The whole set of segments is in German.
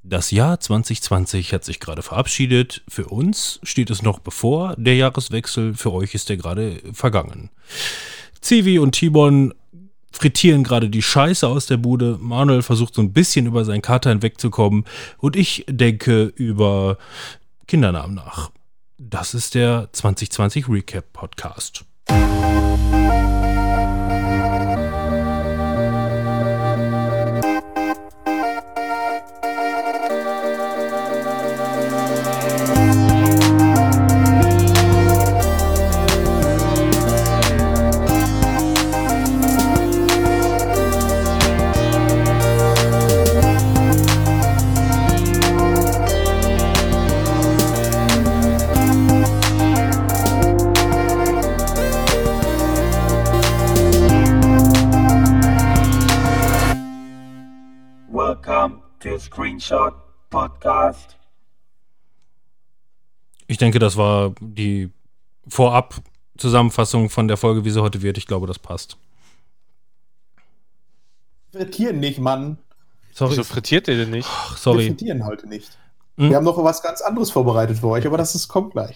Das Jahr 2020 hat sich gerade verabschiedet. Für uns steht es noch bevor, der Jahreswechsel. Für euch ist der gerade vergangen. Zivi und Timon frittieren gerade die Scheiße aus der Bude. Manuel versucht so ein bisschen über seinen Kater hinwegzukommen. Und ich denke über Kindernamen nach. Das ist der 2020 Recap Podcast. Screenshot Podcast. Ich denke, das war die Vorab-Zusammenfassung von der Folge, wie sie heute wird. Ich glaube, das passt. Frittieren nicht, Mann. Sorry. Wieso frittiert ihr denn nicht? Ach, sorry. Wir frittieren heute nicht. Wir haben noch was ganz anderes vorbereitet für euch, aber das kommt gleich.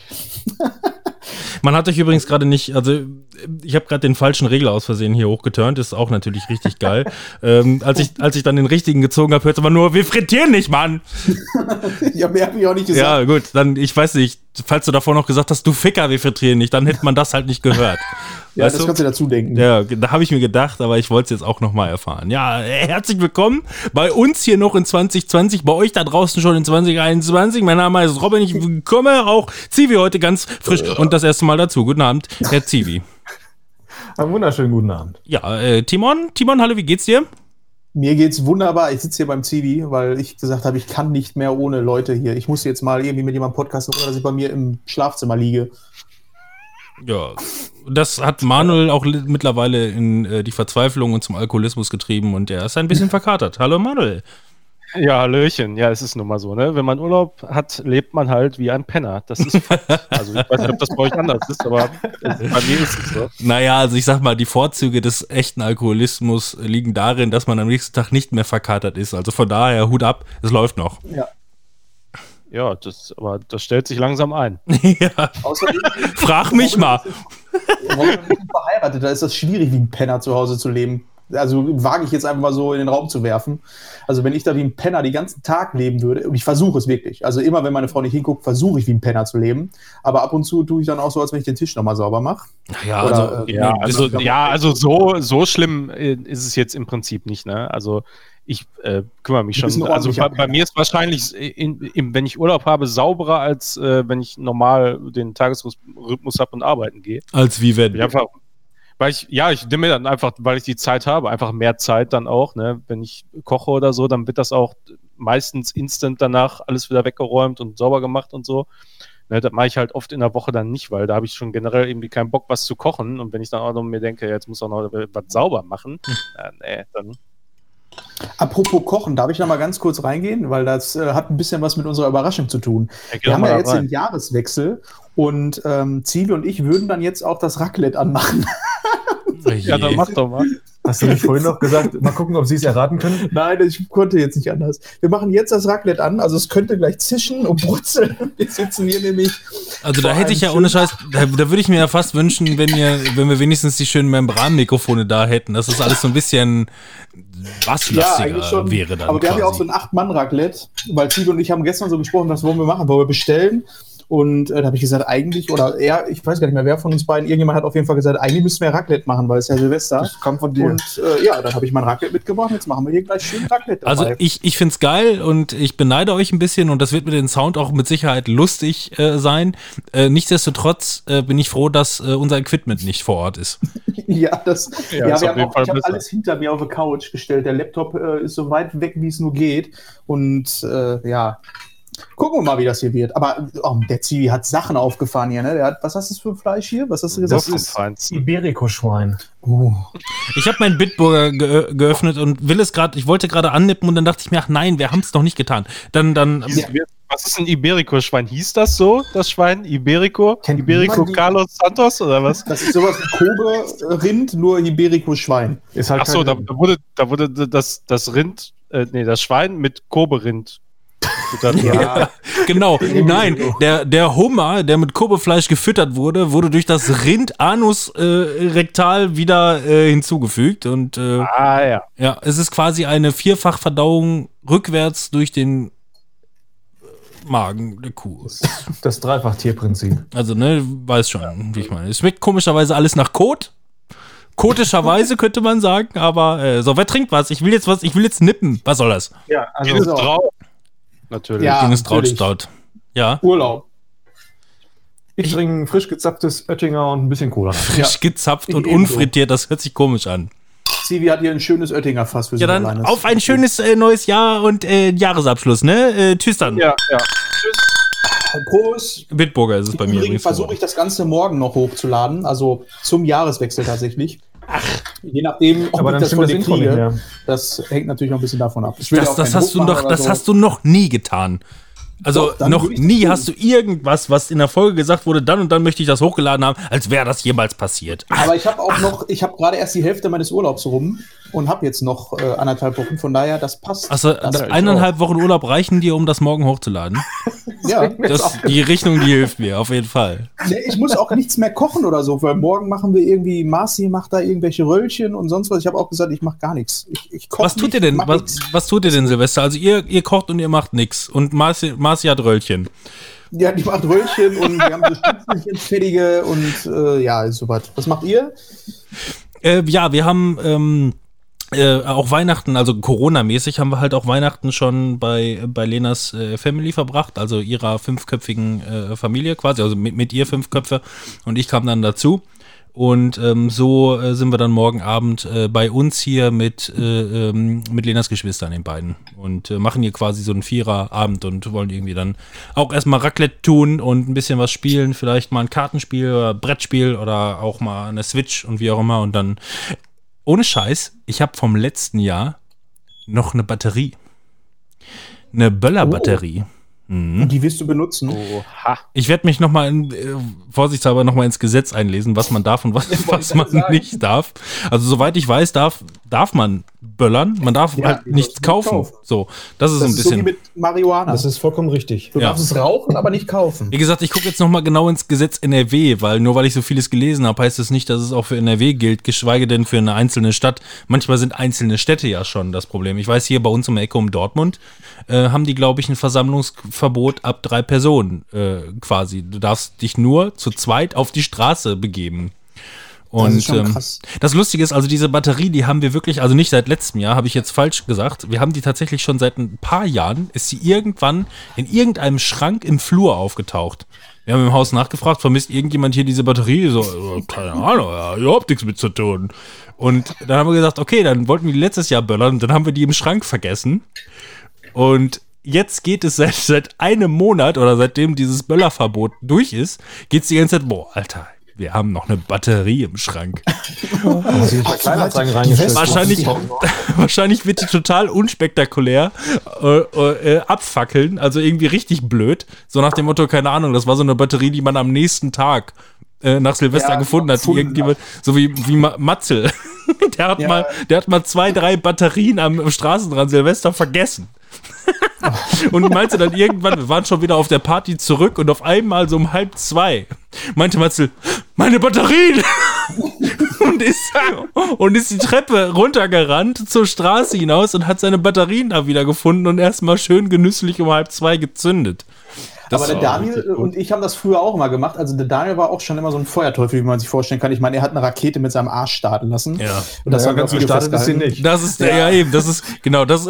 Man hat euch übrigens gerade nicht, also ich habe gerade den falschen Regler aus Versehen hier hochgeturnt, ist auch natürlich richtig geil. Als ich dann den richtigen gezogen habe, hört man nur, wir frittieren nicht, Mann! Ja, mehr habe ich auch nicht gesagt. Ja, gut, dann, ich weiß nicht, falls du davor noch gesagt hast, du Ficker, wir frittieren nicht, dann hätte man das halt nicht gehört. Ja, weißt das du? kannst du dazu denken. Ja, da habe ich mir gedacht, aber ich wollte es jetzt auch nochmal erfahren. Ja, herzlich willkommen bei uns hier noch in 2020, bei euch da draußen schon in 2021. Mein Name ist Robin, ich komme auch Zivi heute ganz frisch und das erste Mal dazu. Guten Abend, Herr Zivi. Einen wunderschönen guten Abend. Ja, Timon, hallo, wie geht's dir? Mir geht's wunderbar. Ich sitze hier beim Zivi, weil ich gesagt habe, ich kann nicht mehr ohne Leute hier. Ich muss jetzt mal irgendwie mit jemandem podcasten, ohne dass ich bei mir im Schlafzimmer liege. Ja, das hat Manuel auch mittlerweile in die Verzweiflung und zum Alkoholismus getrieben und er ist ein bisschen verkatert. Hallo Manuel. Ja, Hallöchen. Ja, es ist nun mal so, ne? Wenn man Urlaub hat, lebt man halt wie ein Penner. Das ist Fakt. Also ich weiß nicht, ob das bei euch anders ist, aber bei mir ist es so. Naja, also ich sag mal, die Vorzüge des echten Alkoholismus liegen darin, dass man am nächsten Tag nicht mehr verkatert ist. Also von daher, Hut ab, es läuft noch. Ja, das stellt sich langsam ein. Ja. Außerdem, Frag mich mal. Robin und ich sind verheiratet, da ist das schwierig, wie ein Penner zu Hause zu leben. Also wage ich jetzt einfach mal so in den Raum zu werfen. Also wenn ich da wie ein Penner den ganzen Tag leben würde, und ich versuche es wirklich, also immer wenn meine Frau nicht hinguckt, versuche ich wie ein Penner zu leben, aber ab und zu tue ich dann auch so, als wenn ich den Tisch nochmal sauber mache. Ja, also so schlimm ist es jetzt im Prinzip nicht, ne? Also ich kümmere mich schon. Also bei mir ist wahrscheinlich, wenn ich Urlaub habe, sauberer, als wenn ich normal den Tagesrhythmus habe und arbeiten gehe. Als wie wenn? Ich nehme mir dann einfach, weil ich die Zeit habe, einfach mehr Zeit dann auch, ne? Wenn ich koche oder so, dann wird das auch meistens instant danach alles wieder weggeräumt und sauber gemacht und so. Ne, das mache ich halt oft in der Woche dann nicht, weil da habe ich schon generell irgendwie keinen Bock, was zu kochen. Und wenn ich dann auch noch mir denke, jetzt muss auch noch was sauber machen, dann... Apropos Kochen, darf ich noch mal ganz kurz reingehen, weil das hat ein bisschen was mit unserer Überraschung zu tun. Ja, wir haben ja jetzt den Jahreswechsel und Zivi und ich würden dann jetzt auch das Raclette anmachen. Ja, dann mach doch mal. Hast du nicht vorhin noch gesagt, mal gucken, ob sie es erraten können? Nein, ich konnte jetzt nicht anders. Wir machen jetzt das Raclette an, also es könnte gleich zischen und brutzeln. Wir sitzen hier nämlich. Also da hätte ich ja ohne Scheiß, da würde ich mir ja fast wünschen, wenn wir wenigstens die schönen Membranmikrofone da hätten, dass das alles so ein bisschen basslastiger wäre dann. Aber wir haben ja auch so ein 8-Mann-Raclette, weil Zivi und ich haben gestern so gesprochen, was wollen wir machen, wollen wir bestellen? Und da habe ich gesagt, eigentlich, oder er, ich weiß gar nicht mehr, wer von uns beiden, irgendjemand hat auf jeden Fall gesagt, eigentlich müssten wir Raclette machen, weil es ja Silvester. Das kam von dir. Und dann habe ich mein Raclette mitgebracht, jetzt machen wir hier gleich schön Raclette dabei. Also ich finde es geil und ich beneide euch ein bisschen und das wird mit dem Sound auch mit Sicherheit lustig sein. Nichtsdestotrotz bin ich froh, dass unser Equipment nicht vor Ort ist. Ich habe alles hinter mir auf der Couch gestellt. Der Laptop ist so weit weg, wie es nur geht. Und gucken wir mal, wie das hier wird. Aber der Zivi hat Sachen aufgefahren hier, ne? Was hast du für Fleisch hier? Was hast du gesagt? Das ist Iberico-Schwein. Ich habe meinen Bitburger geöffnet und ich wollte gerade annippen und dann dachte ich mir, ach nein, wir haben es noch nicht getan. Was ist ein Iberico-Schwein? Hieß das so, das Schwein? Iberico? Iberico Carlos Santos oder was? Das ist sowas wie Kobe-Rind, nur Iberico-Schwein. Achso, da wurde das Rind, das Schwein mit Kobe-Rind gefüttert wird. Ja, Genau, nein, der Hummer, der mit Kobe-Fleisch gefüttert wurde durch das Rind Anus rektal wieder hinzugefügt und Ja. ja, es ist quasi eine Vierfachverdauung rückwärts durch den Magen der Kuh. Das Dreifach-Tierprinzip. Also, ne, weiß schon, wie ich meine. Es schmeckt komischerweise alles nach Kot. Kotischerweise könnte man sagen, aber so, wer trinkt was? Ich will jetzt nippen. Was soll das? Ja, also Dieses Trau. Natürlich. Ja. Ding ist natürlich. Trautstaud. Ja. Urlaub. ich trinke frisch gezapftes Oettinger und ein bisschen Cola. Frisch gezapft und Ebenso. unfrittiert, das hört sich komisch an. Zivi hat hier ein schönes Oettinger Fass für Ja, sich dann alleine. auf ein schönes neues Jahr und Jahresabschluss, ne? Tschüss dann. Ja. Prost. Bitburger ist es bei mir Übrigens übrigens. versuche ich das Ganze morgen noch hochzuladen, also zum Jahreswechsel tatsächlich. Je nachdem, ob Aber ich dann das stimmt von das dir Intro nicht kriege. mehr. Das hängt natürlich noch ein bisschen davon ab. Ich will ja auch Das keinen hast du Druck noch, machen das oder hast du noch nie getan. Also Doch, dann noch würde ich das nie tun. hast du irgendwas, was in der Folge gesagt wurde, dann und dann möchte ich das hochgeladen haben, als wäre das jemals passiert. Aber ich habe auch noch, ich habe gerade erst die Hälfte meines Urlaubs rum und habe jetzt noch 1,5 Wochen, von daher, das passt. Also Das- 1,5 Wochen Urlaub reichen dir, um das morgen hochzuladen. Ja, Die Rechnung, die hilft mir, auf jeden Fall. nee, ich muss auch nichts mehr kochen oder so, weil morgen machen wir irgendwie, Marci macht da irgendwelche Röllchen und sonst was. Ich habe auch gesagt, ich mache gar nichts. Ich koche Was tut nicht, ihr denn? mach nix. Was tut ihr denn, Silvester? Also ihr kocht und ihr macht nichts. Und Marci hat Röllchen. Ja, die macht Röllchen und wir haben so Stützchen fertige und ja, ist soweit. Was macht ihr? Ja, wir haben auch Weihnachten, also Corona-mäßig, haben wir halt auch Weihnachten schon bei Lenas Family verbracht, also ihrer 5-köpfigen Familie quasi, also mit ihr 5 Köpfe und ich kam dann dazu. Und so sind wir dann morgen Abend bei uns hier mit Lenas Geschwistern, den beiden. Und machen hier quasi so einen Vierer-Abend und wollen irgendwie dann auch erstmal Raclette tun und ein bisschen was spielen. Vielleicht mal ein Kartenspiel oder Brettspiel oder auch mal eine Switch und wie auch immer. Und dann, ohne Scheiß, ich habe vom letzten Jahr noch eine Batterie. Eine Böller-Batterie. Und die wirst du benutzen. Oha. Ich werde mich nochmal, vorsichtshalber nochmal ins Gesetz einlesen, was man darf und was man sagen. nicht darf. Also soweit ich weiß, darf man böllern, man darf Ja, halt die nichts darfst du kaufen. nicht kaufen. So, das ist so Das ein ist so wie bisschen. mit Marihuana. Das ist vollkommen richtig. Du Ja. darfst es rauchen, aber nicht kaufen. Wie gesagt, ich gucke jetzt nochmal genau ins Gesetz NRW, weil nur weil ich so vieles gelesen habe, heißt es nicht, dass es auch für NRW gilt, geschweige denn für eine einzelne Stadt. Manchmal sind einzelne Städte ja schon das Problem. Ich weiß, hier bei uns um die Ecke um Dortmund haben die, glaube ich, ein Versammlungsverbot ab 3 Personen quasi. Du darfst dich nur zu zweit auf die Straße begeben. Und Das ist schon krass. das Lustige ist, also diese Batterie, die haben wir wirklich, also nicht seit letztem Jahr, habe ich jetzt falsch gesagt, wir haben die tatsächlich schon seit ein paar Jahren, ist sie irgendwann in irgendeinem Schrank im Flur aufgetaucht. Wir haben im Haus nachgefragt, vermisst irgendjemand hier diese Batterie? So, keine Ahnung, ja, überhaupt nichts mit zu tun. Und dann haben wir gesagt, okay, dann wollten wir die letztes Jahr böllern und dann haben wir die im Schrank vergessen. Und jetzt geht es seit einem Monat oder seitdem dieses Böllerverbot durch ist, geht es die ganze Zeit, boah, Alter, wir haben noch eine Batterie im Schrank. Also ich Kleinanzeigen reingestellt. Wahrscheinlich wird die total unspektakulär abfackeln, also irgendwie richtig blöd. So nach dem Motto, keine Ahnung, das war so eine Batterie, die man am nächsten Tag nach Silvester Ja, gefunden hat. gefunden Irgendjemand, so wie Matzel. Der hat mal 2, 3 Batterien am Straßenrand Silvester vergessen. Und meinte dann irgendwann, wir waren schon wieder auf der Party zurück und auf einmal so um 1:30 meinte Matzel, meine Batterien! und ist die Treppe runtergerannt zur Straße hinaus und hat seine Batterien da wieder gefunden und erstmal schön genüsslich um 1:30 gezündet. Aber der Daniel und ich haben das früher auch immer gemacht. Also der Daniel war auch schon immer so ein Feuerteufel, wie man sich vorstellen kann. Ich meine, er hat eine Rakete mit seinem Arsch starten lassen. Ja. Und das Ja, war ganz ganz gestartet ist sie nicht. Das ist der, ja eben, das ist, genau, das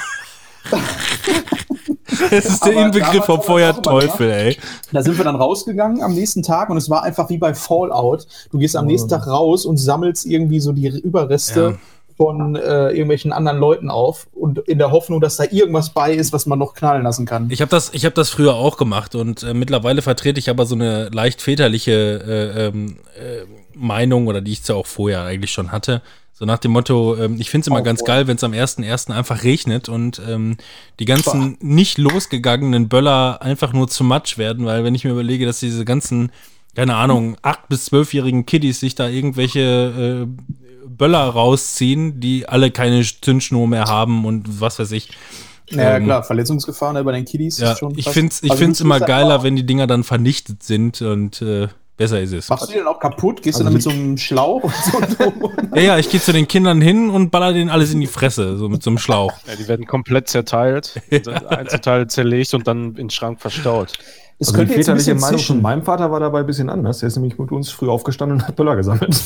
ist der Aber Inbegriff vom damals haben wir das auch Feuerteufel, ey. Da sind wir dann rausgegangen am nächsten Tag und es war einfach wie bei Fallout. Du gehst am nächsten Tag raus und sammelst irgendwie so die Überreste von irgendwelchen anderen Leuten auf und in der Hoffnung, dass da irgendwas bei ist, was man noch knallen lassen kann. Ich hab das früher auch gemacht und mittlerweile vertrete ich aber so eine leicht väterliche Meinung, oder die ich ja auch vorher eigentlich schon hatte. So nach dem Motto, ich finde es immer ganz geil, wenn es am 1.1. einfach regnet und die ganzen nicht losgegangenen Böller einfach nur zu Matsch werden, weil wenn ich mir überlege, dass diese ganzen, keine Ahnung, 8- bis 12-jährigen Kiddies sich da irgendwelche Böller rausziehen, die alle keine Zündschnur mehr haben und was weiß ich. Naja, klar, Verletzungsgefahr bei den Kiddies Ja, ist schon ich krass. find's Also, du immer tust geiler, einfach- wenn die Dinger dann vernichtet sind und besser ist es. Machst du die dann auch kaputt? Gehst Also du dann mit so einem Schlauch und so? Ja, ich gehe zu den Kindern hin und baller denen alles in die Fresse, so mit so einem Schlauch. Ja, die werden komplett zerteilt, Einzelteile zerlegt und dann in den Schrank verstaut. Das Also die könnte jetzt ein väterliche bisschen Meinung von zischen. meinem Vater war dabei ein bisschen anders. Der ist nämlich mit uns früh aufgestanden und hat Böller gesammelt.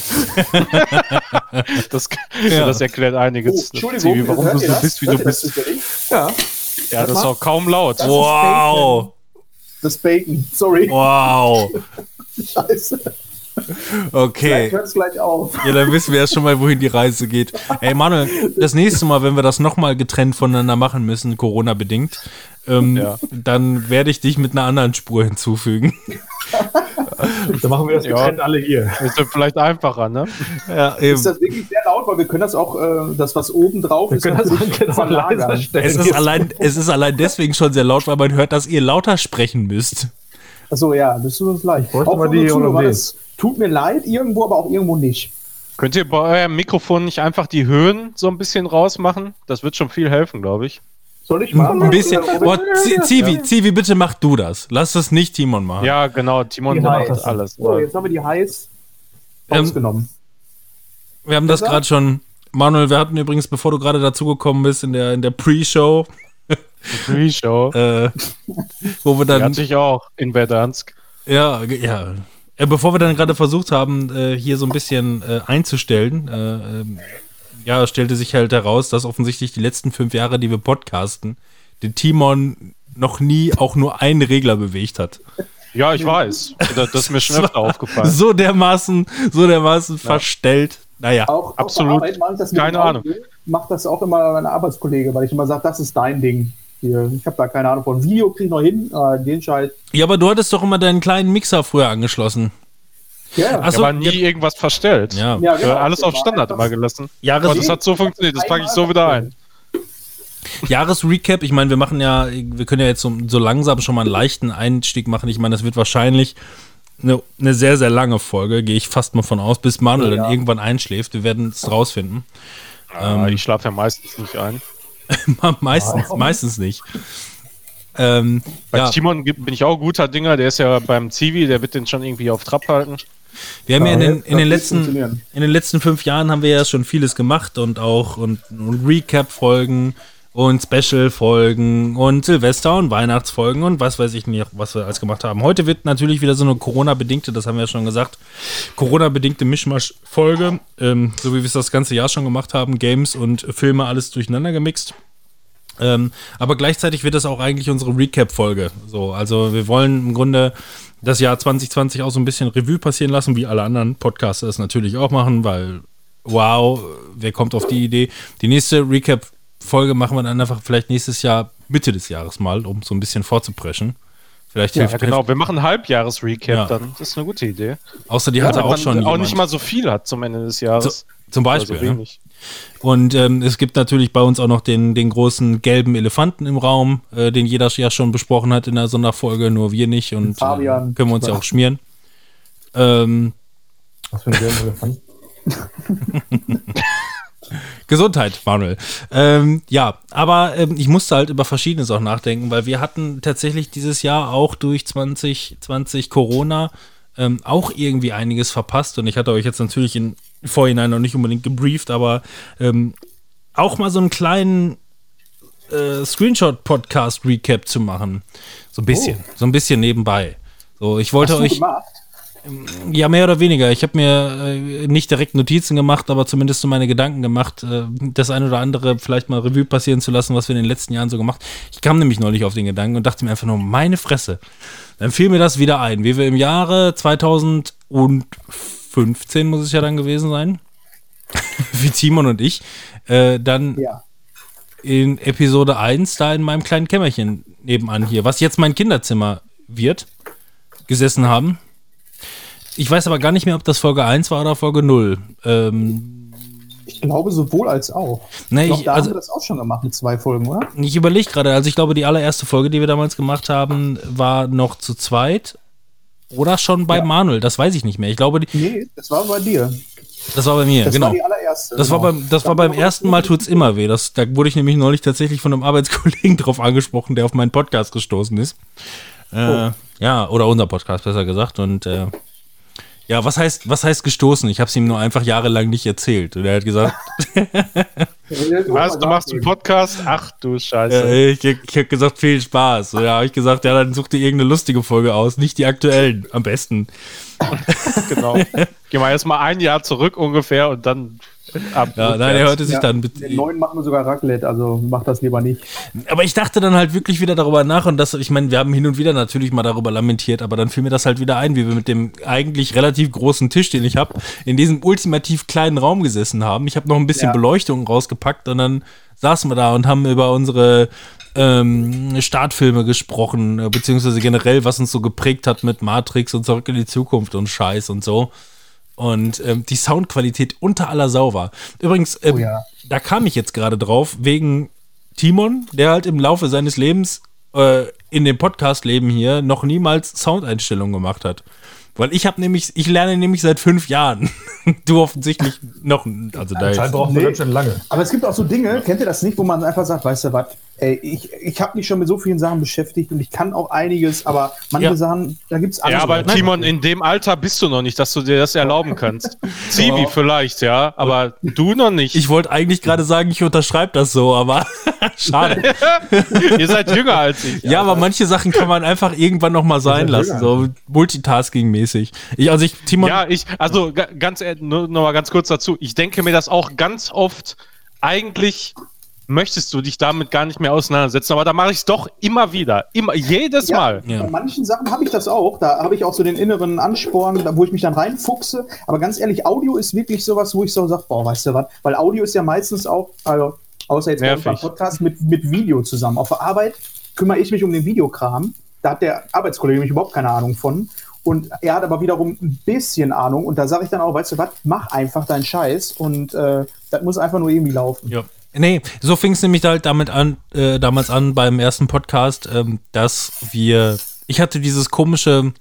Das erklärt einiges. Entschuldigung, Zivi, warum hört du ihr so das? bist, wie Hört du ihr das bist. zufällig? Ja. Ja, das ist auch kaum laut. Das Wow, Das Bacon, sorry. wow, Scheiße. okay. Vielleicht hört es gleich auf. Ja, dann wissen wir ja schon mal, wohin die Reise geht. Ey, Manuel, das nächste Mal, wenn wir das nochmal getrennt voneinander machen müssen, Corona-bedingt, dann werde ich dich mit einer anderen Spur hinzufügen. Dann machen wir das Ja. getrennt alle hier. Ist ja vielleicht einfacher, ne? Ja, Ist das wirklich sehr laut, weil wir können das auch, das was oben drauf Wir ist, können das auch natürlich genau leiser verlagern. stellen. es ist allein deswegen schon sehr laut, weil man hört, dass ihr lauter sprechen müsst. Achso, ja, das tut uns leid. bräuchte Auch mal für unsere die Zuhörer, Hollandaise. das tut mir leid, irgendwo, aber auch irgendwo nicht. Könnt ihr bei eurem Mikrofon nicht einfach die Höhen so ein bisschen rausmachen? Das wird schon viel helfen, glaube ich. Soll ich machen? Ein bisschen. Boah, Ja. Zivi, bitte mach du das. Lass das nicht Timon machen. Ja, genau. Timon Die macht heiß. alles. So, jetzt haben wir die heiß ausgenommen. Wir haben das Besser? gerade schon. Manuel, wir hatten übrigens, bevor du gerade dazugekommen bist, in der Pre-Show, Pre-Show. wo wir Die dann. hatte ich auch in Verdansk. Ja. Bevor wir dann gerade versucht haben, hier so ein bisschen einzustellen, stellte sich halt heraus, dass offensichtlich die letzten 5 Jahre, die wir podcasten, den Timon noch nie auch nur einen Regler bewegt hat. Ja, ich weiß. Das ist mir schon öfter aufgefallen. So dermaßen verstellt. Naja. Auch absolut. auf der Arbeit mache ich das mit Keine dem Ahnung. Audio. Macht das auch immer mein Arbeitskollege, weil ich immer sage, das ist dein Ding. Hier. Ich habe da keine Ahnung von. Video kriege ich noch hin, den Scheiß. Ja, aber du hattest doch immer deinen kleinen Mixer früher angeschlossen. Ja, Ach so, Aber nie irgendwas verstellt. Ja. ja, genau. Alles auf Standard immer gelassen. Jahres Aber das hat so funktioniert. Das packe ich so wieder ein. Jahresrecap, ich meine, wir können ja jetzt so langsam schon mal einen leichten Einstieg machen. Ich meine, das wird wahrscheinlich eine sehr, sehr lange Folge, gehe ich fast mal von aus, bis Manuel Ja. dann irgendwann einschläft. Wir werden es rausfinden. Ich schlafe ja meistens nicht ein. Meistens nicht. Bei Timon bin ich auch guter Dinger. Der ist ja beim Zivi, der wird den schon irgendwie auf Trab halten. Wir haben ja in den das wird funktionieren. letzten 5 Jahren haben wir ja schon vieles gemacht und auch und Recap-Folgen und Special-Folgen und Silvester- und Weihnachtsfolgen und was weiß ich nicht, was wir alles gemacht haben. Heute wird natürlich wieder so eine Corona-bedingte, das haben wir ja schon gesagt, Corona-bedingte Mischmasch-Folge, so wie wir es das ganze Jahr schon gemacht haben, Games und Filme alles durcheinander gemixt. Aber gleichzeitig wird das auch eigentlich unsere Recap-Folge. So, also wir wollen im Grunde das Jahr 2020 auch so ein bisschen Revue passieren lassen, wie alle anderen Podcaster es natürlich auch machen, weil wow, wer kommt auf die Idee? Die nächste Recap-Folge machen wir dann einfach vielleicht nächstes Jahr, Mitte des Jahres mal, um so ein bisschen vorzupreschen. Vielleicht Ja, hilft genau. Wir machen ein Halbjahres-Recap Ja. dann. Das ist eine gute Idee. Außer die Ja, hatte auch man schon auch jemand. nicht mal so viel hat zum Ende des Jahres. Zum Also Beispiel. Ne? wenig. Und es gibt natürlich bei uns auch noch den großen gelben Elefanten im Raum, den jeder ja schon besprochen hat in der Sonderfolge, nur wir nicht. Und Fabian. können wir uns ja auch schmieren. Was für ein gelben Elefant. Gesundheit, Manuel. Aber ich musste halt über Verschiedenes auch nachdenken, weil wir hatten tatsächlich dieses Jahr auch durch 2020 Corona auch irgendwie einiges verpasst. Und ich hatte euch jetzt natürlich im Vorhinein noch nicht unbedingt gebrieft, aber auch mal so einen kleinen Screenshot-Podcast-Recap zu machen. So ein bisschen nebenbei. So, ich wollte Hast du euch. gemacht? Ja, mehr oder weniger. Ich habe mir nicht direkt Notizen gemacht, aber zumindest so meine Gedanken gemacht, das ein oder andere vielleicht mal Revue passieren zu lassen, was wir in den letzten Jahren so gemacht. Ich kam nämlich neulich auf den Gedanken und dachte mir einfach nur, meine Fresse. Dann fiel mir das wieder ein, wie wir im Jahre 2015, muss es ja dann gewesen sein, wie Timon und ich, dann Ja. in Episode 1 da in meinem kleinen Kämmerchen nebenan hier, was jetzt mein Kinderzimmer wird, gesessen haben. Ich weiß aber gar nicht mehr, ob das Folge 1 war oder Folge 0. Ich glaube sowohl als auch. Ne, Doch, ich, da haben also, wir das auch schon gemacht mit 2 Folgen, oder? ich überlege gerade, also ich glaube, die allererste Folge, die wir damals gemacht haben, war noch zu zweit. Oder schon bei Manuel, das weiß ich nicht mehr. Ich glaube, Nee, das war bei dir. das war bei mir, Das genau. war die allererste. Das war beim ersten Mal tut's immer weh. Da wurde ich nämlich neulich tatsächlich von einem Arbeitskollegen drauf angesprochen, der auf meinen Podcast gestoßen ist. Ja, oder unser Podcast, besser gesagt. Und ja, was heißt gestoßen? Ich habe es ihm nur einfach jahrelang nicht erzählt. Und er hat gesagt, Was, du machst einen Podcast? Ach du Scheiße. ich habe gesagt, viel Spaß. Und da habe ich gesagt, ja, dann such dir irgendeine lustige Folge aus, nicht die aktuellen, am besten. Genau. Geh mal erstmal ein Jahr zurück ungefähr und dann ab. Ja, nein, er hörte sich dann. Den neuen machen wir sogar Raclette, also mach das lieber nicht. Aber ich dachte dann halt wirklich wieder darüber nach und ich meine, wir haben hin und wieder natürlich mal darüber lamentiert, aber dann fiel mir das halt wieder ein, wie wir mit dem eigentlich relativ großen Tisch, den ich habe, in diesem ultimativ kleinen Raum gesessen haben. Ich habe noch ein bisschen Beleuchtung rausgepackt und dann saßen wir da und haben über unsere Startfilme gesprochen, beziehungsweise generell, was uns so geprägt hat mit Matrix und Zurück in die Zukunft und Scheiß und so. Und die Soundqualität unter aller Sau war. Übrigens, da kam ich jetzt gerade drauf, wegen Timon, der halt im Laufe seines Lebens in dem Podcast-Leben hier noch niemals Soundeinstellungen gemacht hat. Weil ich lerne nämlich seit 5 Jahren. Du offensichtlich noch, also da Anscheinend jetzt. brauchen wir ganz schön lange. Aber es gibt auch so Dinge, kennt ihr das nicht, wo man einfach sagt, weißt du was, ey, ich habe mich schon mit so vielen Sachen beschäftigt und ich kann auch einiges, aber manche Sachen, da gibt es alles. Ja, aber Timon, in dem Alter bist du noch nicht, dass du dir das erlauben kannst. Zivi vielleicht, ja, aber du noch nicht. Ich wollte eigentlich gerade sagen, ich unterschreibe das so, aber schade. Ihr seid jünger als ich. Ja, aber manche Sachen kann man einfach irgendwann noch mal sein lassen, so Multitasking-mäßig. Timon. Ja, also ganz ehrlich, nur noch mal ganz kurz dazu. Ich denke mir das auch ganz oft, eigentlich möchtest du dich damit gar nicht mehr auseinandersetzen, aber da mache ich es doch immer wieder. Jedes Mal. Bei manchen Sachen habe ich das auch. Da habe ich auch so den inneren Ansporn, wo ich mich dann reinfuchse. Aber ganz ehrlich, Audio ist wirklich sowas, wo ich so sage, boah, weißt du was? Weil Audio ist ja meistens auch, also außer jetzt beim Podcast, mit Video zusammen. Auf der Arbeit kümmere ich mich um den Videokram. Da hat der Arbeitskollege nämlich überhaupt keine Ahnung von. Und er hat aber wiederum ein bisschen Ahnung. Und da sage ich dann auch, weißt du was, mach einfach deinen Scheiß. Und das muss einfach nur irgendwie laufen. Ja. Nee, so fing es nämlich halt damals an beim ersten Podcast, dass ich hatte dieses komische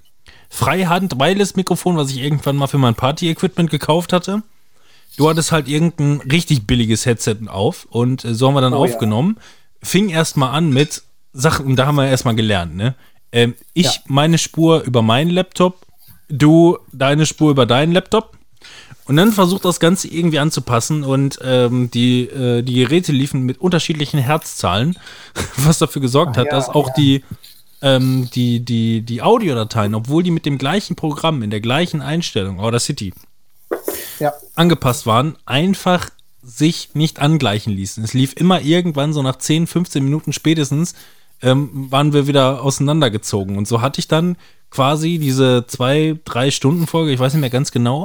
Freihand-Wireless-Mikrofon, was ich irgendwann mal für mein Party-Equipment gekauft hatte. Du hattest halt irgendein richtig billiges Headset auf und so haben wir dann aufgenommen. Ja. Fing erstmal an mit Sachen, und da haben wir erstmal gelernt, ne? Meine Spur über meinen Laptop, du deine Spur über deinen Laptop. Und dann versucht das Ganze irgendwie anzupassen und die Geräte liefen mit unterschiedlichen Herzzahlen, was dafür gesorgt hat, dass auch die Audiodateien, obwohl die mit dem gleichen Programm, in der gleichen Einstellung, Audacity, angepasst waren, einfach sich nicht angleichen ließen. Es lief immer irgendwann so nach 10, 15 Minuten spätestens, waren wir wieder auseinandergezogen. Und so hatte ich dann quasi diese 2-3 Stunden Folge, ich weiß nicht mehr ganz genau,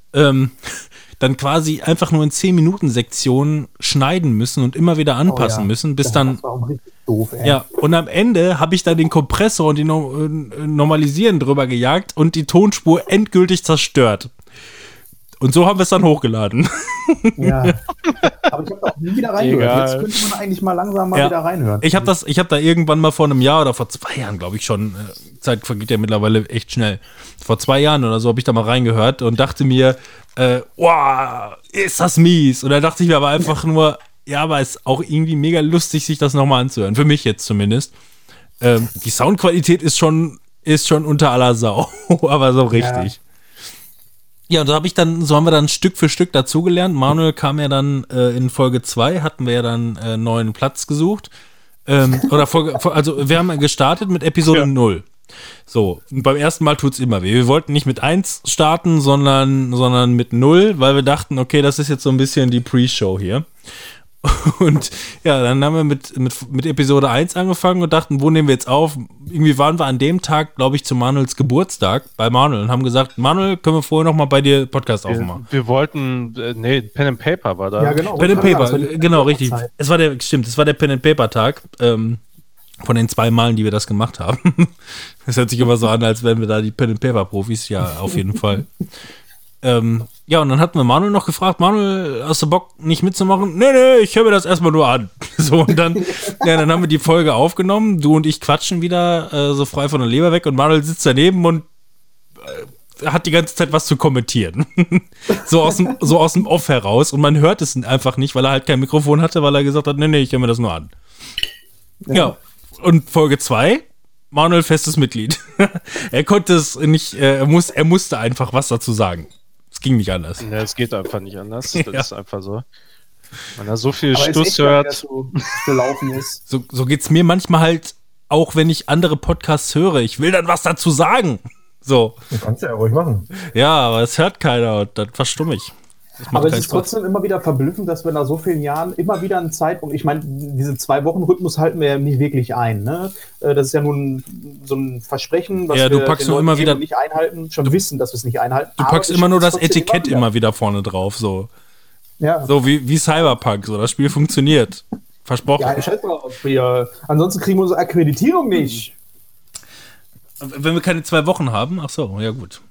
dann quasi einfach nur in 10-Minuten-Sektionen schneiden müssen und immer wieder anpassen müssen, bis dann. Das war auch richtig doof, ey. Ja, und am Ende habe ich dann den Kompressor und die Normalisieren drüber gejagt und die Tonspur endgültig zerstört. Und so haben wir es dann hochgeladen. Ja. Aber ich habe da auch nie wieder reingehört. Jetzt könnte man eigentlich mal langsam wieder reinhören. Ich habe da irgendwann mal vor einem Jahr oder vor 2 Jahren, glaube ich schon, Zeit vergeht ja mittlerweile echt schnell. Vor 2 Jahren oder so habe ich da mal reingehört und dachte mir, wow, ist das mies. Und da dachte ich mir aber einfach nur, ja, aber es ist auch irgendwie mega lustig, sich das nochmal anzuhören. Für mich jetzt zumindest. Die Soundqualität ist schon unter aller Sau, aber so richtig. Ja, und so haben wir dann Stück für Stück dazugelernt. Manuel kam ja dann in Folge 2, hatten wir ja dann neuen Platz gesucht. Also wir haben gestartet mit Episode 0. So, und beim ersten Mal tut's immer weh. Wir wollten nicht mit 1 starten, sondern mit 0, weil wir dachten, okay, das ist jetzt so ein bisschen die Pre-Show hier. Und ja, dann haben wir mit Episode 1 angefangen und dachten, wo nehmen wir jetzt auf? Irgendwie waren wir an dem Tag, glaube ich, zu Manuels Geburtstag bei Manuel und haben gesagt, Manuel, können wir vorher noch mal bei dir Podcast aufmachen? Wir wollten, Pen and Paper war da. Ja, genau. Pen and Paper, genau, richtig. Es war der Pen and Paper Tag, von den 2 Malen, die wir das gemacht haben. Das hört sich immer so an, als wären wir da die Pen and Paper Profis. Ja, auf jeden Fall. Ja, und dann hatten wir Manuel noch gefragt, Manuel, hast du Bock, nicht mitzumachen? Nee, ich höre mir das erstmal nur an. So, und dann haben wir die Folge aufgenommen, du und ich quatschen wieder so frei von der Leber weg und Manuel sitzt daneben und hat die ganze Zeit was zu kommentieren. so aus dem Off heraus. Und man hört es einfach nicht, weil er halt kein Mikrofon hatte, weil er gesagt hat, nee, ich höre mir das nur an. Ja. Und Folge 2, Manuel festes Mitglied. Er konnte es nicht, er musste einfach was dazu sagen. Es ging nicht anders. Ja, es geht einfach nicht anders. Das Ja. ist einfach so. Wenn er so viel Aber ist Stuss echt geil, hört. dass so gelaufen ist. So geht's mir manchmal halt, auch wenn ich andere Podcasts höre. Ich will dann was dazu sagen. So. Du kannst ja ruhig machen. Ja, aber es hört keiner und dann verstumme ich. Das macht Aber es keinen ist Spaß. trotzdem immer wieder verblüffend, dass wir nach so vielen Jahren immer wieder einen Zeitpunkt, ich meine, diese 2-Wochen-Rhythmus halten wir ja nicht wirklich ein. Ne? Das ist ja nun so ein Versprechen, was Ja, du wir packst den nur Leuten immer geben wieder- und nicht einhalten, schon wissen, dass wir es nicht einhalten. Du Aber packst wir immer nur schaffen das es trotzdem Etikett immer wieder vorne drauf. So Ja. wie Cyberpunk. So, das Spiel funktioniert. Versprochen. Ja, scheiß drauf. Ansonsten kriegen wir unsere Akkreditierung nicht. Wenn wir keine 2 Wochen haben, ach so, ja gut.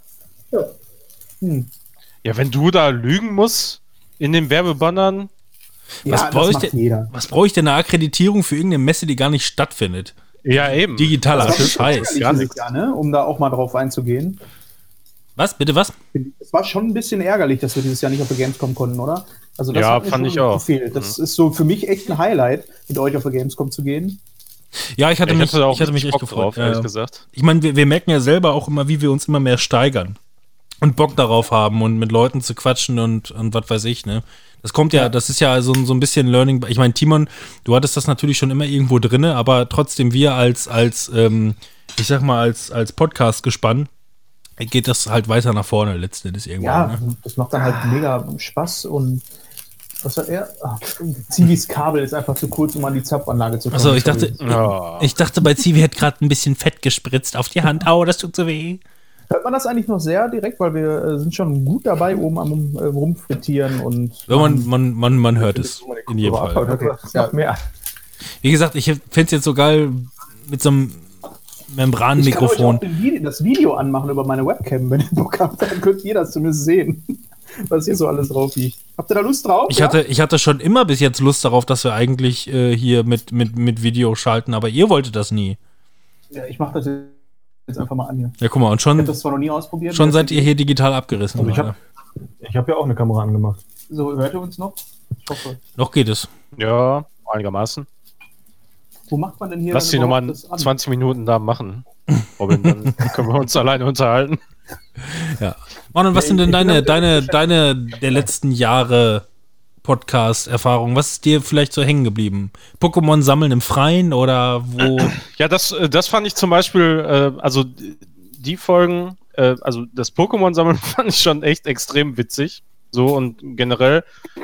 Ja, wenn du da lügen musst in den Werbebannern. Was Ja, brauche das ich macht denn- jeder. Was brauche ich denn eine Akkreditierung für irgendeine Messe, die gar nicht stattfindet? Ja, eben. Digitaler Das war schon Scheiß. ärgerlich gar dieses nichts. Jahr, ne? Um da auch mal drauf einzugehen. Was? Bitte was? Es war schon ein bisschen ärgerlich, dass wir dieses Jahr nicht auf der Gamescom konnten, oder? Also das Ja, hat mir fand schon ich auch. gefehlt. Das ist so für mich echt ein Highlight, mit euch auf der Gamescom zu gehen. Ja, ich hatte mich richtig echt Bock gefreut. drauf, Ja, ehrlich ja. gesagt. Ich meine, wir merken ja selber auch immer, wie wir uns immer mehr steigern und Bock darauf haben und mit Leuten zu quatschen und was weiß ich, ne? Das kommt ja, das ist ja so ein bisschen Learning. Ich meine, Timon, du hattest das natürlich schon immer irgendwo drinne, aber trotzdem wir als ich sag mal, als Podcast-Gespann geht das halt weiter nach vorne letzten Endes irgendwann. Ja, Ne? das macht dann halt mega Spaß und was hat er? Zivis Kabel ist einfach zu kurz, um an die Zapfanlage zu kommen. Achso, ich dachte, Ja. ich dachte, bei Zivi hat gerade ein bisschen Fett gespritzt auf die Hand. Au, das tut so weh. Hört man das eigentlich noch sehr direkt, weil wir sind schon gut dabei, oben am Rumfrittieren und. Ja, man hört es in jedem Fall. Okay. Das macht mehr. Wie gesagt, ich fände es jetzt so geil mit so einem Ich kann Membranmikrofon. euch auch das Video anmachen über meine Webcam, wenn ihr Bock habt, dann könnt ihr das zumindest sehen, was hier so alles drauf liegt. Habt ihr da Lust drauf? Ich hatte schon immer bis jetzt Lust darauf, dass wir eigentlich hier mit Video schalten, aber ihr wolltet das nie. Ja, ich mach das jetzt einfach mal an hier. Ja, guck mal, und Ich habe schon, das zwar noch nie ausprobiert. schon seid ihr hier digital abgerissen. Also ich habe ja auch eine Kamera angemacht. So, hört ihr uns noch? Ich hoffe. Noch geht es. Ja, einigermaßen. Wo macht man denn hier? Lass die dann nochmal überhaupt das an? 20 Minuten da machen. Robin, dann können wir uns alleine unterhalten. Ja. Manuel, was sind denn deine der letzten Jahre Podcast-Erfahrungen? Was ist dir vielleicht so hängen geblieben? Pokémon sammeln im Freien oder wo? Ja, das fand ich zum Beispiel, also die Folgen, also das Pokémon-Sammeln fand ich schon echt extrem witzig. So und generell,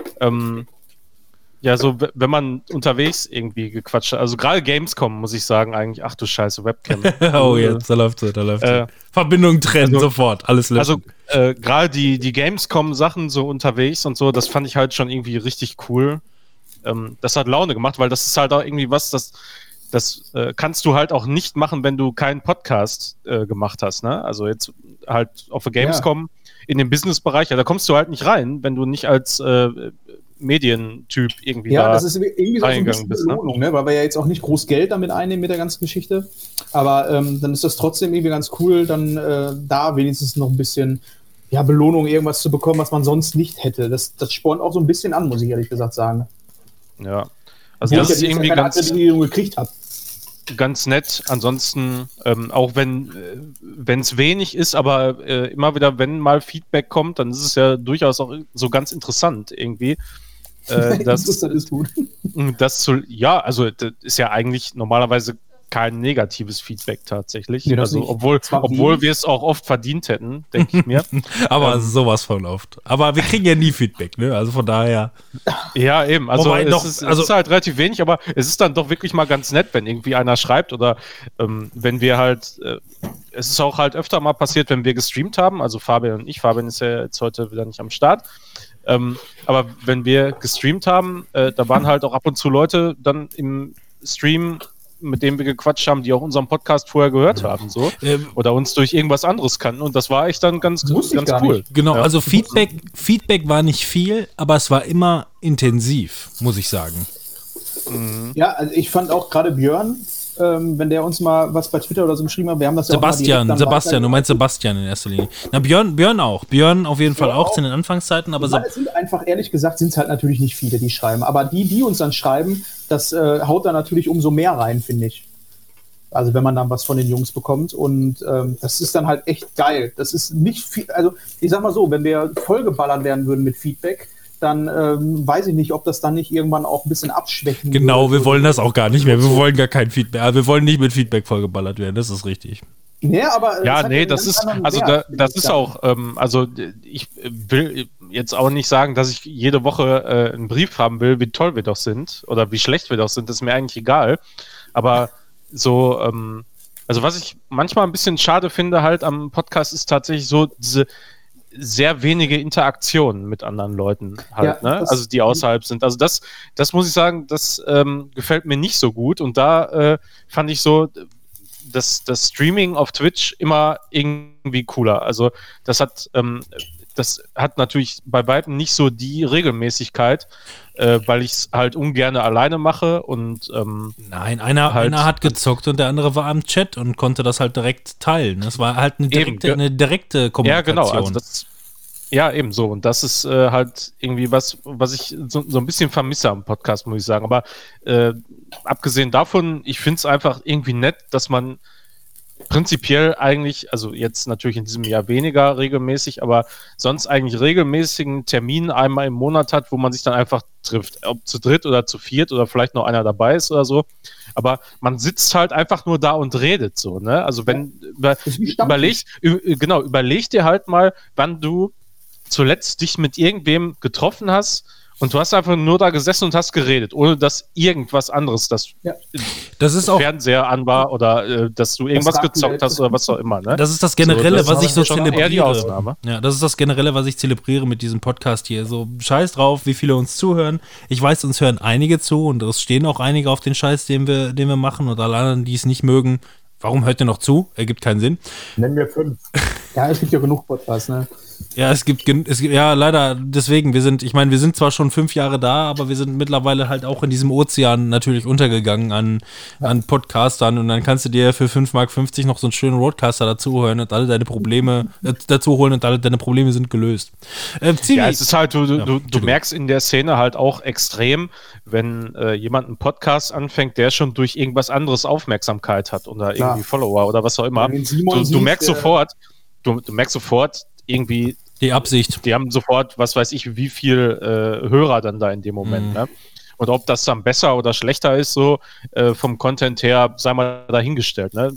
ja, so wenn man unterwegs irgendwie gequatscht hat, also gerade Gamescom, muss ich sagen, eigentlich, ach du Scheiße, Webcam. Oh, jetzt, da läuft sie. Verbindung trennen, also- sofort, alles löschen. Also gerade die Gamescom-Sachen so unterwegs und so, das fand ich halt schon irgendwie richtig cool. Das hat Laune gemacht, weil das ist halt auch irgendwie was, das kannst du halt auch nicht machen, wenn du keinen Podcast gemacht hast. Ne? Also jetzt halt auf der Gamescom in dem Business-Bereich, ja, da kommst du halt nicht rein, wenn du nicht als Medientyp irgendwie Ja, da das ist irgendwie so ein reingegangen bisschen bist, ne? Belohnung, ne? Weil wir ja jetzt auch nicht groß Geld damit einnehmen mit der ganzen Geschichte. Aber dann ist das trotzdem irgendwie ganz cool, dann da wenigstens noch ein bisschen Belohnung, irgendwas zu bekommen, was man sonst nicht hätte. Das spornt auch so ein bisschen an, muss ich ehrlich gesagt sagen. Ja. Also Ja, das ist irgendwie keine ganz, Akkreditierung gekriegt habe. ganz nett. Ansonsten, auch wenn es wenig ist, aber immer wieder, wenn mal Feedback kommt, dann ist es ja durchaus auch so ganz interessant irgendwie. Das ist gut. Also das ist ja eigentlich normalerweise kein negatives Feedback tatsächlich. Nee, das also nicht. obwohl wir es auch oft verdient hätten, denke ich mir. Aber sowas von oft. Aber wir kriegen ja nie Feedback, ne? Also von daher. Ja, eben. Also, Wobei doch, es ist halt relativ wenig, aber es ist dann doch wirklich mal ganz nett, wenn irgendwie einer schreibt oder wenn wir halt, es ist auch halt öfter mal passiert, wenn wir gestreamt haben, also Fabian und ich, Fabian ist ja jetzt heute wieder nicht am Start, aber wenn wir gestreamt haben, da waren halt auch ab und zu Leute dann im Stream, mit denen wir gequatscht haben, die auch unseren Podcast vorher gehört haben, so. Oder uns durch irgendwas anderes kannten. Und das war echt dann ganz Wusste ich gar cool. nicht. Genau, Ja. also Feedback war nicht viel, aber es war immer intensiv, muss ich sagen. Ja, also ich fand auch gerade Björn, wenn der uns mal was bei Twitter oder so geschrieben hat. Wir haben das ja auch mal direkt dann Sebastian, du meinst Sebastian in erster Linie. Na, Björn auch. Björn auf jeden Fall auch zu den Anfangszeiten, aber es sind einfach, ehrlich gesagt, sind es halt natürlich nicht viele, die schreiben. Aber die uns dann schreiben, das haut da natürlich umso mehr rein, finde ich. Also wenn man dann was von den Jungs bekommt. Und das ist dann halt echt geil. Das ist nicht viel, also ich sag mal so, wenn wir vollgeballert werden würden mit Feedback, dann weiß ich nicht, ob das dann nicht irgendwann auch ein bisschen abschwächen genau, würde. wir wollen das auch gar nicht mehr. Wir wollen gar kein Feedback. Wir wollen nicht mit Feedback vollgeballert werden, das ist richtig. Nee, aber ja, nee, das ist, also das ist auch, also ich will jetzt auch nicht sagen, dass ich jede Woche einen Brief haben will, wie toll wir doch sind oder wie schlecht wir doch sind, das ist mir eigentlich egal. Aber so, also was ich manchmal ein bisschen schade finde halt am Podcast ist tatsächlich so diese sehr wenige Interaktionen mit anderen Leuten halt, Ja, ne? Also die außerhalb sind. Also das muss ich sagen, das gefällt mir nicht so gut. Und da fand ich so das Streaming auf Twitch immer irgendwie cooler. Also das hat natürlich bei weitem nicht so die Regelmäßigkeit, weil ich es halt ungern alleine mache und nein, einer hat gezockt und der andere war am Chat und konnte das halt direkt teilen. Das war halt eine direkte Kommunikation. Ja, genau. Also eben so. Und das ist halt irgendwie was ich so ein bisschen vermisse am Podcast, muss ich sagen. Aber abgesehen davon, ich finde es einfach irgendwie nett, dass man prinzipiell eigentlich, also jetzt natürlich in diesem Jahr weniger regelmäßig, aber sonst eigentlich regelmäßigen Termin einmal im Monat hat, wo man sich dann einfach trifft. Ob zu dritt oder zu viert oder vielleicht noch einer dabei ist oder so. Aber man sitzt halt einfach nur da und redet so, ne? Also wenn, überleg dir halt mal, wann du zuletzt dich mit irgendwem getroffen hast und du hast einfach nur da gesessen und hast geredet, ohne dass irgendwas anderes das ist auch Fernseher an war oder dass du irgendwas gezockt hast oder was auch immer. Ne? Das ist das Generelle, was ich so zelebriere. Die Ausnahme. Ja, das ist das Generelle, was ich zelebriere mit diesem Podcast hier. So scheiß drauf, wie viele uns zuhören. Ich weiß, uns hören einige zu und es stehen auch einige auf den Scheiß, den wir machen und alle anderen, die es nicht mögen. Warum hört ihr noch zu? Ergibt keinen Sinn. Nennen wir 5. Ja, es gibt ja genug Podcasts, ne? Ja, es gibt ja leider, deswegen, wir sind zwar schon 5 Jahre da, aber wir sind mittlerweile halt auch in diesem Ozean natürlich untergegangen an Podcastern und dann kannst du dir für 5,50 Mark noch so einen schönen Roadcaster dazuhören und alle deine Probleme dazu holen und alle deine Probleme sind gelöst. Ja, es ist halt, du merkst in der Szene halt auch extrem, wenn jemand einen Podcast anfängt, der schon durch irgendwas anderes Aufmerksamkeit hat oder irgendwie Follower oder was auch immer. Du merkst sofort, irgendwie die Absicht. Die haben sofort, was weiß ich, wie viel Hörer dann da in dem Moment. Ne? Und ob das dann besser oder schlechter ist, so vom Content her, sei mal dahingestellt. Ne?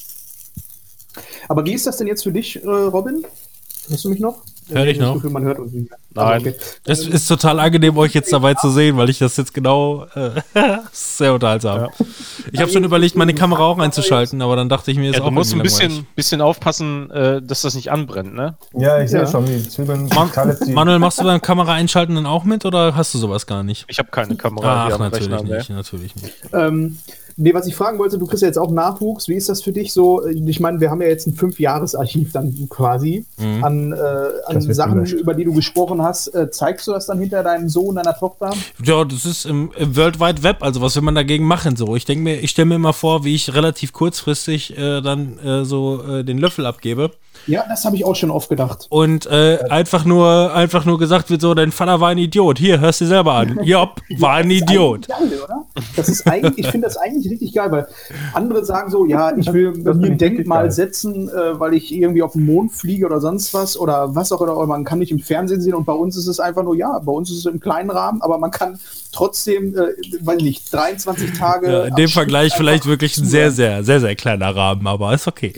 Aber wie ist das denn jetzt für dich, Robin? Hörst du mich noch? Hör dich noch? Gefühl, man hört uns nicht. Nein. Okay. Es ist total angenehm, euch jetzt dabei zu sehen, weil ich das jetzt genau sehr unterhaltsam. Ja. Ich habe schon überlegt, meine Kamera auch einzuschalten, aber dann dachte ich mir, ist auch du musst ein bisschen aufpassen, dass das nicht anbrennt, ne? Ja, ich sehe schon, die Zwiebeln. Manuel, machst du beim Kamera einschalten dann auch mit oder hast du sowas gar nicht? Ich habe keine Kamera. Ach, natürlich nicht. Nee, was ich fragen wollte, du kriegst ja jetzt auch Nachwuchs. Wie ist das für dich so? Ich meine, wir haben ja jetzt ein 5-Jahres-Archiv dann quasi an Sachen, über die du gesprochen hast. Zeigst du das dann hinter deinem Sohn, deiner Tochter? Ja, das ist im World Wide Web. Also was will man dagegen machen? So, ich stelle mir immer vor, wie ich relativ kurzfristig dann den Löffel abgebe. Ja, das habe ich auch schon oft gedacht. Und einfach nur gesagt wird so, dein Vater war ein Idiot. Hier, hörst du dir selber an. Jopp, war ein Idiot. Geil, oder? Das ist eigentlich, ich finde das eigentlich richtig geil, weil andere sagen so, ja, ich will mir ein Denkmal setzen, weil ich irgendwie auf den Mond fliege oder sonst was oder was auch immer. Man kann nicht im Fernsehen sehen und bei uns ist es einfach nur, ja, bei uns ist es im kleinen Rahmen, aber man kann trotzdem, weiß nicht, 23 Tage. Ja, in dem Vergleich vielleicht wirklich ein sehr, sehr, sehr, sehr kleiner Rahmen, aber ist okay.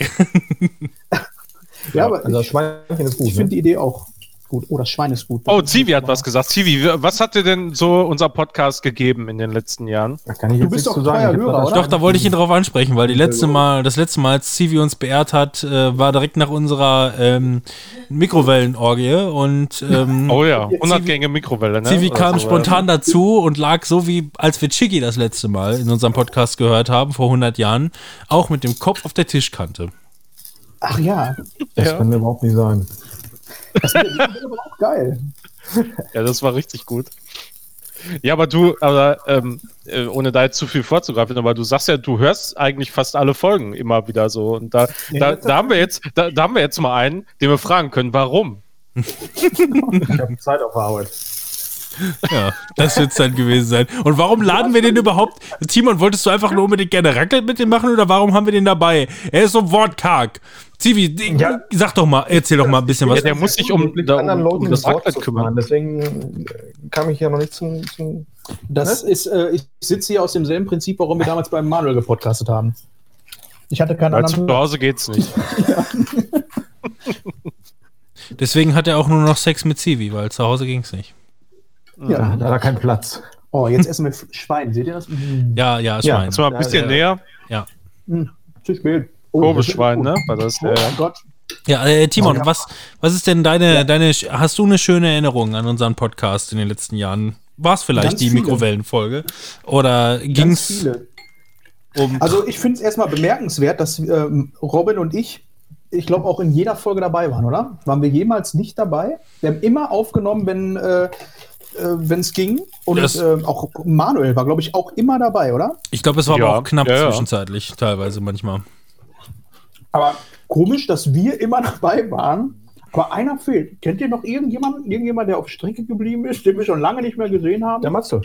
Ja, aber also das Schweinchen ist gut. Ich finde die Idee auch gut. Oh, das Schwein ist gut. Oh, Zivi hat was gesagt. Zivi, was hat dir denn so unser Podcast gegeben in den letzten Jahren? Du bist doch treuer Hörer, oder? Doch, da wollte ich ihn drauf ansprechen, weil das letzte Mal, als Zivi uns beehrt hat, war direkt nach unserer Mikrowellenorgie und oh ja, 100 Gänge Mikrowelle, ne? Zivi kam spontan dazu und lag so wie, als wir Chiggy das letzte Mal in unserem Podcast gehört haben, vor 100 Jahren, auch mit dem Kopf auf der Tischkante. Ach ja. Das kann überhaupt nicht sein. Das wäre aber auch geil. Ja, das war richtig gut. Ja, aber ohne da jetzt zu viel vorzugreifen, aber du sagst ja, du hörst eigentlich fast alle Folgen immer wieder so. Und da haben wir jetzt mal einen, den wir fragen können, warum? Ich habe Zeit auf der Arbeit. Ja, das wird es dann gewesen sein. Und warum laden wir den überhaupt? Timon, wolltest du einfach nur unbedingt gerne Raclette mit dem machen oder warum haben wir den dabei? Er ist so wortkarg. Zivi, sag doch mal, erzähl doch mal ein bisschen was. Ja, der muss sich um das Raclette kümmern. Deswegen kam ich ja noch nicht zum Das ist, ich sitze hier aus demselben Prinzip, warum wir damals beim Manuel gepodcastet haben. Ich hatte keinen Weil anderen. zu Hause geht's nicht. Deswegen hat er auch nur noch Sex mit Zivi, weil zu Hause ging es nicht. Ja. Da hat er keinen Platz. Oh, jetzt essen wir Schwein. Seht ihr das? Ja, Schwein. Jetzt mal ein bisschen näher. Zu spät. Kobe-Schwein, ne? War das Oh mein Gott. Ja, Timon, was ist denn hast du eine schöne Erinnerung an unseren Podcast in den letzten Jahren? War es vielleicht Ganz die viele. Mikrowellenfolge? Oder ging Ganz es viele. um... Also ich finde es erstmal bemerkenswert, dass Robin und ich glaube, auch in jeder Folge dabei waren, oder? Waren wir jemals nicht dabei? Wir haben immer aufgenommen, wenn es ging. Und auch Manuel war, glaube ich, auch immer dabei, oder? Ich glaube, es war aber auch knapp ja. zwischenzeitlich, teilweise manchmal. Aber komisch, dass wir immer dabei waren. Aber einer fehlt. Kennt ihr noch irgendjemand, der auf Strecke geblieben ist, den wir schon lange nicht mehr gesehen haben? Der Matze.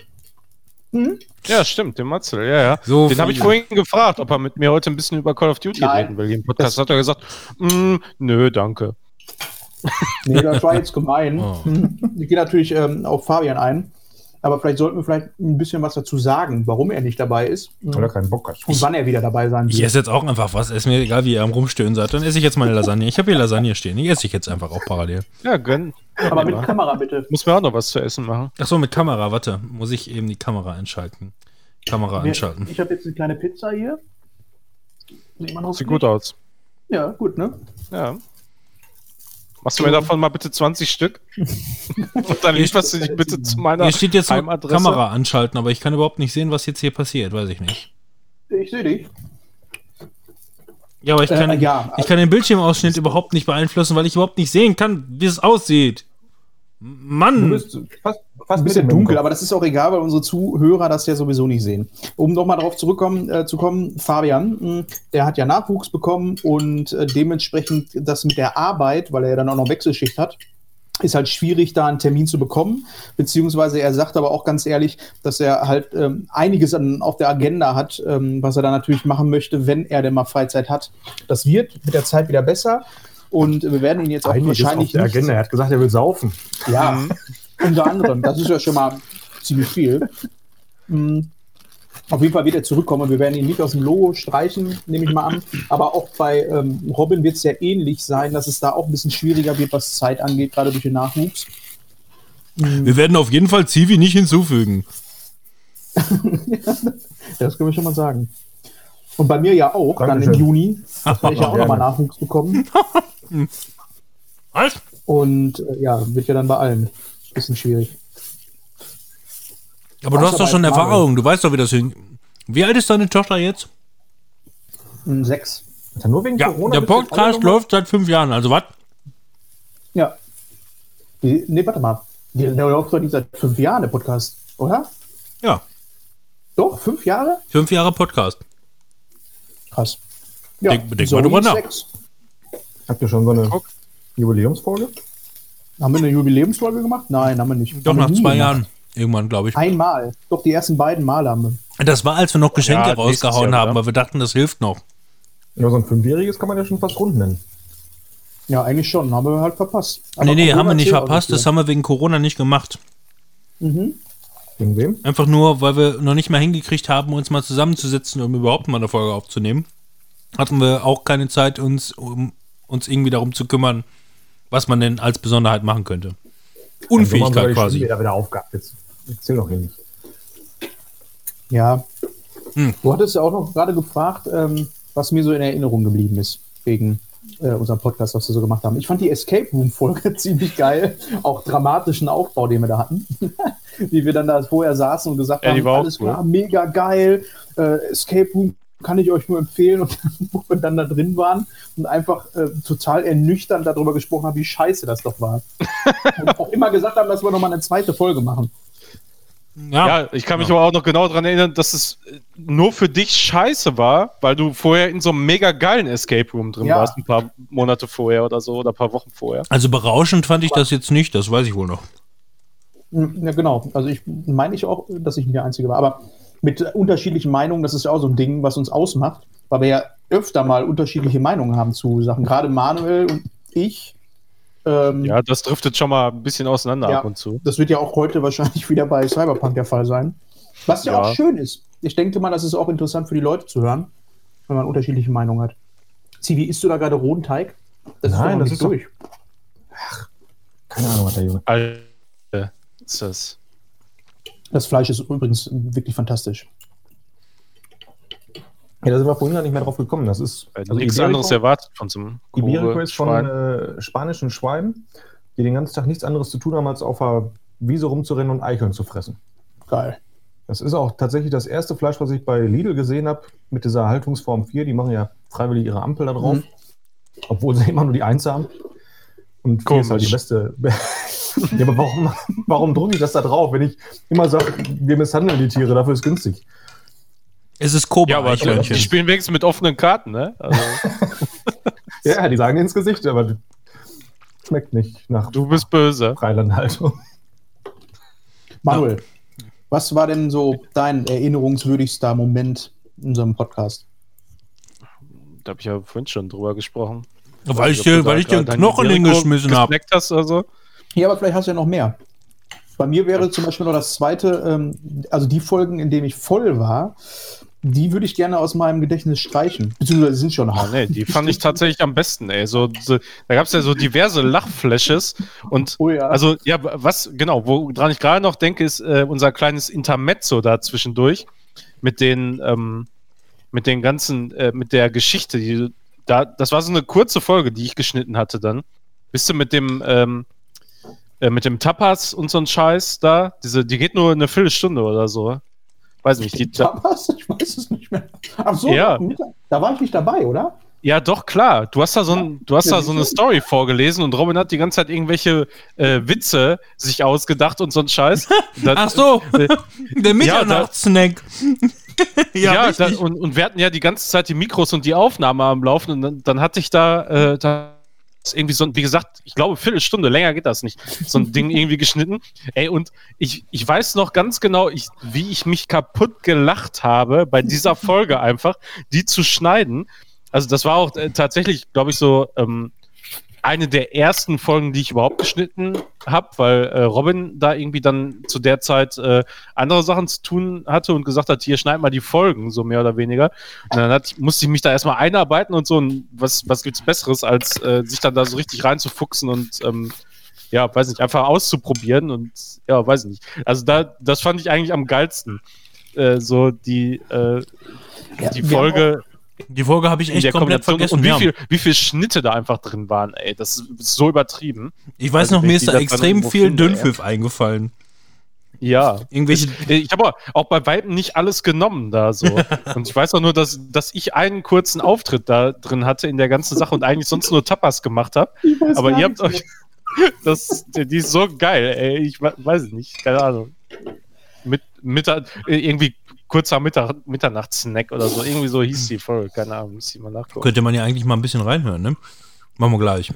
Ja, stimmt, den Matzel, ja. So Den habe ich vorhin gefragt, ob er mit mir heute ein bisschen über Call of Duty reden will. Im Podcast hat er gesagt, nö, danke. Nee, das war jetzt gemein. Oh. Ich gehe natürlich auf Fabian ein. Aber vielleicht sollten wir ein bisschen was dazu sagen, warum er nicht dabei ist Weil er keinen Bock hat. und wann er wieder dabei sein Ich wird. esse jetzt auch einfach was. Ist mir egal, wie ihr am Rumstöhnen seid. Dann esse ich jetzt meine Lasagne. Ich habe hier Lasagne stehen. Die esse ich jetzt einfach auch parallel. Ja, gönn. Aber mit Kamera bitte. Muss mir auch noch was zu essen machen. Achso, mit Kamera. Warte, muss ich eben die Kamera einschalten. Kamera einschalten. Ich habe jetzt eine kleine Pizza hier. Sieht gut aus. Ja, gut, ne? Ja. Machst du mir davon mal bitte 20 Stück? Und dann lieferst du dich bitte zu meiner Hier steht jetzt nur Heimadresse. Kamera anschalten, aber ich kann überhaupt nicht sehen, was jetzt hier passiert. Weiß ich nicht. Ich sehe dich. Ja, aber ich kann den Bildschirmausschnitt überhaupt nicht beeinflussen, weil ich überhaupt nicht sehen kann, wie es aussieht. Mann! Du bist fast Ein bisschen dunkel, aber das ist auch egal, weil unsere Zuhörer das ja sowieso nicht sehen. Um nochmal darauf zu kommen, Fabian, der hat ja Nachwuchs bekommen und dementsprechend das mit der Arbeit, weil er ja dann auch noch Wechselschicht hat, ist halt schwierig, da einen Termin zu bekommen. Beziehungsweise er sagt aber auch ganz ehrlich, dass er halt einiges auf der Agenda hat, was er dann natürlich machen möchte, wenn er denn mal Freizeit hat. Das wird mit der Zeit wieder besser. Und wir werden ihn jetzt auch wahrscheinlich auf der Agenda. Er hat gesagt, er will saufen. Ja, unter anderem. Das ist ja schon mal ziemlich viel. Auf jeden Fall wird er zurückkommen. Wir werden ihn nicht aus dem Logo streichen, nehme ich mal an. Aber auch bei Robin wird es ja ähnlich sein, dass es da auch ein bisschen schwieriger wird, was Zeit angeht, gerade durch den Nachwuchs. Wir werden auf jeden Fall Zivi nicht hinzufügen. Das können wir schon mal sagen. Und bei mir ja auch, dann im Juni. Da werde ich ja auch nochmal Nachwuchs bekommen. Was? Und wird ja dann bei allen. Bisschen schwierig. Aber du hast doch schon Erfahrung. Du weißt doch, wie das hin. Wie alt ist deine Tochter jetzt? 6. Ist ja nur wegen Ja, Corona. der Podcast läuft seit 5 Jahren. Also was? Ja. Nee, warte mal. Der läuft doch nicht seit 5 Jahren, der Podcast, oder? Ja, Doch, 5 Jahre? 5 Jahre Podcast. Krass. Ja, Denk mal drüber nach. 6. Habt ihr schon so eine Jubiläumsfolge? Haben wir eine Jubiläumsfolge gemacht? Nein, haben wir nicht. Doch Haben wir nach nie 2 gemacht. Jahren. Irgendwann, glaube ich. Einmal. Doch, die ersten beiden Male haben wir. Das war, als wir noch Geschenke Ja, nächstes rausgehauen Jahr, haben, oder? weil wir dachten, das hilft noch. Ja, so ein 5-jähriges kann man ja schon fast rund nennen. Ja, eigentlich schon. Haben wir halt verpasst. Aber Nee, haben wir nicht Corona verpasst. zählt Das haben wir wegen Corona nicht gemacht. auch nicht Wegen wem? Einfach nur, weil wir noch nicht mal hingekriegt haben, uns mal zusammenzusetzen, um überhaupt mal eine Folge aufzunehmen. Hatten wir auch keine Zeit, uns irgendwie darum zu kümmern, was man denn als Besonderheit machen könnte. Unfähigkeit quasi. Wieder aufgehabt. Jetzt erzähl doch hier nicht. Ja. Du hattest ja auch noch gerade gefragt, was mir so in Erinnerung geblieben ist, wegen unserem Podcast, was wir so gemacht haben. Ich fand die Escape Room-Folge ziemlich geil. Auch dramatischen Aufbau, den wir da hatten. Wie wir dann da vorher saßen und gesagt Ja, die haben, war auch alles cool. klar, mega geil. Escape Room kann ich euch nur empfehlen. Und wo wir dann da drin waren und einfach total ernüchternd darüber gesprochen haben, wie scheiße das doch war. Und auch immer gesagt haben, dass wir nochmal eine zweite Folge machen. Ja, ich kann mich aber auch noch genau daran erinnern, dass es nur für dich scheiße war, weil du vorher in so einem mega geilen Escape Room drin warst, ein paar Monate vorher oder so, oder ein paar Wochen vorher. Also berauschend fand ich das jetzt nicht, das weiß ich wohl noch. Ja, genau. Also ich meine auch, dass ich nicht der Einzige war. Aber mit unterschiedlichen Meinungen, das ist ja auch so ein Ding, was uns ausmacht, weil wir ja öfter mal unterschiedliche Meinungen haben zu Sachen. Gerade Manuel und ich. Ja, das driftet schon mal ein bisschen auseinander ab und zu. Das wird ja auch heute wahrscheinlich wieder bei Cyberpunk der Fall sein. Was ja auch schön ist. Ich denke mal, das ist auch interessant für die Leute zu hören, wenn man unterschiedliche Meinungen hat. Zivi, isst du da gerade rohen Teig? Nein, das ist durch. Ach, keine Ahnung, was der Junge. Alter, ist das. Das Fleisch ist übrigens wirklich fantastisch. Ja, da sind wir vorhin gar nicht mehr drauf gekommen. Das ist nichts anderes erwartet von so einem Iberico ist von spanischen Schweinen, die den ganzen Tag nichts anderes zu tun haben, als auf der Wiese rumzurennen und Eicheln zu fressen. Geil. Das ist auch tatsächlich das erste Fleisch, was ich bei Lidl gesehen habe, mit dieser Haltungsform 4. Die machen ja freiwillig ihre Ampel da drauf, obwohl sie immer nur die 1 haben. Und 4 ist halt die beste. Ja, aber warum drücke ich das da drauf, wenn ich immer sage, wir misshandeln die Tiere, dafür ist es günstig. Es ist Cobra. Ja, aber die spielen wenigstens mit offenen Karten, ne? Also. Ja, die sagen ins Gesicht, aber schmeckt nicht nach. Du bist böse. Freilandhaltung. Manuel, was war denn so dein erinnerungswürdigster Moment in unserem Podcast? Da habe ich ja vorhin schon drüber gesprochen. Weil ich dir einen Knochen hingeschmissen habe. Also. Ja, aber vielleicht hast du ja noch mehr. Bei mir wäre zum Beispiel noch das zweite, also die Folgen, in denen ich voll war, die würde ich gerne aus meinem Gedächtnis streichen. Beziehungsweise sind schon noch. Nee, die fand ich tatsächlich am besten, ey. Da gab es ja so diverse Lachflashes. Und also, ja, was, genau, woran ich gerade noch denke, ist unser kleines Intermezzo da zwischendurch mit den ganzen, mit der Geschichte. Das war so eine kurze Folge, die ich geschnitten hatte dann. Bist du mit dem Tapas und so ein Scheiß da? Die geht nur eine Viertelstunde oder so. Weiß nicht. Tapas? Ich weiß es nicht mehr. Ach so, ja. Da war ich nicht dabei, oder? Ja, doch, klar. Du hast da so eine Story vorgelesen und Robin hat die ganze Zeit irgendwelche Witze sich ausgedacht und so ein Scheiß. Ach so, der Mitternachtssnack. Und wir hatten ja die ganze Zeit die Mikros und die Aufnahme am Laufen und dann hatte ich da irgendwie so, wie gesagt, ich glaube, Viertelstunde, länger geht das nicht, so ein Ding irgendwie geschnitten. Ey, und ich weiß noch ganz genau, wie ich mich kaputt gelacht habe, bei dieser Folge einfach, die zu schneiden. Also das war auch tatsächlich, glaube ich, so eine der ersten Folgen, die ich überhaupt geschnitten habe, weil Robin da irgendwie dann zu der Zeit andere Sachen zu tun hatte und gesagt hat, hier, schneid mal die Folgen, so mehr oder weniger. Und dann musste ich mich da erstmal einarbeiten und so, und was gibt's Besseres, als sich dann da so richtig reinzufuchsen und weiß nicht, einfach auszuprobieren und weiß nicht. Also das fand ich eigentlich am geilsten. So die Folge. Die Folge habe ich echt komplett vergessen. Und wie viele Schnitte da einfach drin waren, ey. Das ist so übertrieben. Ich weiß noch, mir ist da extrem viel Dünnpfiff eingefallen. Ja. Irgendwelche. Ich habe auch bei Weitem nicht alles genommen da so. Und ich weiß auch nur, dass ich einen kurzen Auftritt da drin hatte in der ganzen Sache und eigentlich sonst nur Tapas gemacht habe. Aber ihr habt euch. Die ist so geil, ey. Ich weiß es nicht. Keine Ahnung. Irgendwie kurzer Mitternachtssnack oder so. Irgendwie so hieß die Folge. Keine Ahnung, muss ich mal nachgucken. Könnte man ja eigentlich mal ein bisschen reinhören, ne? Machen wir gleich.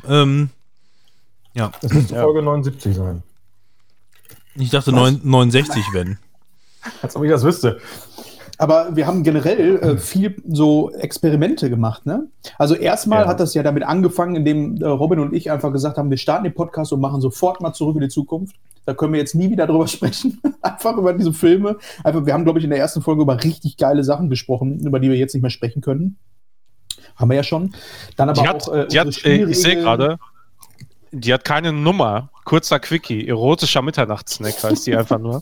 Ja. Das müsste Folge 79 sein. Ich dachte 69, wenn. Als ob ich das wüsste. Aber wir haben generell viel so Experimente gemacht, ne? Also erstmal hat das ja damit angefangen, indem Robin und ich einfach gesagt haben, wir starten den Podcast und machen sofort mal Zurück in die Zukunft. Da können wir jetzt nie wieder drüber sprechen. Einfach über diese Filme. Wir haben, glaube ich, in der ersten Folge über richtig geile Sachen gesprochen, über die wir jetzt nicht mehr sprechen können. Haben wir ja schon. Dann aber ich sehe gerade, die hat keine Nummer. Kurzer Quickie. Erotischer Mitternachtssnack heißt die einfach nur.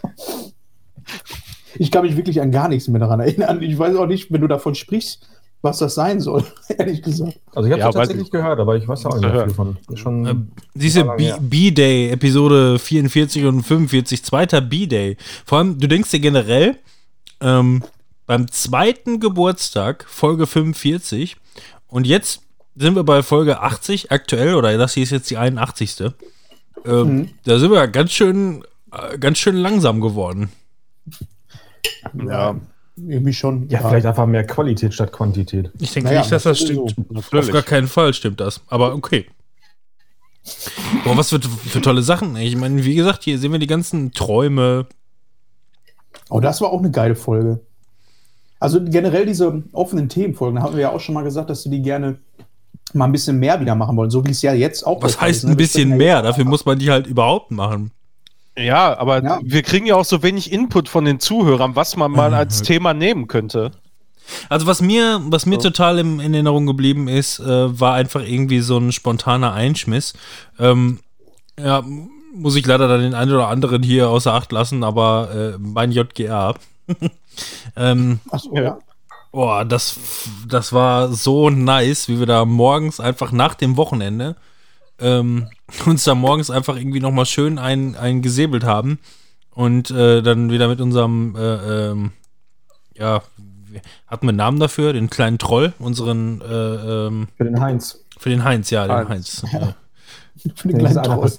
Ich kann mich wirklich an gar nichts mehr daran erinnern. Ich weiß auch nicht, wenn du davon sprichst, was das sein soll, ehrlich gesagt. Also ich habe es tatsächlich gehört, aber ich weiß auch nicht mehr viel von. Diese B-Day, Episode 44 und 45, zweiter B-Day. Vor allem, du denkst dir generell, beim zweiten Geburtstag, Folge 45, und jetzt sind wir bei Folge 80 aktuell, oder das hier ist jetzt die 81. Da sind wir ganz schön ganz schön langsam geworden. Ja, irgendwie schon. Ja, vielleicht einfach mehr Qualität statt Quantität. Ich denke nicht, dass das stimmt. Auf gar keinen Fall stimmt das. Aber okay. Boah, was für tolle Sachen. Ich meine, wie gesagt, hier sehen wir die ganzen Träume. Oh, das war auch eine geile Folge. Also generell diese offenen Themenfolgen, da haben wir ja auch schon mal gesagt, dass wir die gerne mal ein bisschen mehr wieder machen wollen, so wie es ja jetzt auch Was heißt ein bisschen mehr? Dafür muss man die halt überhaupt machen. Ja, aber wir kriegen ja auch so wenig Input von den Zuhörern, was man mal als Thema nehmen könnte. Also was mir total in Erinnerung geblieben ist, war einfach irgendwie so ein spontaner Einschmiss. Ja, muss ich leider dann den einen oder anderen hier außer Acht lassen, aber mein JGA. Achso, ja. Boah, das war so nice, wie wir da morgens einfach nach dem Wochenende uns da morgens einfach irgendwie nochmal schön ein gesäbelt haben und dann wieder mit unserem hatten wir einen Namen dafür, den kleinen Troll, unseren für den Heinz. Für den Heinz, ja, den Heinz. Ja. Für den kleinen Troll.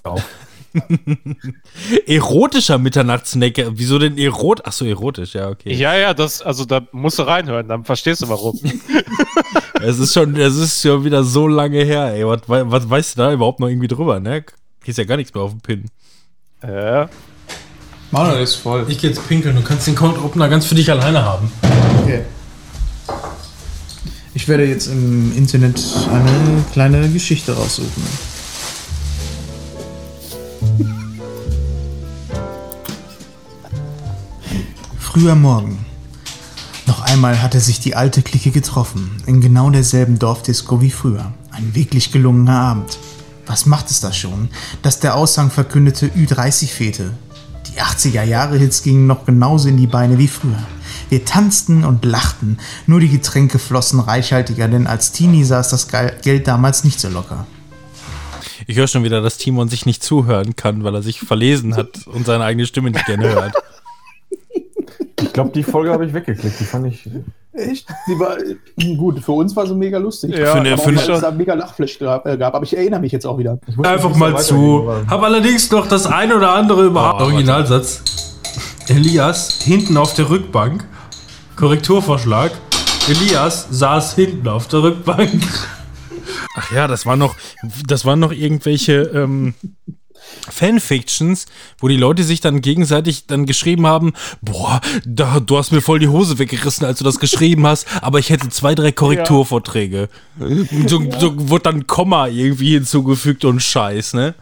Erotischer Mitternachtssnack. Wieso denn Achso, erotisch, ja, okay. Ja, da musst du reinhören, dann verstehst du warum. Es ist schon wieder so lange her, ey. Was weißt du da überhaupt noch irgendwie drüber, ne? Kriegst ja gar nichts mehr auf den Pin. Manuel ist voll. Ich geh jetzt pinkeln, du kannst den Count-Opener ganz für dich alleine haben. Okay. Ich werde jetzt im Internet eine kleine Geschichte raussuchen. Früh am Morgen. Noch einmal hatte sich die alte Clique getroffen, in genau derselben Dorfdisco wie früher. Ein wirklich gelungener Abend. Was macht es da schon, dass der Aushang verkündete Ü30 fehlte? Die 80er-Jahre-Hits gingen noch genauso in die Beine wie früher. Wir tanzten und lachten, nur die Getränke flossen reichhaltiger, denn als Teenie saß das Geld damals nicht so locker. Ich höre schon wieder, dass Timon sich nicht zuhören kann, weil er sich verlesen hat und seine eigene Stimme nicht gerne hört. Ich glaube, die Folge habe ich weggeklickt. Die fand ich... Echt? Die war gut, für uns war sie mega lustig. Ja, für es da mega Lachflash gab, aber ich erinnere mich jetzt auch wieder. Einfach mal zu. Hab allerdings noch das ein oder andere überhaupt. Originalsatz. Elias hinten auf der Rückbank. Korrekturvorschlag. Elias saß hinten auf der Rückbank. Ach ja, das waren noch irgendwelche Fanfictions, wo die Leute sich dann gegenseitig dann geschrieben haben, boah, du hast mir voll die Hose weggerissen, als du das geschrieben hast, aber ich hätte 2, 3 Korrekturvorträge. So wurde dann Komma irgendwie hinzugefügt und Scheiß, ne?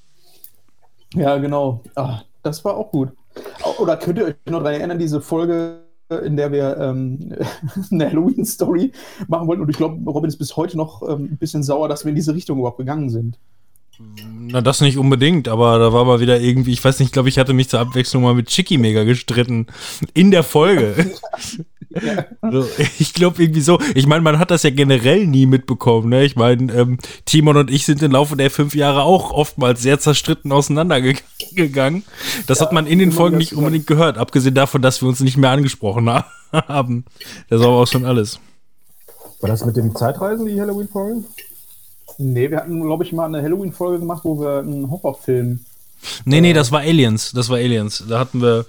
Ja, genau. Ach, das war auch gut. Oder könnt ihr euch noch daran erinnern, diese Folge, in der wir eine Halloween-Story machen wollten? Und ich glaube, Robin ist bis heute noch ein bisschen sauer, dass wir in diese Richtung überhaupt gegangen sind. Na, das nicht unbedingt, aber da war mal wieder irgendwie, ich weiß nicht, ich glaube, ich hatte mich zur Abwechslung mal mit Chicky mega gestritten. In der Folge. Ja. Also, ich glaube irgendwie so, ich meine, man hat das ja generell nie mitbekommen, ne? Ich meine, Timon und ich sind im Laufe der 5 Jahre auch oftmals sehr zerstritten auseinandergegangen. Das hat man in den Folgen nicht unbedingt gehört, abgesehen davon, dass wir uns nicht mehr angesprochen haben. Das war aber auch schon alles. War das mit dem Zeitreisen, die Halloween-Folge? Nee, wir hatten, glaube ich, mal eine Halloween-Folge gemacht, wo wir einen Horrorfilm... Nee, das war Aliens. Da hatten wir,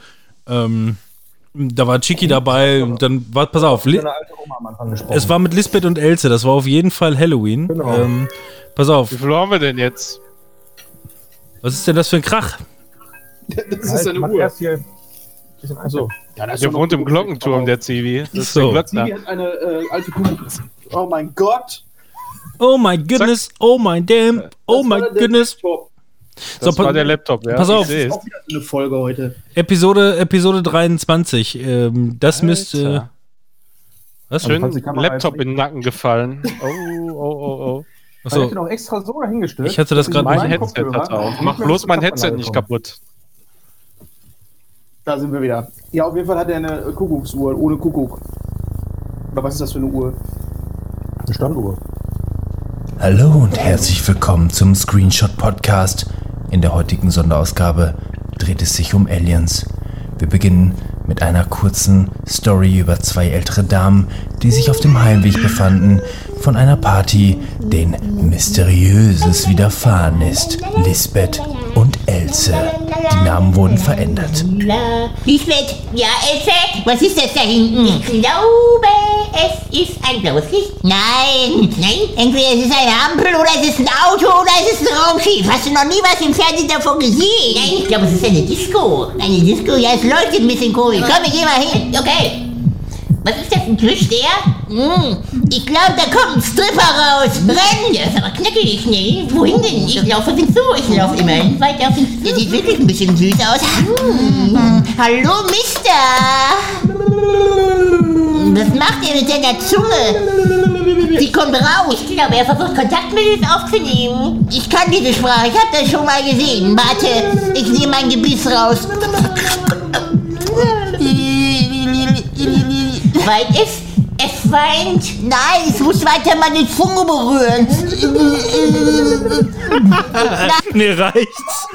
da war Chicky dabei und dann war, pass auf, es war mit Lisbeth und Else, das war auf jeden Fall Halloween. Genau. Pass auf. Wie viel haben wir denn jetzt? Was ist denn das für ein Krach? Das ist eine Uhr. Achso. Ja, Der wohnt im Glockenturm, der Zivi. Das ist so. der Zivi hat eine alte Kugel. Oh mein Gott. Oh my goodness, oh my damn, oh my goodness. Das war der Laptop, ja. Pass auf. Das ist auch wieder eine Folge heute. Episode 23. Das müsste. Was? Schön Laptop in den Nacken gefallen. Oh. Achso. Ich bin auch extra so dahingestellt. Ich hatte das gerade. Mein Headset hat auf. Mach bloß mein Headset nicht kaputt. Da sind wir wieder. Ja, auf jeden Fall hat er eine Kuckucksuhr ohne Kuckuck. Oder was ist das für eine Uhr? Eine Standuhr. Hallo und herzlich willkommen zum Screenshot Podcast. In der heutigen Sonderausgabe dreht es sich um Aliens. Wir beginnen mit einer kurzen Story über 2 ältere Damen, die sich auf dem Heimweg befanden von einer Party, denen Mysteriöses widerfahren ist. Lisbeth und Else. Die Namen wurden verändert. Lisbeth, ja, Elfe, was ist das da hinten? Ich glaube, es ist ein blaues Licht. Nein, entweder es ist eine Ampel oder es ist ein Auto oder es ist ein Raumschiff. Hast du noch nie was im Fernsehen davon gesehen? Nein, ich glaube, es ist eine Disco. Eine Disco, ja, es leuchtet ein bisschen komisch. Komm, wir gehen mal hin. Okay. Was ist das, ein Tisch, der? Ich glaube, da kommt ein Stripper raus. Renn! Der ist aber knackig schnell. Wohin denn? Ich laufe auf ihn zu. Ich laufe immerhin weiter auf ihn zu. Der sieht wirklich ein bisschen süß aus. Hallo, Mister! Was macht er mit seiner Zunge? Sie kommt raus. Ich glaube, er versucht Kontakt mit uns aufzunehmen. Ich kann diese Sprache. Ich habe das schon mal gesehen. Warte, ich nehme mein Gebiss raus. Weil es weint. Nein, ich muss weiter meine Zunge berühren. Nee, reicht's.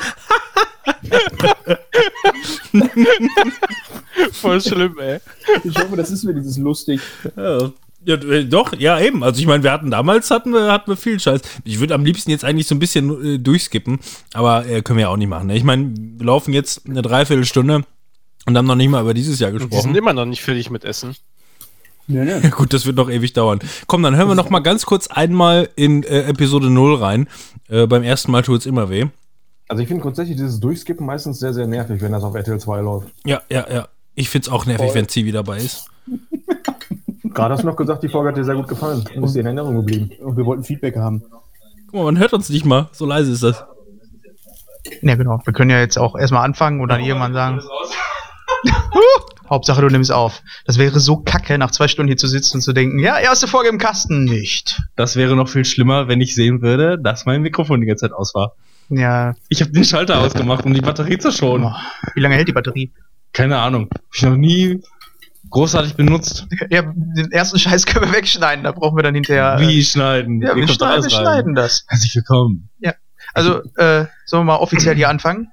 Voll schlimm, ey. Ich hoffe, das ist wenigstens lustig. Ja, doch, ja eben. Also ich meine, damals hatten wir viel Scheiß. Ich würde am liebsten jetzt eigentlich so ein bisschen durchskippen, aber können wir ja auch nicht machen. Ne? Ich meine, wir laufen jetzt eine Dreiviertelstunde und haben noch nicht mal über dieses Jahr gesprochen. Wir sind immer noch nicht fertig mit Essen. Ja. Ja, gut, das wird noch ewig dauern. Komm, dann hören wir noch mal ganz kurz einmal in Episode 0 rein. Beim ersten Mal tut's immer weh. Also ich finde grundsätzlich dieses Durchskippen meistens sehr, sehr nervig, wenn das auf RTL 2 läuft. Ja. Ich find's auch nervig, wenn Zivi dabei ist. Gerade hast du noch gesagt, die Folge hat dir sehr gut gefallen und ist dir in Erinnerung geblieben. Und wir wollten Feedback haben. Guck mal, man hört uns nicht mal. So leise ist das. Ja, genau. Wir können ja jetzt auch erstmal anfangen und dann irgendwann sagen. Hauptsache, du nimmst auf. Das wäre so kacke, nach 2 Stunden hier zu sitzen und zu denken, ja, erste Folge im Kasten nicht. Das wäre noch viel schlimmer, wenn ich sehen würde, dass mein Mikrofon die ganze Zeit aus war. Ja. Ich habe den Schalter ausgemacht, um die Batterie zu schonen. Oh, wie lange hält die Batterie? Keine Ahnung. Hab ich noch nie großartig benutzt. Ja, den ersten Scheiß können wir wegschneiden, da brauchen wir dann hinterher... Wie schneiden? Ja, wir schneiden das. Herzlich willkommen. Ja, also, sollen wir mal offiziell hier anfangen?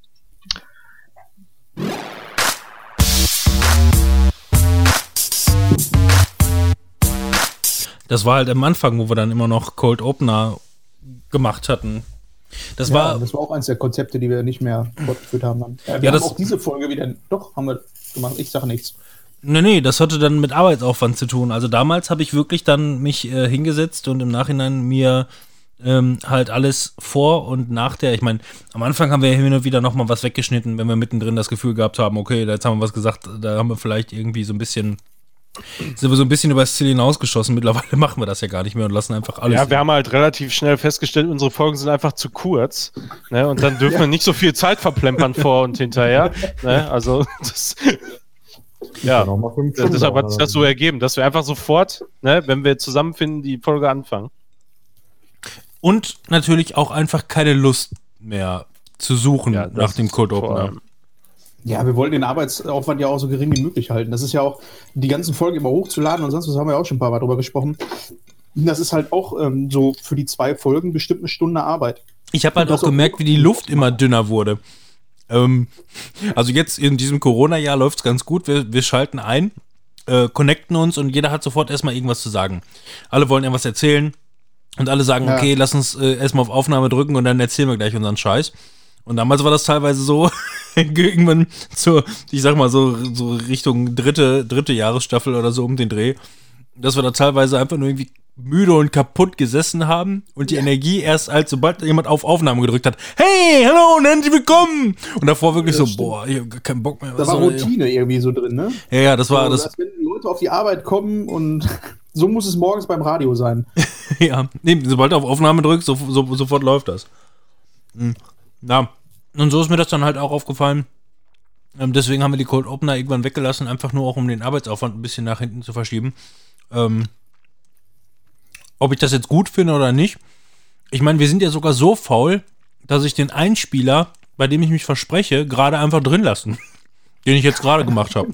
Das war halt am Anfang, wo wir dann immer noch Cold Opener gemacht hatten. Das war auch eins der Konzepte, die wir nicht mehr fortgeführt haben. Dann. Wir haben auch diese Folge wieder, doch, haben wir gemacht. Ich sage nichts. Nee, das hatte dann mit Arbeitsaufwand zu tun. Also damals habe ich wirklich dann mich hingesetzt und im Nachhinein mir halt alles vor und nach der, ich meine, am Anfang haben wir hin und wieder nochmal was weggeschnitten, wenn wir mittendrin das Gefühl gehabt haben, okay, jetzt haben wir was gesagt, da haben wir vielleicht irgendwie sind wir so ein bisschen über das Ziel hinausgeschossen. Mittlerweile machen wir das ja gar nicht mehr und lassen einfach alles. Ja, wir haben halt relativ schnell festgestellt, unsere Folgen sind einfach zu kurz. Ne? Und dann dürfen wir nicht so viel Zeit verplempern vor und hinterher. Ne? Also, deshalb hat sich das so ergeben, dass wir einfach sofort, ne, wenn wir zusammenfinden, die Folge anfangen. Und natürlich auch einfach keine Lust mehr zu suchen nach dem Cold Opener. Ja, wir wollten den Arbeitsaufwand ja auch so gering wie möglich halten. Das ist ja auch, die ganzen Folgen immer hochzuladen und sonst was haben wir ja auch schon ein paar Mal drüber gesprochen. Das ist halt auch so für die 2 Folgen bestimmt eine Stunde Arbeit. Ich habe halt auch gemerkt, wie die Luft immer dünner wurde. Also jetzt in diesem Corona-Jahr läuft es ganz gut. Wir schalten ein, connecten uns und jeder hat sofort erstmal irgendwas zu sagen. Alle wollen irgendwas erzählen und alle sagen, okay, lass uns erstmal auf Aufnahme drücken und dann erzählen wir gleich unseren Scheiß. Und damals war das teilweise so, irgendwann ich sag mal so Richtung dritte Jahresstaffel oder so um den Dreh, dass wir da teilweise einfach nur irgendwie müde und kaputt gesessen haben und die Energie erst als sobald jemand auf Aufnahme gedrückt hat, hey, hallo und herzlich willkommen. Und davor wirklich so, boah, ich hab gar keinen Bock mehr. Da war Routine irgendwie so drin, ne? Ja, das war das. Als wenn Leute auf die Arbeit kommen und so muss es morgens beim Radio sein. Ja, nee, sobald du auf Aufnahme drückst, sofort läuft das. Ja, und so ist mir das dann halt auch aufgefallen. Deswegen haben wir die Cold Opener irgendwann weggelassen, einfach nur auch um den Arbeitsaufwand ein bisschen nach hinten zu verschieben. Ob ich das jetzt gut finde oder nicht. Ich meine, wir sind ja sogar so faul, dass ich den Einspieler, bei dem ich mich verspreche, gerade einfach drin lassen. Den ich jetzt gerade gemacht habe.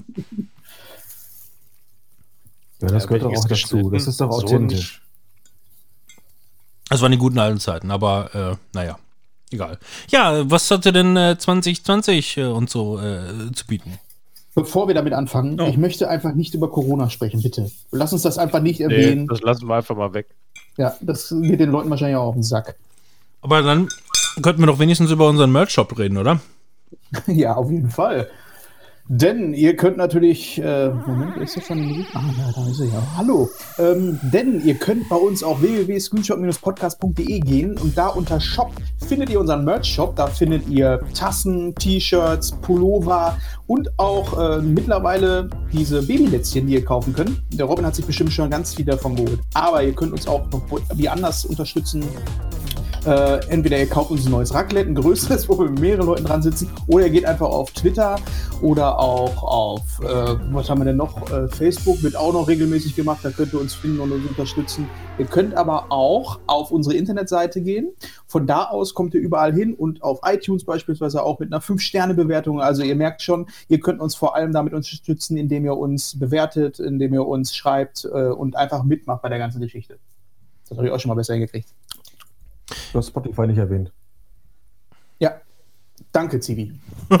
Ja, das gehört doch auch dazu. Das ist doch authentisch. Das waren die guten alten Zeiten, aber naja. Egal. Ja, was hatte denn 2020 und so zu bieten? Bevor wir damit anfangen, ich möchte einfach nicht über Corona sprechen, bitte. Lass uns das einfach nicht erwähnen. Das lassen wir einfach mal weg. Ja, das geht den Leuten wahrscheinlich auch auf den Sack. Aber dann könnten wir doch wenigstens über unseren Merch-Shop reden, oder? Ja, auf jeden Fall. Denn ihr könnt natürlich, Moment, ist das schon Musik? Ah, ja, da ist sie ja. Hallo. Denn ihr könnt bei uns auf www.screenshot-podcast.de gehen und da unter Shop findet ihr unseren Merch-Shop. Da findet ihr Tassen, T-Shirts, Pullover und auch mittlerweile diese Babylätzchen, die ihr kaufen könnt. Der Robin hat sich bestimmt schon ganz viel davon geholt. Aber ihr könnt uns auch noch wie anders unterstützen. Entweder ihr kauft uns ein neues Raclette, ein größeres, wo wir mit mehreren Leuten dran sitzen, oder ihr geht einfach auf Twitter oder auch auf, was haben wir denn noch? Facebook wird auch noch regelmäßig gemacht, da könnt ihr uns finden und uns unterstützen. Ihr könnt aber auch auf unsere Internetseite gehen. Von da aus kommt ihr überall hin und auf iTunes beispielsweise auch mit einer 5-Sterne-Bewertung. Also ihr merkt schon, ihr könnt uns vor allem damit unterstützen, indem ihr uns bewertet, indem ihr uns schreibt und einfach mitmacht bei der ganzen Geschichte. Das habe ich auch schon mal besser hingekriegt. Du hast Spotify nicht erwähnt. Ja, danke, Zivi.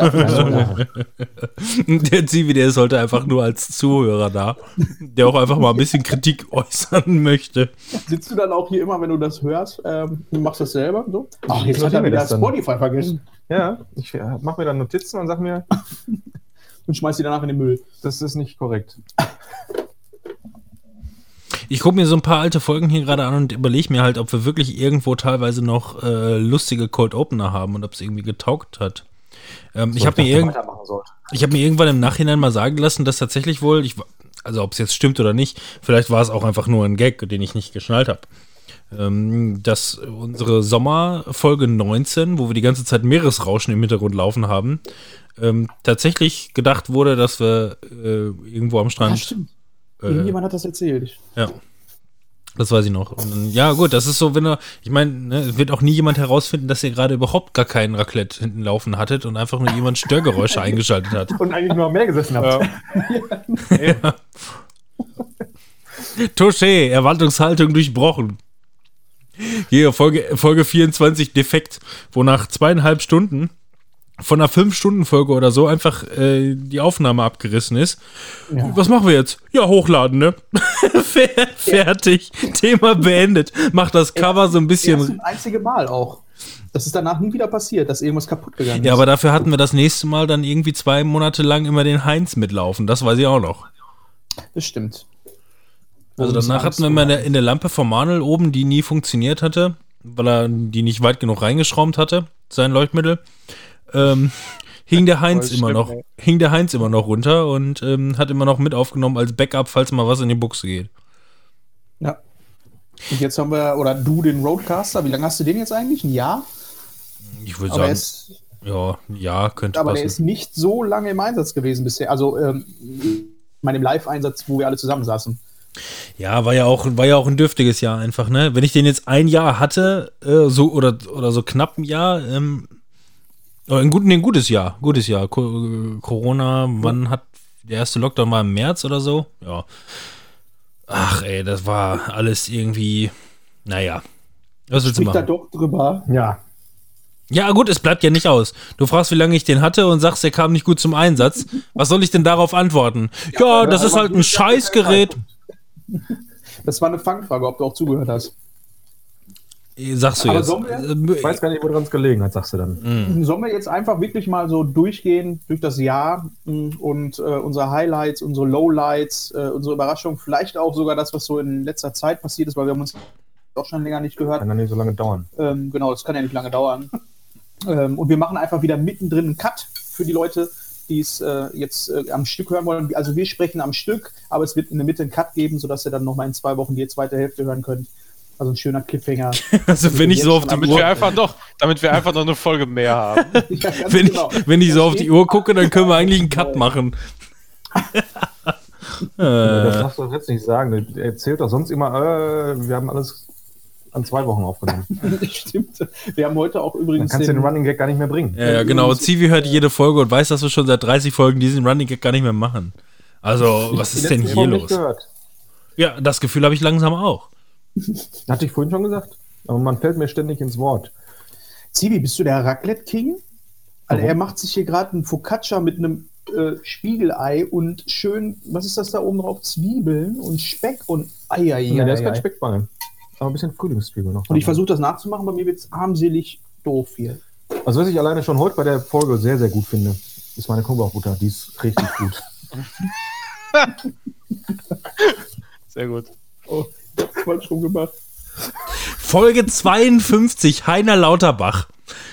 Der Zivi, der ist heute einfach nur als Zuhörer da, der auch einfach mal ein bisschen Kritik äußern möchte. Sitzt du dann auch hier immer, wenn du das hörst, du machst das selber? So? Ach, jetzt hat er wieder Spotify vergessen. Ja, ich mache mir dann Notizen und sag mir... und schmeiß die danach in den Müll. Das ist nicht korrekt. Ich gucke mir so ein paar alte Folgen hier gerade an und überlege mir halt, ob wir wirklich irgendwo teilweise noch lustige Cold Opener haben und ob es irgendwie getaugt hat. Ich habe mir irgendwann im Nachhinein mal sagen lassen, dass tatsächlich wohl, also ob es jetzt stimmt oder nicht, vielleicht war es auch einfach nur ein Gag, den ich nicht geschnallt habe, dass unsere Sommerfolge 19, wo wir die ganze Zeit Meeresrauschen im Hintergrund laufen haben, tatsächlich gedacht wurde, dass wir irgendwo am Strand... Ja, stimmt. Irgendjemand hat das erzählt. Ja, das weiß ich noch. Und dann, ja gut, das ist so, ich meine, ne, es wird auch nie jemand herausfinden, dass ihr gerade überhaupt gar keinen Raclette hinten laufen hattet und einfach nur jemand Störgeräusche eingeschaltet hat. Und eigentlich nur am Meer gesessen habt. Ja. Touché, Erwartungshaltung durchbrochen. Hier, Folge 24 defekt, wo nach 2,5 Stunden von einer 5-Stunden-Folge oder so einfach die Aufnahme abgerissen ist. Ja. Was machen wir jetzt? Ja, hochladen, ne? Fertig. Ja. Thema beendet. Macht das Cover so ein bisschen... Das einzige Mal auch. Das ist danach nie wieder passiert, dass irgendwas kaputt gegangen ist. Ja, aber dafür hatten wir das nächste Mal dann irgendwie 2 Monate lang immer den Heinz mitlaufen. Das weiß ich auch noch. Das stimmt. Also danach hatten wir immer in der Lampe vom Manuel oben, die nie funktioniert hatte, weil er die nicht weit genug reingeschraubt hatte, sein Leuchtmittel. Hing der Heinz immer noch runter und hat immer noch mit aufgenommen als Backup, falls mal was in die Buchse geht. Ja. Und jetzt haben wir, oder du den Roadcaster, wie lange hast du den jetzt eigentlich? Ein Jahr? Ich würde sagen, ja, könnte aber passen. Der ist nicht so lange im Einsatz gewesen bisher. Also, ich meine, im Live-Einsatz, wo wir alle zusammensaßen. Ja, war ja auch ein dürftiges Jahr einfach, ne? Wenn ich den jetzt ein Jahr hatte, oder so knapp ein Jahr, ein gutes Jahr. Corona, wann hat der erste Lockdown war im März oder so? Ja. Ach ey, das war alles irgendwie, naja. Was willst du machen? Da doch drüber. Ja. Ja gut, es bleibt ja nicht aus. Du fragst, wie lange ich den hatte und sagst, der kam nicht gut zum Einsatz. Was soll ich denn darauf antworten? Ja, das ist halt ein Scheißgerät. Das war eine Fangfrage, ob du auch zugehört hast. Sagst du jetzt. Ich weiß gar nicht, woran es gelegen hat, sagst du dann. Sollen wir jetzt einfach wirklich mal so durchgehen durch das Jahr und unsere Highlights, unsere Lowlights, unsere Überraschungen, vielleicht auch sogar das, was so in letzter Zeit passiert ist, weil wir haben uns auch schon länger nicht gehört. Kann ja nicht so lange dauern. Genau, das kann ja nicht lange dauern. Und wir machen einfach wieder mittendrin einen Cut für die Leute, die es jetzt am Stück hören wollen. Also wir sprechen am Stück, aber es wird in der Mitte einen Cut geben, sodass ihr dann nochmal in 2 Wochen die zweite Hälfte hören könnt. Also ein schöner Cliffhanger. Also wenn ich so auf die damit Uhr... damit wir einfach noch eine Folge mehr haben. Ja, wenn ich so auf die Uhr gucke, dann können wir eigentlich einen Cut machen. Das darfst du doch jetzt nicht sagen. Er erzählt doch sonst immer, wir haben alles an 2 Wochen aufgenommen. Stimmt. Wir haben heute auch übrigens... Dann kannst du den Running Gag gar nicht mehr bringen. Ja, genau. Zivi hört jede Folge und weiß, dass wir schon seit 30 Folgen diesen Running Gag gar nicht mehr machen. Also, was ist denn hier los? Ja, das Gefühl habe ich langsam auch. Hatte ich vorhin schon gesagt. Aber man fällt mir ständig ins Wort. Zivi, bist du der Raclette-King? Also er macht sich hier gerade einen Focaccia mit einem Spiegelei und schön, was ist das da oben drauf? Zwiebeln und Speck und Eier. Nee, da ist kein Speck bei. Aber ein bisschen Frühlingszwiebel noch. Und ich versuche das nachzumachen, bei mir wird es armselig doof hier. Also was ich alleine schon heute bei der Folge sehr, sehr gut finde, ist meine Knoblauchbutter. Die ist richtig gut. Sehr gut. Oh, falsch rum gemacht. Folge 52, Heiner Lauterbach.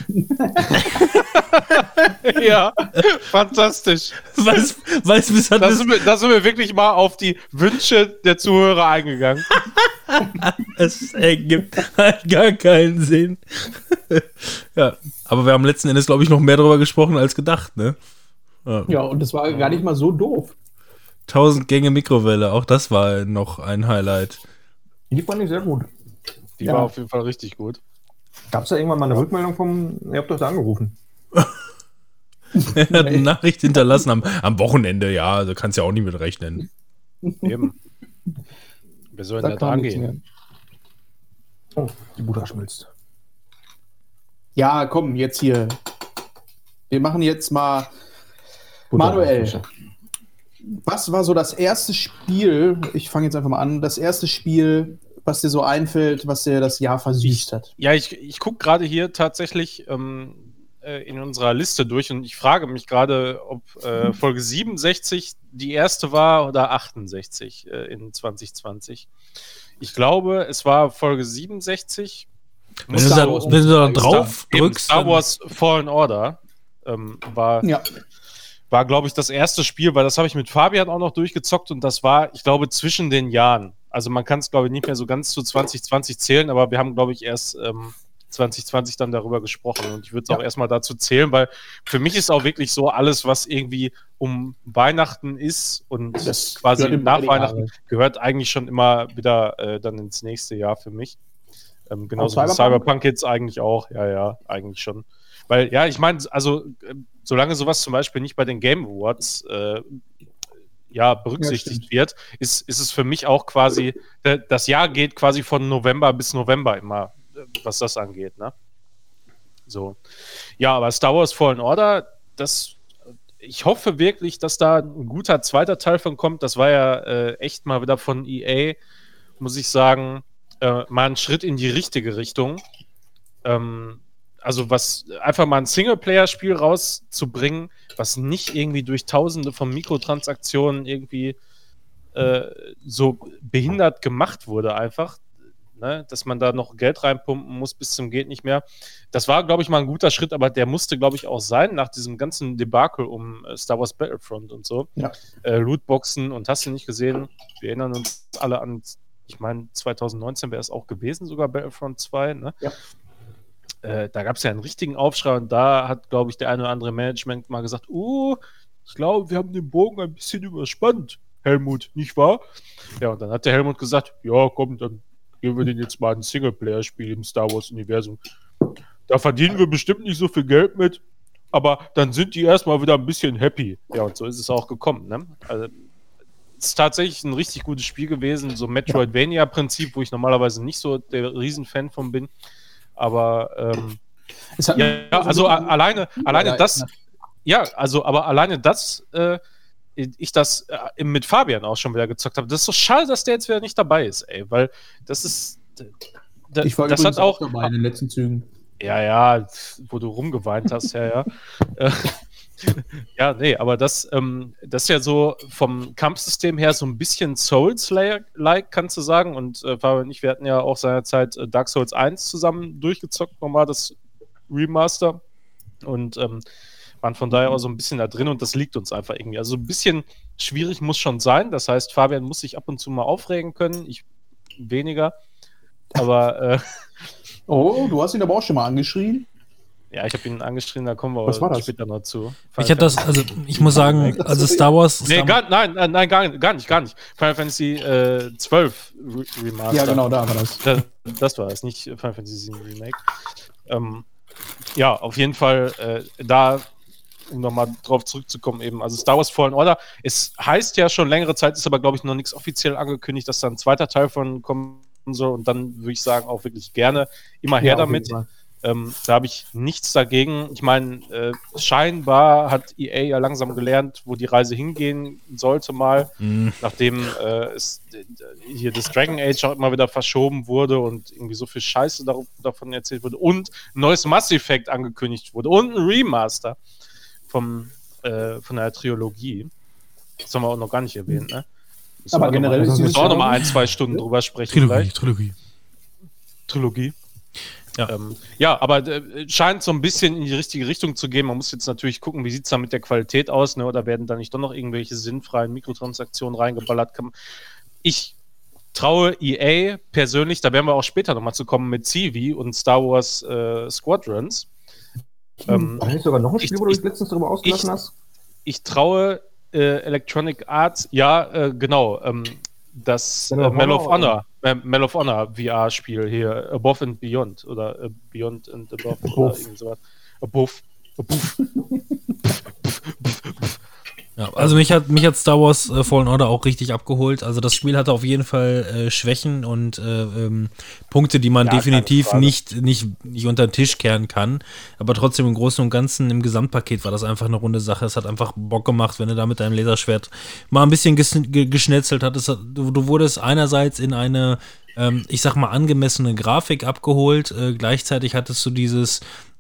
Ja, fantastisch. Was bis hat Da sind wir wirklich mal auf die Wünsche der Zuhörer eingegangen. es ergibt halt gar keinen Sinn. Ja, aber wir haben letzten Endes, glaube ich, noch mehr darüber gesprochen als gedacht, ne? Ja, und das war gar nicht mal so doof. 1000 Gänge Mikrowelle, auch das war noch ein Highlight. Die fand ich sehr gut. Die war auf jeden Fall richtig gut. Gab es da irgendwann mal eine Rückmeldung ihr habt doch da angerufen. Er hat eine Nachricht hinterlassen am Wochenende, ja, also kannst ja auch nicht mit rechnen. Eben. Wir sollen da dran gehen. Oh, die Butter schmilzt. Ja, komm, jetzt hier. Wir machen jetzt mal Manuel. Was war so das erste Spiel, ich fange jetzt einfach mal an, das erste Spiel, was dir so einfällt, was dir das Jahr versüßt hat? Ja, ich gucke gerade hier tatsächlich in unserer Liste durch und ich frage mich gerade, ob Folge 67 die erste war oder 68 in 2020. Ich glaube, es war Folge 67. Wenn du da drauf drückst. Star Wars Fallen Order war, glaube ich, das erste Spiel, weil das habe ich mit Fabian auch noch durchgezockt und das war, ich glaube, zwischen den Jahren. Also man kann es, glaube ich, nicht mehr so ganz zu 2020 zählen, aber wir haben, glaube ich, erst 2020 dann darüber gesprochen und ich würde es auch erstmal dazu zählen, weil für mich ist auch wirklich so alles, was irgendwie um Weihnachten ist und das quasi nach Weihnachten gehört eigentlich schon immer wieder dann ins nächste Jahr für mich. Genauso wie Cyberpunk jetzt eigentlich auch, ja, eigentlich schon. Weil, ja, ich meine, also solange sowas zum Beispiel nicht bei den Game Awards berücksichtigt wird, ist es für mich auch quasi, das Jahr geht quasi von November bis November immer, was das angeht, ne? So. Ja, aber Star Wars Fallen Order, ich hoffe wirklich, dass da ein guter zweiter Teil von kommt. Das war ja echt mal wieder von EA, muss ich sagen, mal ein Schritt in die richtige Richtung. Also einfach mal ein Singleplayer-Spiel rauszubringen, was nicht irgendwie durch Tausende von Mikrotransaktionen irgendwie so behindert gemacht wurde einfach, ne? Dass man da noch Geld reinpumpen muss bis zum geht nicht mehr. Das war, glaube ich, mal ein guter Schritt, aber der musste, glaube ich, auch sein nach diesem ganzen Debakel um Star Wars Battlefront und so. Ja. Lootboxen und hast du nicht gesehen? Wir erinnern uns alle an, ich meine, 2019 wäre es auch gewesen, sogar Battlefront 2, ne? Ja. Da gab es ja einen richtigen Aufschrei und da hat, glaube ich, der eine oder andere Management mal gesagt, ich glaube, wir haben den Bogen ein bisschen überspannt, Helmut, nicht wahr? Ja, und dann hat der Helmut gesagt, ja, komm, dann geben wir den jetzt mal ein Singleplayer-Spiel im Star Wars-Universum. Da verdienen wir bestimmt nicht so viel Geld mit, aber dann sind die erstmal wieder ein bisschen happy. Ja, und so ist es auch gekommen, ne? Also, es ist tatsächlich ein richtig gutes Spiel gewesen, so Metroidvania-Prinzip, wo ich normalerweise nicht so der Riesenfan von bin. Aber alleine das, aber alleine das, ich das mit Fabian auch schon wieder gezockt habe. Das ist so schade, dass der jetzt wieder nicht dabei ist, ey, weil das ist. Ich war übrigens auch dabei in den letzten Zügen. Ja, wo du rumgeweint hast, ja. Ja, nee, aber das ist ja so vom Kampfsystem her so ein bisschen Souls-like, kannst du sagen. Und Fabian und ich, wir hatten ja auch seinerzeit Dark Souls 1 zusammen durchgezockt, nochmal das Remaster. Und waren von daher auch so ein bisschen da drin und das liegt uns einfach irgendwie. Also ein bisschen schwierig muss schon sein. Das heißt, Fabian muss sich ab und zu mal aufregen können, ich weniger. Aber du hast ihn aber auch schon mal angeschrien. Ja, ich habe ihn angeschrien, da kommen wir später noch zu. Ich muss sagen, also Star Wars. Nee, nein, gar nicht. Final Fantasy 12 Remaster. Ja, genau, da war das. Das war es, nicht Final Fantasy 7 Remake. Ja, auf jeden Fall da, um nochmal drauf zurückzukommen, eben, also Star Wars Fallen Order, es heißt ja schon längere Zeit, ist aber, glaube ich, noch nichts offiziell angekündigt, dass da ein zweiter Teil von kommen soll und dann würde ich sagen, auch wirklich gerne immer her damit. Da habe ich nichts dagegen. Ich meine, scheinbar hat EA ja langsam gelernt, wo die Reise hingehen sollte mal, nachdem hier das Dragon Age auch immer wieder verschoben wurde und irgendwie so viel Scheiße davon erzählt wurde und ein neues Mass Effect angekündigt wurde und ein Remaster von der Trilogie. Das haben wir auch noch gar nicht erwähnt, ne? Aber generell ist dieses auch noch mal 1-2 Stunden drüber sprechen. Trilogie. Ja, aber scheint so ein bisschen in die richtige Richtung zu gehen. Man muss jetzt natürlich gucken, wie sieht es da mit der Qualität aus, ne? Oder werden da nicht doch noch irgendwelche sinnfreien Mikrotransaktionen reingeballert? Ich traue EA persönlich, da werden wir auch später nochmal zu kommen, mit CV und Star Wars Squadrons. War nicht sogar noch ein Spiel, wo du dich letztens darüber ausgelassen hast? Ich traue Electronic Arts, genau, das Medal of Honor VR-Spiel hier, Above and Beyond oder Beyond and Above oder irgend sowas. Above. Ja, also mich hat Star Wars Fallen Order auch richtig abgeholt. Also das Spiel hatte auf jeden Fall Schwächen und Punkte, die man definitiv nicht unter den Tisch kehren kann. Aber trotzdem im Großen und Ganzen, im Gesamtpaket war das einfach eine runde Sache. Es hat einfach Bock gemacht, wenn du da mit deinem Laserschwert mal ein bisschen geschnetzelt hattest. Du wurdest einerseits in eine, ich sag mal, angemessene Grafik abgeholt. Gleichzeitig hattest du dieses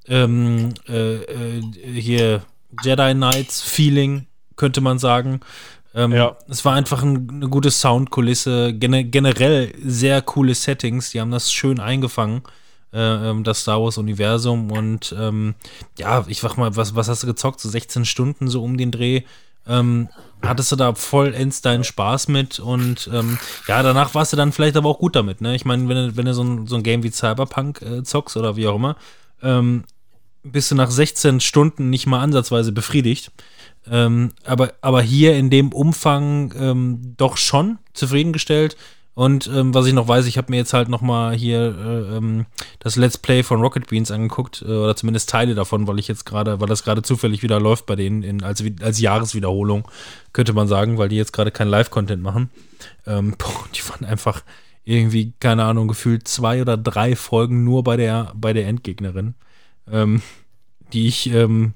hier Jedi Knights Feeling, könnte man sagen. Es war einfach eine gute Soundkulisse, generell sehr coole Settings, die haben das schön eingefangen, das Star Wars-Universum und ich sag mal, was hast du gezockt? So 16 Stunden so um den Dreh. Hattest du da vollends deinen Spaß mit und danach warst du dann vielleicht aber auch gut damit, ne? Ich meine, wenn du so ein Game wie Cyberpunk zockst oder wie auch immer, bist du nach 16 Stunden nicht mal ansatzweise befriedigt. Aber hier in dem Umfang doch schon zufriedengestellt. Und was ich noch weiß, ich habe mir jetzt halt noch mal hier das Let's Play von Rocket Beans angeguckt, oder zumindest Teile davon, weil das gerade zufällig wieder läuft bei denen als Jahreswiederholung, könnte man sagen, weil die jetzt gerade kein Live-Content machen. Die waren einfach irgendwie, keine Ahnung, gefühlt 2 oder 3 Folgen nur bei der Endgegnerin, die ich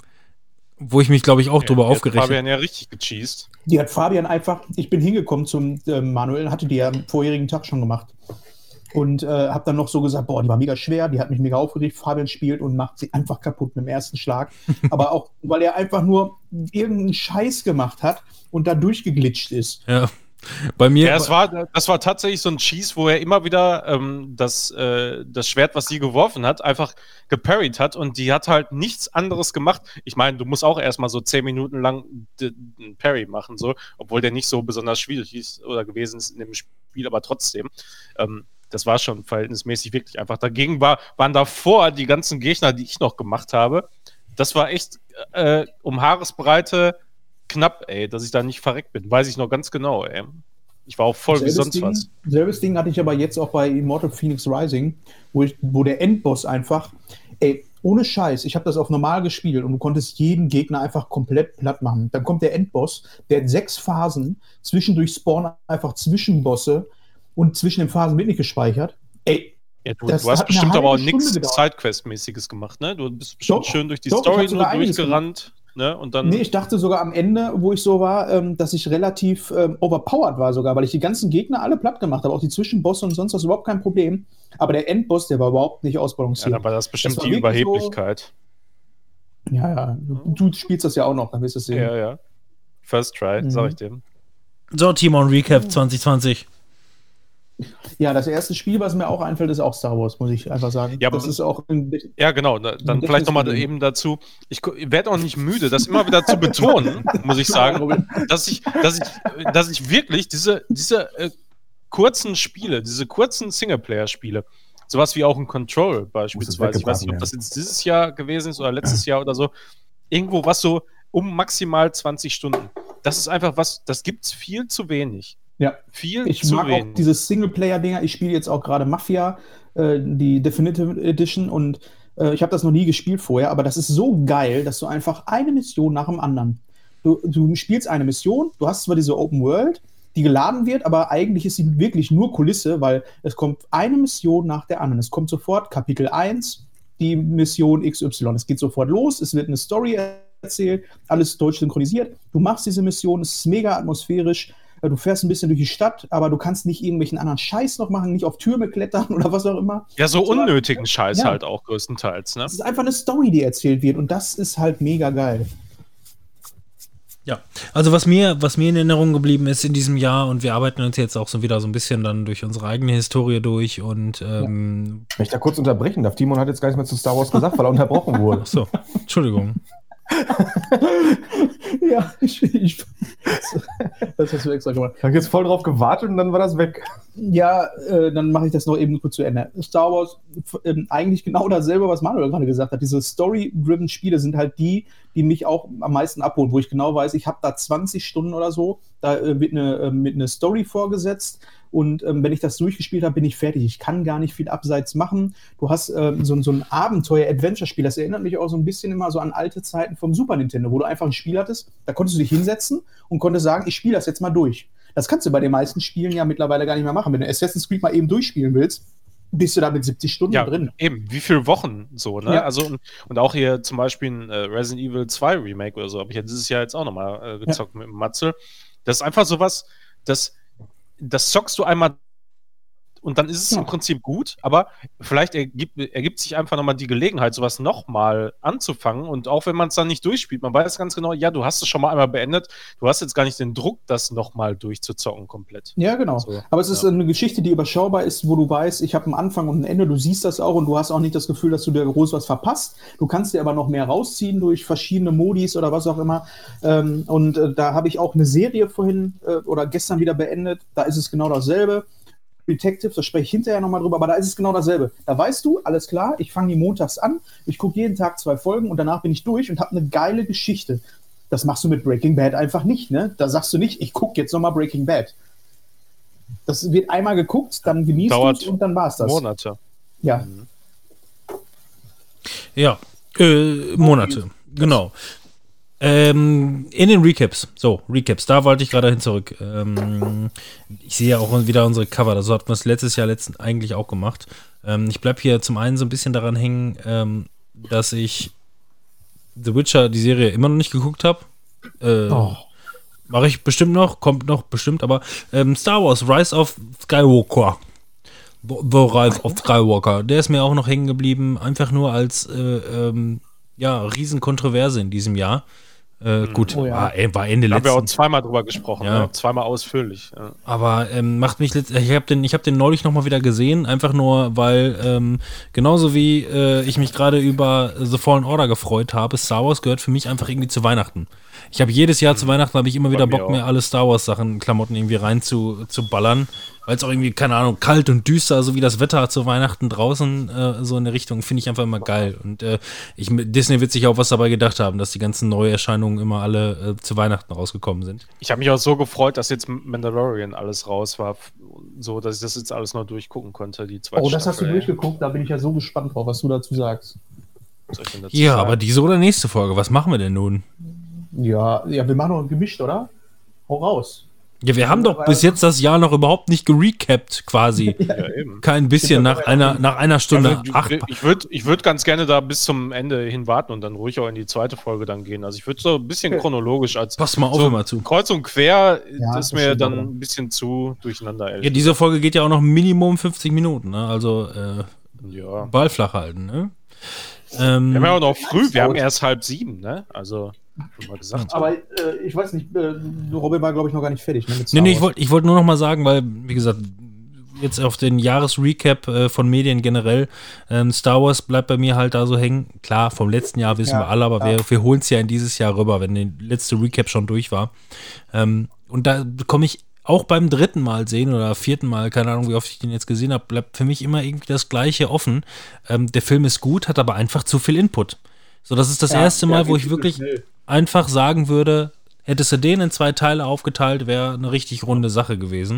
wo ich mich, glaube ich, auch drüber aufgeregt habe. Fabian ja richtig gecheased. Die hat Fabian einfach, ich bin hingekommen zum Manuel, hatte die ja am vorherigen Tag schon gemacht. Und habe dann noch so gesagt, boah, die war mega schwer, die hat mich mega aufgeregt. Fabian spielt und macht sie einfach kaputt mit dem ersten Schlag. Aber auch, weil er einfach nur irgendeinen Scheiß gemacht hat und da durchgeglitscht ist. Ja. Bei mir. Ja, das war tatsächlich so ein Cheese, wo er immer wieder das Schwert, was sie geworfen hat, einfach geparried hat und die hat halt nichts anderes gemacht. Ich meine, du musst auch erstmal so 10 Minuten lang einen Parry machen, so, obwohl der nicht so besonders schwierig ist oder gewesen ist in dem Spiel, aber trotzdem. Das war schon verhältnismäßig wirklich einfach. Dagegen waren davor die ganzen Gegner, die ich noch gemacht habe. Das war echt um Haaresbreite knapp, ey, dass ich da nicht verreckt bin. Weiß ich noch ganz genau, ey. Ich war auch voll wie sonst was. Selbes Ding hatte ich aber jetzt auch bei Immortal Phoenix Rising, wo der Endboss einfach, ey, ohne Scheiß, ich habe das auf normal gespielt und du konntest jeden Gegner einfach komplett platt machen. Dann kommt der Endboss, der hat 6 Phasen, zwischendurch spawnen einfach Zwischenbosse und zwischen den Phasen wird nicht gespeichert. Ey, ja, du hast bestimmt aber auch nichts Sidequest-mäßiges gemacht, ne? Du bist bestimmt schön durch die Story nur durchgerannt. Ne? Und dann ich dachte sogar am Ende, wo ich so war, dass ich relativ overpowered war sogar, weil ich die ganzen Gegner alle platt gemacht habe, auch die Zwischenbosse und sonst was, überhaupt kein Problem. Aber der Endboss, der war überhaupt nicht ausbalanciert. Ja, dann war das bestimmt die Überheblichkeit. So, ja, du spielst das ja auch noch, dann wirst du es sehen. Ja. First try, sag ich dem. So, Timon, Recap 2020. Ja, das erste Spiel, was mir auch einfällt, ist auch Star Wars, muss ich einfach sagen. Ja, das ist auch ja, genau. Dann vielleicht nochmal eben dazu. Ich werde auch nicht müde, das immer wieder zu betonen, muss ich sagen, dass ich wirklich diese kurzen Spiele, diese kurzen Singleplayer-Spiele, sowas wie auch ein Control beispielsweise, ich weiß nicht, ob das jetzt dieses Jahr gewesen ist oder letztes Jahr oder so, irgendwo was so um maximal 20 Stunden. Das ist einfach was, das gibt's viel zu wenig. Ja, ich mag auch diese Singleplayer-Dinger. Ich spiele jetzt auch gerade Mafia, die Definitive Edition und ich habe das noch nie gespielt vorher, aber das ist so geil, dass du einfach eine Mission nach dem anderen. Du spielst eine Mission, du hast zwar diese Open World, die geladen wird, aber eigentlich ist sie wirklich nur Kulisse, weil es kommt eine Mission nach der anderen. Es kommt sofort Kapitel 1, die Mission XY. Es geht sofort los, es wird eine Story erzählt, alles deutsch synchronisiert. Du machst diese Mission, es ist mega atmosphärisch. Du fährst ein bisschen durch die Stadt, aber du kannst nicht irgendwelchen anderen Scheiß noch machen, nicht auf Türme klettern oder was auch immer. Ja, so unnötigen Scheiß halt auch größtenteils, ne? Es ist einfach eine Story, die erzählt wird und das ist halt mega geil. Ja, also was mir in Erinnerung geblieben ist in diesem Jahr, und wir arbeiten uns jetzt auch so wieder so ein bisschen dann durch unsere eigene Historie durch und Wenn ich da kurz unterbrechen darf, Timon hat jetzt gar nichts mehr zu Star Wars gesagt, weil er unterbrochen wurde. Achso, Entschuldigung. Ja, das hast du extra gemacht. Ich habe jetzt voll drauf gewartet und dann war das weg. Ja, dann mache ich das noch eben kurz zu Ende. Star Wars, eigentlich genau dasselbe, was Manuel gerade gesagt hat. Diese Story-driven Spiele sind halt die mich auch am meisten abholen, wo ich genau weiß, ich habe da 20 Stunden oder so, da wird eine Story vorgesetzt und wenn ich das durchgespielt habe, bin ich fertig. Ich kann gar nicht viel abseits machen. Du hast so ein Abenteuer-Adventure-Spiel, das erinnert mich auch so ein bisschen immer so an alte Zeiten vom Super Nintendo, wo du einfach ein Spiel hattest, da konntest du dich hinsetzen und konntest sagen, ich spiele das jetzt mal durch. Das kannst du bei den meisten Spielen ja mittlerweile gar nicht mehr machen. Wenn du Assassin's Creed mal eben durchspielen willst, bist du da mit 70 Stunden drin. Eben, wie viele Wochen so, ne? Ja. Also, und auch hier zum Beispiel ein Resident Evil 2 Remake oder so, habe ich ja dieses Jahr jetzt auch nochmal gezockt mit dem Matzel. Das ist einfach sowas, das zockst du einmal und dann ist es im Prinzip gut, aber vielleicht ergibt sich einfach nochmal die Gelegenheit, sowas nochmal anzufangen, und auch wenn man es dann nicht durchspielt, man weiß ganz genau, ja, du hast es schon mal einmal beendet, du hast jetzt gar nicht den Druck, das nochmal durchzuzocken komplett. Ja, genau. So, aber es ist eine Geschichte, die überschaubar ist, wo du weißt, ich habe einen Anfang und ein Ende, du siehst das auch und du hast auch nicht das Gefühl, dass du dir groß was verpasst. Du kannst dir aber noch mehr rausziehen durch verschiedene Modis oder was auch immer. Da habe ich auch eine Serie vorhin oder gestern wieder beendet, da ist es genau dasselbe. Detective, da spreche ich hinterher nochmal drüber, aber da ist es genau dasselbe. Da weißt du, alles klar, ich fange die montags an, ich gucke jeden Tag 2 Folgen und danach bin ich durch und habe eine geile Geschichte. Das machst du mit Breaking Bad einfach nicht, ne? Da sagst du nicht, ich gucke jetzt nochmal Breaking Bad. Das wird einmal geguckt, dann genießt du es und dann war's das. Monate. Ja. Ja, Monate, genau. In den Recaps, da wollte ich gerade hin zurück. Ich sehe ja auch wieder unsere Cover, das hatten wir das letztes Jahr eigentlich auch gemacht. Ich bleibe hier zum einen so ein bisschen daran hängen, dass ich The Witcher, die Serie, immer noch nicht geguckt habe. Mache ich bestimmt noch, kommt noch bestimmt, aber Star Wars, Rise of Skywalker. The Rise of Skywalker, der ist mir auch noch hängen geblieben, einfach nur als Riesenkontroverse in diesem Jahr. Gut, war Ende letzten. Da haben wir auch zweimal drüber gesprochen, zweimal ausführlich. Ja. Aber macht mich ich hab den neulich nochmal wieder gesehen, einfach nur, weil genauso wie ich mich gerade über The Fallen Order gefreut habe, Star Wars gehört für mich einfach irgendwie zu Weihnachten. Ich habe jedes Jahr zu Weihnachten habe ich immer wieder Bock, mir alle Star Wars Sachen, Klamotten irgendwie rein zu ballern, weil es auch irgendwie, keine Ahnung, kalt und düster, so wie das Wetter zu Weihnachten draußen, so in der Richtung, finde ich einfach immer geil. Und Disney wird sich auch was dabei gedacht haben, dass die ganzen Neuerscheinungen immer alle zu Weihnachten rausgekommen sind. Ich habe mich auch so gefreut, dass jetzt Mandalorian alles raus war, so dass ich das jetzt alles noch durchgucken konnte, die zweite Staffel. Das hast du durchgeguckt, da bin ich ja so gespannt drauf, was du dazu sagst. Ja, aber diese oder nächste Folge, was machen wir denn nun? Ja, wir machen doch gemischt, oder? Hau raus. Ja, wir haben doch bis jetzt das Jahr noch überhaupt nicht gerecapt, quasi. Ja, eben. Kein bisschen, nach einer Stunde. Ich würd ganz gerne da bis zum Ende hin warten und dann ruhig auch in die zweite Folge dann gehen. Also ich würde so ein bisschen chronologisch als... Pass mal auf immer zu. Kreuz und quer ist mir dann ein bisschen zu durcheinander. Ja, diese Folge geht ja auch noch Minimum 50 Minuten, ne? Also Ball flach halten, ne? Wir haben ja auch noch früh, wir haben erst 6:30, ne? Also... Gesagt, aber ich weiß nicht, Robin war, glaube ich, noch gar nicht fertig. Ne, nee, ich wollte nur noch mal sagen, weil, wie gesagt, jetzt auf den Jahresrecap von Medien generell, Star Wars bleibt bei mir halt da so hängen. Klar, vom letzten Jahr wissen wir alle, aber wir holen es ja in dieses Jahr rüber, wenn der letzte Recap schon durch war. Und da bekomme ich auch beim 3. Mal sehen oder 4. Mal, keine Ahnung, wie oft ich den jetzt gesehen habe, bleibt für mich immer irgendwie das Gleiche offen. Der Film ist gut, hat aber einfach zu viel Input. So, das ist das erste Mal, wo ich wirklich einfach sagen würde, hättest du den in 2 Teile aufgeteilt, wäre eine richtig runde Sache gewesen.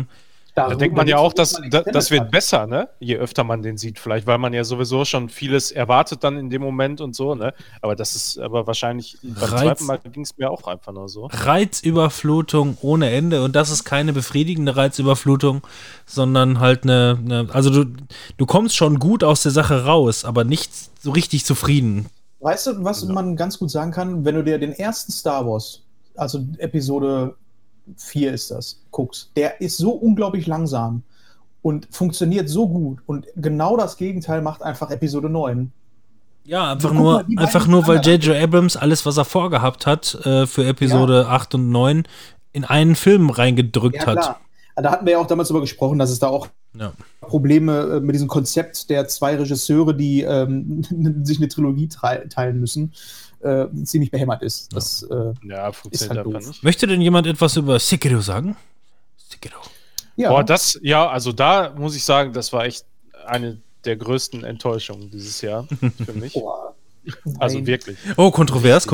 Da denkt man ja auch, das wird besser, ne? Je öfter man den sieht, vielleicht, weil man ja sowieso schon vieles erwartet dann in dem Moment und so, ne? Aber das ist aber wahrscheinlich beim zweiten Mal ging es mir auch einfach nur so. Reizüberflutung ohne Ende, und das ist keine befriedigende Reizüberflutung, sondern halt also du kommst schon gut aus der Sache raus, aber nicht so richtig zufrieden. Weißt du, was man ganz gut sagen kann, wenn du dir den ersten Star Wars, also Episode 4 ist das, guckst, der ist so unglaublich langsam und funktioniert so gut, und genau das Gegenteil macht einfach Episode 9. Ja, einfach nur, weil J.J. Abrams alles, was er vorgehabt hat, für Episode 8 und 9 in einen Film reingedrückt hat. Klar. Da hatten wir ja auch damals darüber gesprochen, dass es da auch Probleme mit diesem Konzept der 2 Regisseure, die sich eine Trilogie teilen müssen, ziemlich behämmert ist. Das funktioniert ist halt einfach doof. nicht. Möchte denn jemand etwas über Sekiro sagen? Sekiro. Ja. Boah, also da muss ich sagen, das war echt eine der größten Enttäuschungen dieses Jahr für mich. Also wirklich. Oh, kontrovers.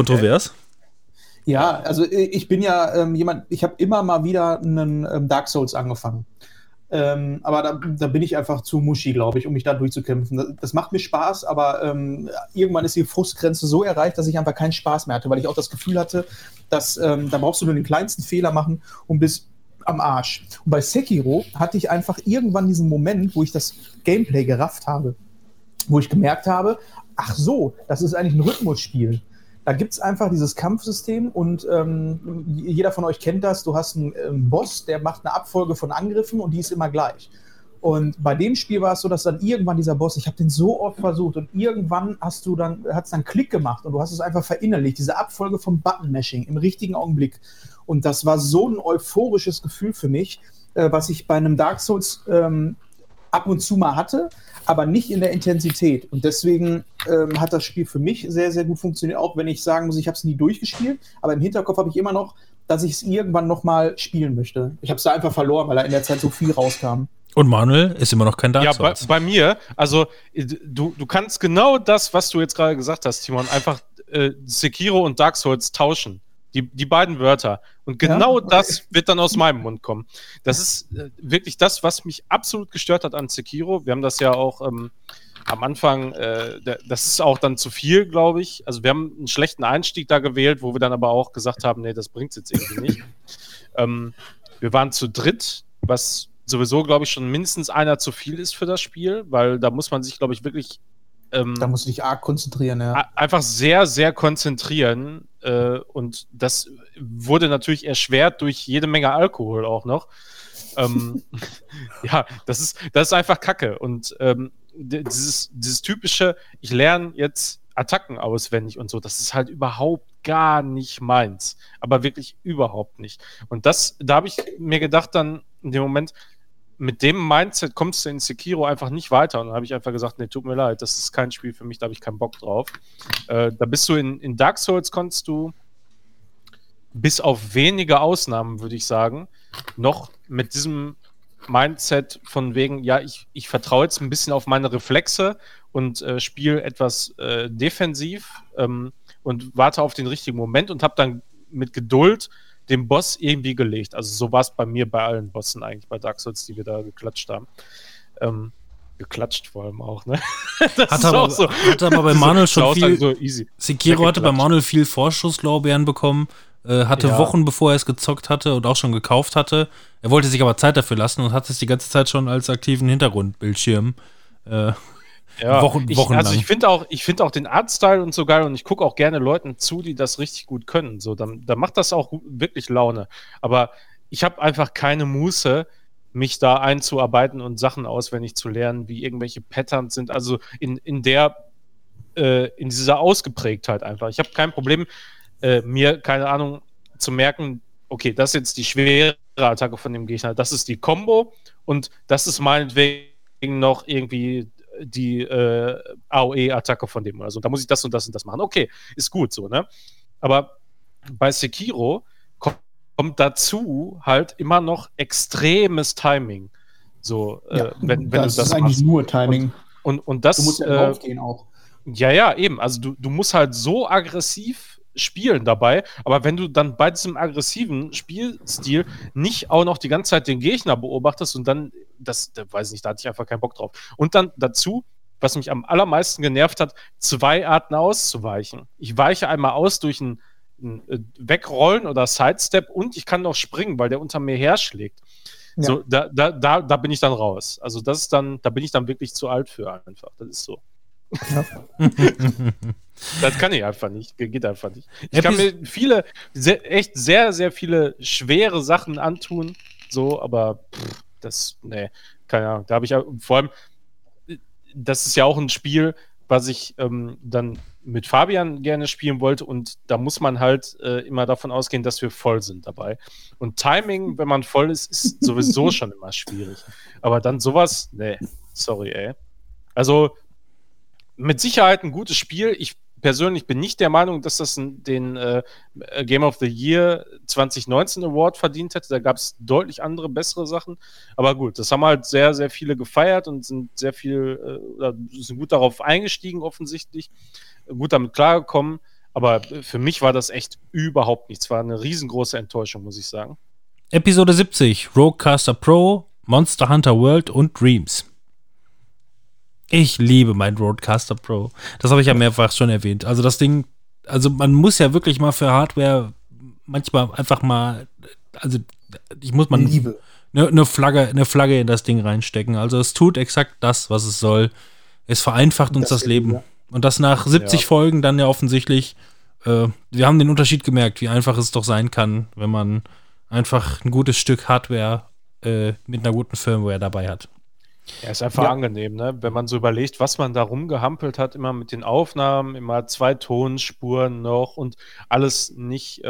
Ja, also ich bin ja ich habe immer mal wieder einen Dark Souls angefangen. Aber da bin ich einfach zu muschi, glaube ich, um mich da durchzukämpfen. Das macht mir Spaß, aber irgendwann ist die Frustgrenze so erreicht, dass ich einfach keinen Spaß mehr hatte, weil ich auch das Gefühl hatte, dass da brauchst du nur den kleinsten Fehler machen und bist am Arsch. Und bei Sekiro hatte ich einfach irgendwann diesen Moment, wo ich das Gameplay gerafft habe, wo ich gemerkt habe, ach so, das ist eigentlich ein Rhythmusspiel. Da gibt es einfach dieses Kampfsystem, und jeder von euch kennt das. Du hast einen Boss, der macht eine Abfolge von Angriffen, und die ist immer gleich. Und bei dem Spiel war es so, dass dann irgendwann dieser Boss, ich habe den so oft versucht, und irgendwann hat es dann Klick gemacht und du hast es einfach verinnerlicht, diese Abfolge vom Button-Mashing im richtigen Augenblick. Und das war so ein euphorisches Gefühl für mich, was ich bei einem Dark Souls ab und zu mal hatte, aber nicht in der Intensität. Und deswegen hat das Spiel für mich sehr, sehr gut funktioniert, auch wenn ich sagen muss, ich habe es nie durchgespielt, aber im Hinterkopf habe ich immer noch, dass ich es irgendwann nochmal spielen möchte. Ich habe es da einfach verloren, weil da in der Zeit so viel rauskam. Und Manuel ist immer noch kein Dark Souls. Ja, bei mir, also du kannst genau das, was du jetzt gerade gesagt hast, Timon, einfach Sekiro und Dark Souls tauschen. Die beiden Wörter. Und genau das wird dann aus meinem Mund kommen. Das ist wirklich das, was mich absolut gestört hat an Sekiro. Wir haben das ja auch am Anfang, das ist auch dann zu viel, glaube ich. Also wir haben einen schlechten Einstieg da gewählt, wo wir dann aber auch gesagt haben, nee, das bringt es jetzt irgendwie nicht. Wir waren zu dritt, was sowieso, glaube ich, schon mindestens einer zu viel ist für das Spiel, weil da muss man sich, glaube ich, wirklich da musst du dich arg konzentrieren, ja. Einfach sehr, sehr konzentrieren. Und das wurde natürlich erschwert durch jede Menge Alkohol auch noch. Ja, das ist einfach Kacke. Und dieses typische, ich lerne jetzt Attacken auswendig und so, das ist halt überhaupt gar nicht meins. Aber wirklich überhaupt nicht. Und da habe ich mir gedacht dann in dem Moment, mit dem Mindset kommst du in Sekiro einfach nicht weiter. Und dann habe ich einfach gesagt, nee, tut mir leid, das ist kein Spiel für mich, da habe ich keinen Bock drauf. Da bist du in Dark Souls, konntest du bis auf wenige Ausnahmen, würde ich sagen, noch mit diesem Mindset von wegen, ja, ich vertraue jetzt ein bisschen auf meine Reflexe und spiele etwas defensiv und warte auf den richtigen Moment und habe dann mit Geduld den Boss irgendwie gelegt. Also so war es bei mir bei allen Bossen eigentlich, bei Dark Souls, die wir da geklatscht haben. Geklatscht vor allem auch, ne? Hat aber bei Manuel schon viel... So easy. Sekiro hatte bei Manuel viel Vorschusslorbeeren bekommen, hatte Wochen, bevor er es gezockt hatte und auch schon gekauft hatte. Er wollte sich aber Zeit dafür lassen und hat es die ganze Zeit schon als aktiven Hintergrundbildschirm wochenlang. Also ich finde auch den Artstyle und so geil, und ich gucke auch gerne Leuten zu, die das richtig gut können. So, dann macht das auch wirklich Laune. Aber ich habe einfach keine Muße, mich da einzuarbeiten und Sachen auswendig zu lernen, wie irgendwelche Patterns sind. Also in dieser Ausgeprägtheit einfach. Ich habe kein Problem, mir, keine Ahnung, zu merken, okay, das ist jetzt die schwere Attacke von dem Gegner, das ist die Combo und das ist meinetwegen noch irgendwie die AOE-Attacke von dem oder so. Da muss ich das und das und das machen. Okay, ist gut so, ne? Aber bei Sekiro kommt dazu halt immer noch extremes Timing. So, wenn das du das ist eigentlich machst. nur Timing. Und das, Du musst ja draufgehen auch. Ja, eben. Also du musst halt so aggressiv spielen dabei, aber wenn du dann bei diesem aggressiven Spielstil nicht auch noch die ganze Zeit den Gegner beobachtest und dann, da weiß ich nicht, da hatte ich einfach keinen Bock drauf. Und dann dazu, was mich am allermeisten genervt hat, 2 Arten auszuweichen. Ich weiche einmal aus durch ein Wegrollen oder Sidestep und ich kann noch springen, weil der unter mir herschlägt. Ja. So, da bin ich dann raus. Also das ist dann, da bin ich dann wirklich zu alt für einfach. Das ist so. Ja. Das kann ich einfach nicht. Geht einfach nicht. Ich kann mir echt sehr, sehr viele schwere Sachen antun, so, aber keine Ahnung. Da habe ich vor allem, das ist ja auch ein Spiel, was ich dann mit Fabian gerne spielen wollte und da muss man halt immer davon ausgehen, dass wir voll sind dabei. Und Timing, wenn man voll ist, ist sowieso schon immer schwierig. Aber dann sowas, sorry, ey. Also mit Sicherheit ein gutes Spiel. Ich persönlich bin nicht der Meinung, dass das den Game of the Year 2019 Award verdient hätte. Da gab es deutlich andere, bessere Sachen. Aber gut, das haben halt sehr, sehr viele gefeiert und sind sind gut darauf eingestiegen offensichtlich. Gut damit klargekommen. Aber für mich war das echt überhaupt nichts. War eine riesengroße Enttäuschung, muss ich sagen. Episode 70, Roguecaster Pro, Monster Hunter World und Dreams. Ich liebe mein Rodecaster Pro. Das habe ich ja mehrfach schon erwähnt. Also das Ding, man muss ja wirklich mal für Hardware manchmal einfach mal, Liebe. Eine Flagge in das Ding reinstecken. Also es tut exakt das, was es soll. Es vereinfacht uns das Leben. Ja. Und das nach 70 Folgen dann ja offensichtlich. Wir haben den Unterschied gemerkt, wie einfach es doch sein kann, wenn man einfach ein gutes Stück Hardware mit einer guten Firmware dabei hat. Ja, ist einfach angenehm, ne? Wenn man so überlegt, was man da rumgehampelt hat, immer mit den Aufnahmen, immer 2 Tonspuren noch und alles nicht.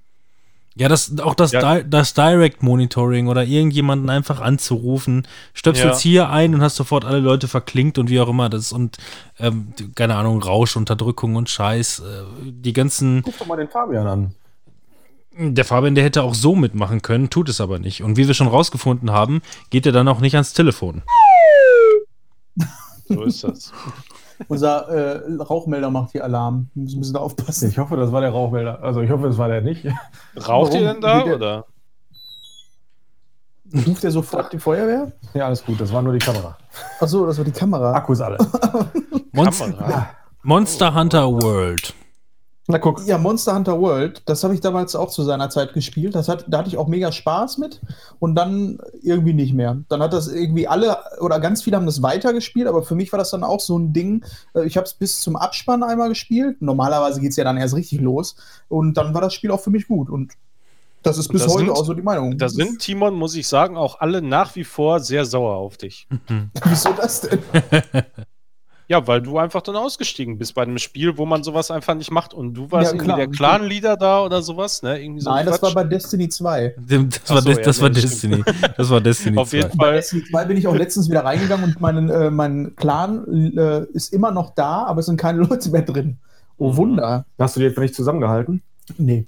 Das Direct Monitoring oder irgendjemanden einfach anzurufen, stöpselst hier ein und hast sofort alle Leute verklinkt und wie auch immer das und keine Ahnung, Rauschunterdrückung und Scheiß, die ganzen. Guck doch mal den Fabian an. Der Fabian, der hätte auch so mitmachen können, tut es aber nicht. Und wie wir schon rausgefunden haben, geht er dann auch nicht ans Telefon. So ist das. Unser Rauchmelder macht hier Alarm. Wir müssen da aufpassen. Ich hoffe, das war der Rauchmelder. Also ich hoffe, das war der nicht. Raucht ihr denn da, oder? Ruft der sofort die Feuerwehr? Ja, alles gut. Das war nur die Kamera. Achso, das war die Kamera. Akkus alle. Monster Hunter World. Na guck. Ja, Monster Hunter World, das habe ich damals auch zu seiner Zeit gespielt. Da hatte ich auch mega Spaß mit und dann irgendwie nicht mehr. Dann hat das irgendwie alle oder ganz viele haben das weitergespielt, aber für mich war das dann auch so ein Ding. Ich habe es bis zum Abspann einmal gespielt. Normalerweise geht es ja dann erst richtig los und dann war das Spiel auch für mich gut und das ist bis heute auch so die Meinung. Da sind, Timon, muss ich sagen, auch alle nach wie vor sehr sauer auf dich. Wieso das denn? Ja, weil du einfach dann ausgestiegen bist bei einem Spiel, wo man sowas einfach nicht macht. Und du warst irgendwie der Clan-Leader da oder sowas, ne? Irgendwie so. Nein, das war bei Destiny 2. Das war Destiny. Das war Destiny 2. Auf jeden Fall. Bei Destiny 2 bin ich auch letztens wieder reingegangen und mein Clan ist immer noch da, aber es sind keine Leute mehr drin. Oh Wunder. Hast du die etwa nicht zusammengehalten? Nee.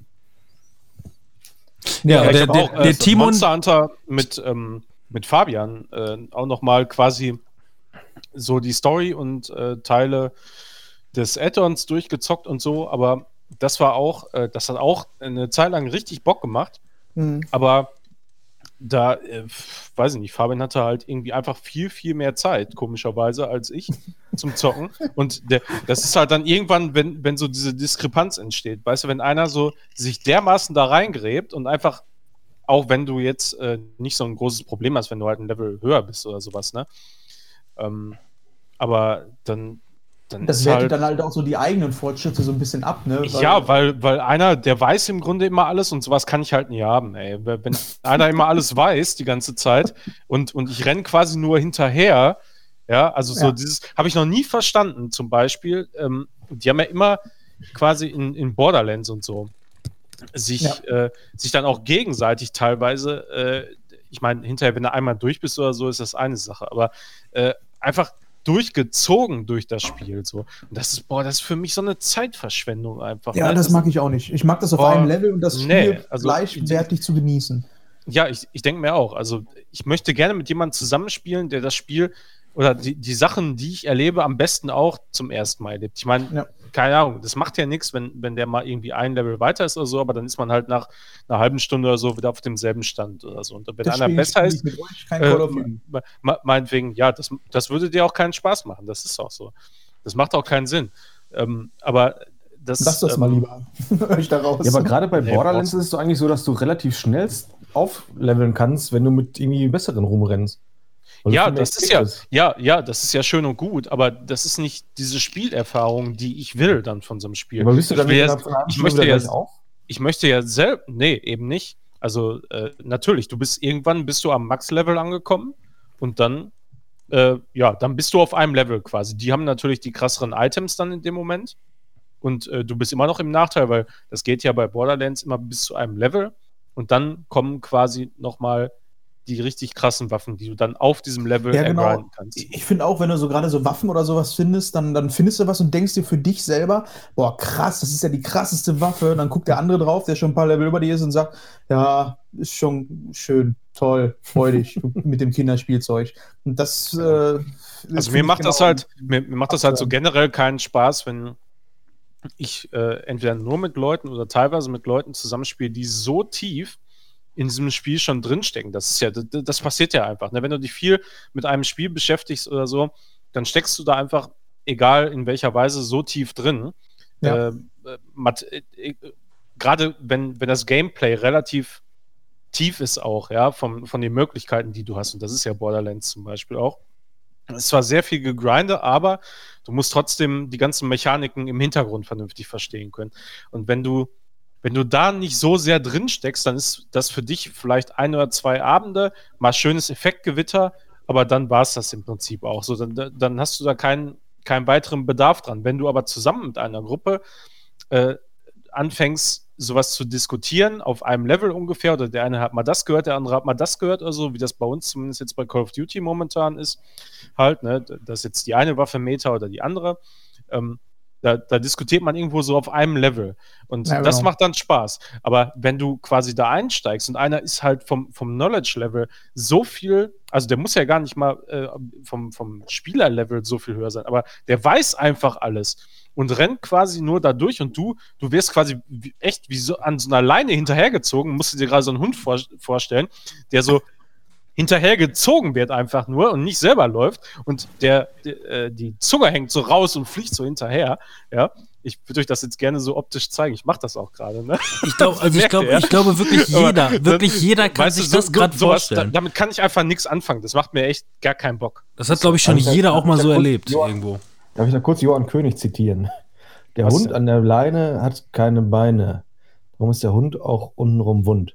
Ja, der Timon Monster Hunter mit Fabian auch nochmal quasi so die Story und Teile des Add-ons durchgezockt und so, aber das hat auch eine Zeit lang richtig Bock gemacht, aber da, weiß ich nicht, Fabian hatte halt irgendwie einfach viel, viel mehr Zeit, komischerweise, als ich zum Zocken und das ist halt dann irgendwann, wenn so diese Diskrepanz entsteht, weißt du, wenn einer so sich dermaßen da reingräbt und einfach, auch wenn du jetzt nicht so ein großes Problem hast, wenn du halt ein Level höher bist oder sowas, ne, aber dann das wertet dann halt auch so die eigenen Fortschritte so ein bisschen ab, ne? Weil einer, der weiß im Grunde immer alles und sowas kann ich halt nie haben, ey. Wenn einer immer alles weiß die ganze Zeit und ich renne quasi nur hinterher, ja, also so dieses, habe ich noch nie verstanden, zum Beispiel, die haben ja immer quasi in Borderlands und so sich dann auch gegenseitig teilweise, ich meine, hinterher, wenn du einmal durch bist oder so, ist das eine Sache, aber einfach durchgezogen durch das Spiel. So. Und das ist für mich so eine Zeitverschwendung einfach. Ja, ne? Das mag ich auch nicht. Ich mag das auf einem Level und das Spiel gleichwertig zu genießen. Ja, ich denke mir auch. Also ich möchte gerne mit jemandem zusammenspielen, der das Spiel oder die Sachen, die ich erlebe, am besten auch zum ersten Mal erlebt. Ich meine, keine Ahnung, das macht ja nichts, wenn der mal irgendwie ein Level weiter ist oder so, aber dann ist man halt nach einer halben Stunde oder so wieder auf demselben Stand oder so. Und wenn Das einer Spiel besser spiele ist, ich mit euch kein Call of Duty. meinetwegen, ja, das würde dir auch keinen Spaß machen. Das ist auch so. Das macht auch keinen Sinn. Aber Lass das mal lieber. Hör ich da raus. Ja, aber gerade bei Borderlands ist es doch eigentlich so, dass du relativ schnell aufleveln kannst, wenn du mit irgendwie besseren rumrennst. Ja, das ist das ist ja schön und gut, aber das ist nicht diese Spielerfahrung, die ich will dann von so einem Spiel. Aber bist du dann ich möchte ja selbst, nee, eben nicht. Also natürlich, irgendwann bist du am Max-Level angekommen und dann dann bist du auf einem Level quasi. Die haben natürlich die krasseren Items dann in dem Moment und du bist immer noch im Nachteil, weil das geht ja bei Borderlands immer bis zu einem Level und dann kommen quasi nochmal die richtig krassen Waffen, die du dann auf diesem Level ergrinden kannst. Ich finde auch, wenn du so gerade so Waffen oder sowas findest, dann findest du was und denkst dir für dich selber, boah, krass, das ist ja die krasseste Waffe. Und dann guckt der andere drauf, der schon ein paar Level über dir ist und sagt, ja, ist schon schön, toll, freudig mit dem Kinderspielzeug. Und das also mir macht das halt so generell keinen Spaß, wenn ich entweder nur mit Leuten oder teilweise mit Leuten zusammenspiele, die so tief in diesem Spiel schon drinstecken. Das passiert ja einfach. Ne? Wenn du dich viel mit einem Spiel beschäftigst oder so, dann steckst du da einfach, egal in welcher Weise, so tief drin. Ja. Gerade wenn das Gameplay relativ tief ist auch, ja, von den Möglichkeiten, die du hast. Und das ist ja Borderlands zum Beispiel auch. Es ist zwar sehr viel gegrindet, aber du musst trotzdem die ganzen Mechaniken im Hintergrund vernünftig verstehen können. Und wenn du da nicht so sehr drin steckst, dann ist das für dich vielleicht 1 oder 2 Abende, mal schönes Effektgewitter, aber dann war es das im Prinzip auch so. Dann hast du da keinen weiteren Bedarf dran. Wenn du aber zusammen mit einer Gruppe anfängst, sowas zu diskutieren, auf einem Level ungefähr, oder der eine hat mal das gehört, der andere hat mal das gehört, oder so, wie das bei uns zumindest jetzt bei Call of Duty momentan ist, halt, ne, das ist jetzt die eine Waffe Meta oder die andere, da diskutiert man irgendwo so auf einem Level. Und das macht dann Spaß. Aber wenn du quasi da einsteigst und einer ist halt vom Knowledge-Level so viel, also der muss ja gar nicht mal vom Spieler-Level so viel höher sein, aber der weiß einfach alles und rennt quasi nur da durch und du wirst quasi echt wie so an so einer Leine hinterhergezogen, musst du dir gerade so einen Hund vorstellen, der so hinterhergezogen wird einfach nur und nicht selber läuft und die Zunge hängt so raus und fliegt so hinterher, ja. Ich würde euch das jetzt gerne so optisch zeigen. Ich mache das auch gerade, ne? Ich glaube wirklich jeder kann sich das gerade vorstellen. Damit kann ich einfach nichts anfangen. Das macht mir echt gar keinen Bock. Das hat, glaube ich, schon jeder auch mal so erlebt irgendwo. Darf ich da kurz Johann König zitieren? Der Hund an der Leine hat keine Beine. Warum ist der Hund auch untenrum wund?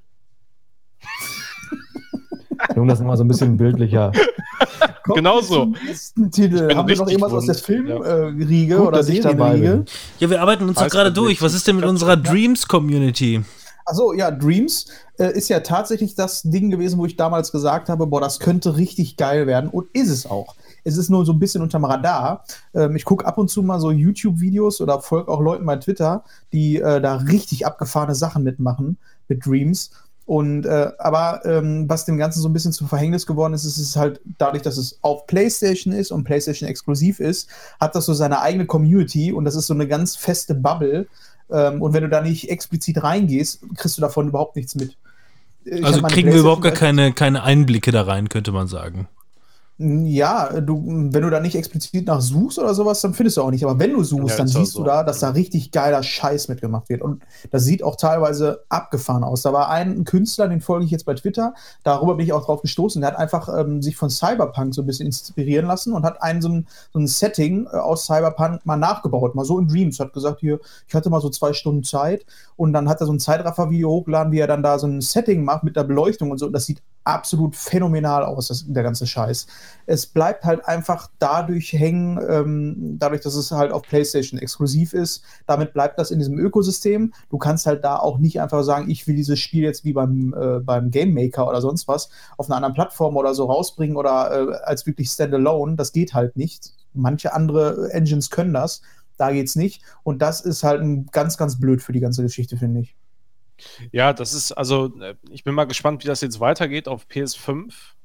Um das nochmal so ein bisschen bildlicher. Genau so. Nächsten Titel. Haben wir noch irgendwas aus der Filmriege oder Serienriege? Ja, wir arbeiten uns doch gerade durch. Was ist denn mit unserer Dreams-Community? Achso, ja, Dreams ist ja tatsächlich das Ding gewesen, wo ich damals gesagt habe, boah, das könnte richtig geil werden. Und ist es auch. Es ist nur so ein bisschen unterm Radar. Ich gucke ab und zu mal so YouTube-Videos oder folge auch Leuten bei Twitter, die da richtig abgefahrene Sachen mitmachen mit Dreams. Und aber was dem Ganzen so ein bisschen zum Verhängnis geworden ist, ist es halt dadurch, dass es auf PlayStation ist und PlayStation exklusiv ist, hat das so seine eigene Community und das ist so eine ganz feste Bubble. Und wenn du da nicht explizit reingehst, kriegst du davon überhaupt nichts mit. Also kriegen wir überhaupt gar keine Einblicke da rein, könnte man sagen. Ja, wenn du da nicht explizit nach suchst oder sowas, dann findest du auch nicht. Aber wenn du suchst, dann siehst du da, dass da richtig geiler Scheiß mitgemacht wird. Und das sieht auch teilweise abgefahren aus. Da war ein Künstler, den folge ich jetzt bei Twitter, darüber bin ich auch drauf gestoßen. Der hat einfach sich von Cyberpunk so ein bisschen inspirieren lassen und hat so ein Setting aus Cyberpunk mal nachgebaut. Mal so in Dreams. Hat gesagt, hier, ich hatte mal so 2 Stunden Zeit und dann hat er so ein Zeitraffer-Video hochgeladen, wie er dann da so ein Setting macht mit der Beleuchtung und so. Und das sieht absolut phänomenal aus, der ganze Scheiß. Es bleibt halt einfach dadurch hängen, dadurch, dass es halt auf PlayStation exklusiv ist. Damit bleibt das in diesem Ökosystem. Du kannst halt da auch nicht einfach sagen, ich will dieses Spiel jetzt wie beim Game Maker oder sonst was auf einer anderen Plattform oder so rausbringen oder als wirklich Standalone. Das geht halt nicht. Manche andere Engines können das. Da geht's nicht. Und das ist halt ganz, ganz blöd für die ganze Geschichte, finde ich. Ja, das ist, also, ich bin mal gespannt, wie das jetzt weitergeht auf PS5.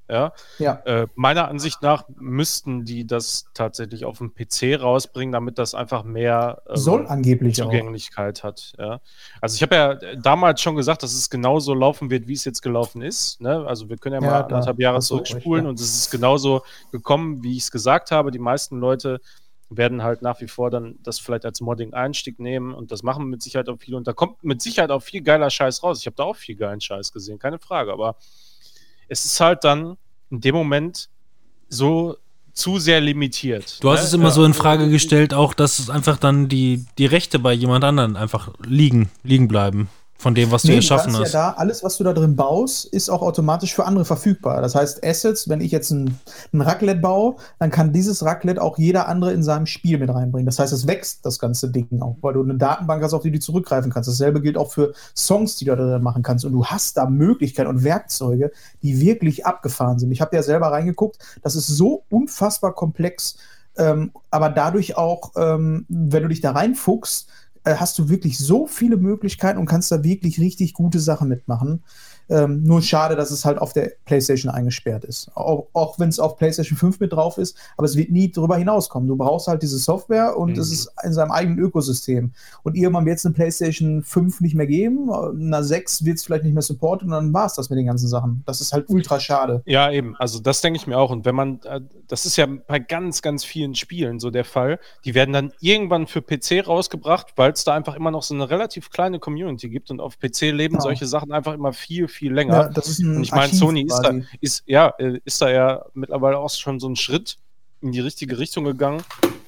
Ja. Ja. Meiner Ansicht nach müssten die das tatsächlich auf dem PC rausbringen, damit das einfach mehr Soll angeblich Zugänglichkeit hat. Ja. Also ich habe ja damals schon gesagt, dass es genauso laufen wird, wie es jetzt gelaufen ist. Ne? Also wir können ja mal anderthalb Jahre zurückspulen und es ist genauso gekommen, wie ich es gesagt habe. Die meisten Leute werden halt nach wie vor dann das vielleicht als Modding-Einstieg nehmen und das machen mit Sicherheit auch viele und da kommt mit Sicherheit auch viel geiler Scheiß raus. Ich habe da auch viel geilen Scheiß gesehen, keine Frage, aber es ist halt dann in dem Moment so zu sehr limitiert. Du hast es immer so in Frage gestellt, auch, dass es einfach dann die Rechte bei jemand anderen einfach liegen bleiben. Von dem, was du erschaffen hast. Ja, alles, was du da drin baust, ist auch automatisch für andere verfügbar. Das heißt, Assets, wenn ich jetzt ein Raclette baue, dann kann dieses Raclette auch jeder andere in seinem Spiel mit reinbringen. Das heißt, es wächst das ganze Ding auch, weil du eine Datenbank hast, auf die du zurückgreifen kannst. Dasselbe gilt auch für Songs, die du da drin machen kannst. Und du hast da Möglichkeiten und Werkzeuge, die wirklich abgefahren sind. Ich habe ja selber reingeguckt, das ist so unfassbar komplex, aber dadurch auch, wenn du dich da reinfuchst, hast du wirklich so viele Möglichkeiten und kannst da wirklich richtig gute Sachen mitmachen. Nur schade, dass es halt auf der PlayStation eingesperrt ist. Auch wenn es auf PlayStation 5 mit drauf ist, aber es wird nie darüber hinauskommen. Du brauchst halt diese Software und es ist in seinem eigenen Ökosystem. Und irgendwann wird es eine PlayStation 5 nicht mehr geben, eine 6 wird es vielleicht nicht mehr supporten und dann war es das mit den ganzen Sachen. Das ist halt ultra schade. Ja, eben. Also das denke ich mir auch. Und wenn man, das ist ja bei ganz, ganz vielen Spielen so der Fall, die werden dann irgendwann für PC rausgebracht, weil es da einfach immer noch so eine relativ kleine Community gibt und auf PC leben solche Sachen einfach immer viel länger. Ja, das ist und ich meine, Sony ist da ja mittlerweile auch schon so einen Schritt in die richtige Richtung gegangen.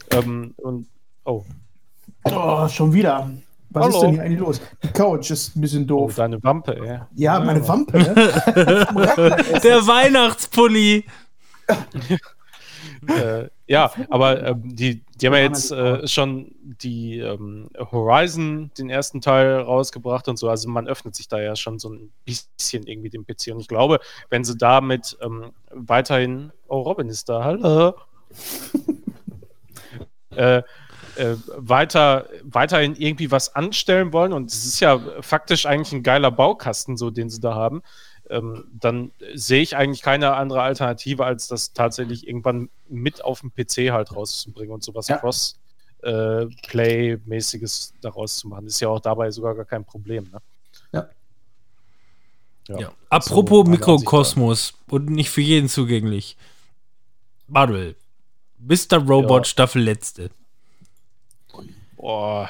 Schon wieder. Was ist denn hier eigentlich los? Die Couch ist ein bisschen doof. Oh, deine Wampe, ey. Ja, meine Wampe, ne? Der Weihnachtspulli. Ja, aber die haben ja jetzt schon die Horizon, den ersten Teil, rausgebracht und so. Also man öffnet sich da ja schon so ein bisschen irgendwie dem PC. Und ich glaube, wenn sie damit weiterhin... Oh, Robin ist da, hallo. weiterhin irgendwie was anstellen wollen und es ist ja faktisch eigentlich ein geiler Baukasten, so den sie da haben, dann sehe ich eigentlich keine andere Alternative, als das tatsächlich irgendwann mit auf dem PC halt rauszubringen und sowas Cross-Play-mäßiges daraus zu machen. Ist ja auch dabei sogar gar kein Problem, ne? Ja. Apropos Mikrokosmos und nicht für jeden zugänglich. Manuel, Mr. Robot Staffel letzte. Boah.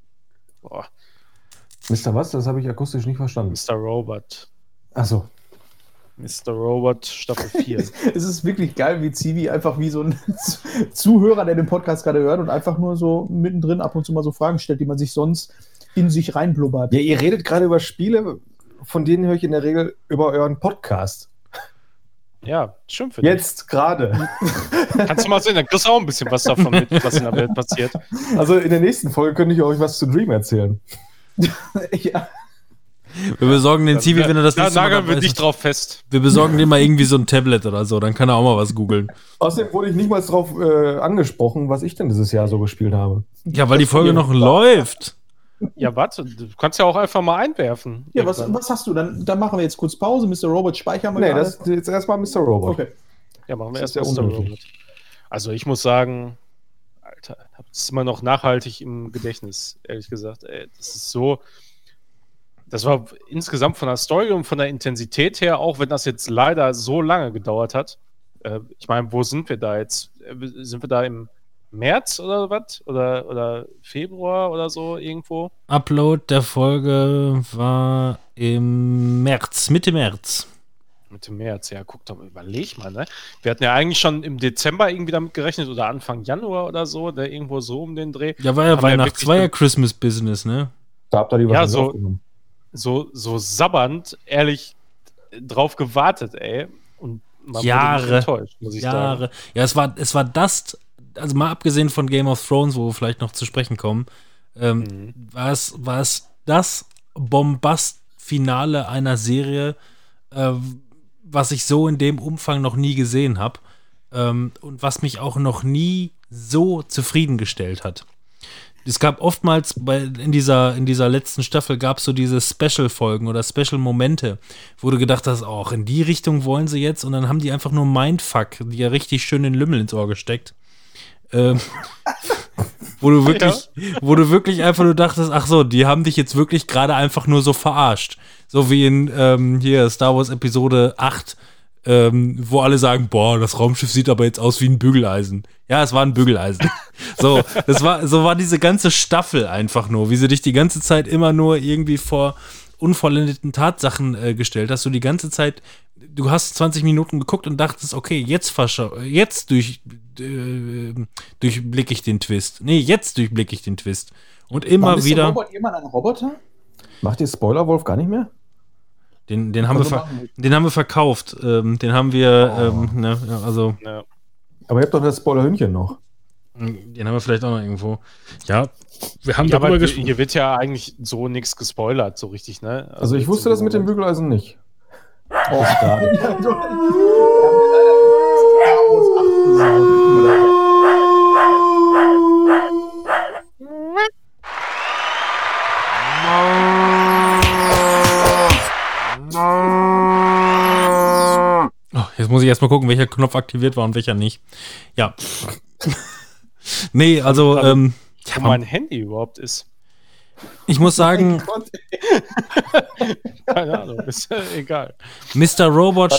Mr. was? Das habe ich akustisch nicht verstanden. Mr. Robot. Achso. Mr. Robot Staffel 4. Es ist wirklich geil, wie Zivi einfach wie so ein Zuhörer, der den Podcast gerade hört und einfach nur so mittendrin ab und zu mal so Fragen stellt, die man sich sonst in sich reinblubbert. Ja, ihr redet gerade über Spiele, von denen höre ich in der Regel über euren Podcast. Ja, schön für dich. Jetzt gerade. Kannst du mal sehen, dann kriegst du auch ein bisschen was davon mit, was in der Welt passiert. Also in der nächsten Folge könnte ich euch was zu Dream erzählen. Ja. Wir besorgen den Zivi, wenn er das nicht so nageln wir dich drauf fest. Wir besorgen dem mal irgendwie so ein Tablet oder so, dann kann er auch mal was googeln. Außerdem wurde ich nicht mal drauf angesprochen, was ich denn dieses Jahr so gespielt habe. Ja, weil die Folge noch läuft. Ja, warte, du kannst ja auch einfach mal einwerfen. Ja, was hast du? Dann machen wir jetzt kurz Pause. Mr. Robot speichern wir gerade. Das ist jetzt erstmal Mr. Robot. Okay. Ja, machen wir erst Mr. Robot. Also ich muss sagen, Alter, das ist immer noch nachhaltig im Gedächtnis, ehrlich gesagt. Ey, das ist so... Das war insgesamt von der Story und von der Intensität her, auch wenn das jetzt leider so lange gedauert hat. Ich meine, wo sind wir da jetzt? Sind wir da im März oder was? Oder Februar oder so irgendwo? Upload der Folge war im März, Mitte März. Mitte März, ja, guck doch mal, überleg mal, ne? Wir hatten ja eigentlich schon im Dezember irgendwie damit gerechnet oder Anfang Januar oder so, der irgendwo so um den Dreh. Ja, war ja Weihnachts, war ja Christmas Business, ne? Da habt ihr die wahrscheinlich aufgenommen. So sabbernd, ehrlich, drauf gewartet, ey. Und man Jahre, wurde enttäuscht, muss ich sagen. Ja, es war das, also mal abgesehen von Game of Thrones, wo wir vielleicht noch zu sprechen kommen, war es das Bombast-Finale einer Serie, was ich so in dem Umfang noch nie gesehen habe und was mich auch noch nie so zufriedengestellt hat. Es gab oftmals in dieser letzten Staffel gab es so diese Special-Folgen oder Special-Momente, wo du gedacht hast, auch in die Richtung wollen sie jetzt, und dann haben die einfach nur Mindfuck, die ja richtig schön den Lümmel ins Ohr gesteckt. Wo du wirklich einfach nur dachtest, ach so, die haben dich jetzt wirklich gerade einfach nur so verarscht. So wie in hier Star Wars Episode 8, wo alle sagen, boah, das Raumschiff sieht aber jetzt aus wie ein Bügeleisen. Ja, es war ein Bügeleisen. So war diese ganze Staffel einfach nur, wie sie dich die ganze Zeit immer nur irgendwie vor unvollendeten Tatsachen gestellt hast. Du die ganze Zeit, du hast 20 Minuten geguckt und dachtest, okay, jetzt durchblicke ich den Twist. Nee, jetzt durchblicke ich den Twist. Und immer wieder. Ist Robot jemand ein Roboter? Macht ihr Spoiler-Wolf gar nicht mehr? Den haben wir verkauft. Den haben wir, ne, also. Ja. Aber ihr habt doch das Spoiler-Hündchen noch. Den haben wir vielleicht auch noch irgendwo. Ja, wir haben darüber gesprochen. Hier wird ja eigentlich so nichts gespoilert, so richtig, ne? Also ich wusste das mit dem Bügeleisen nicht. Oh, schade. Oh, jetzt muss ich erstmal gucken, welcher Knopf aktiviert war und welcher nicht. Ja. Nee, also wo mein Handy überhaupt ist. Ich muss sagen, keine Ahnung, ist ja egal. Mr. Robot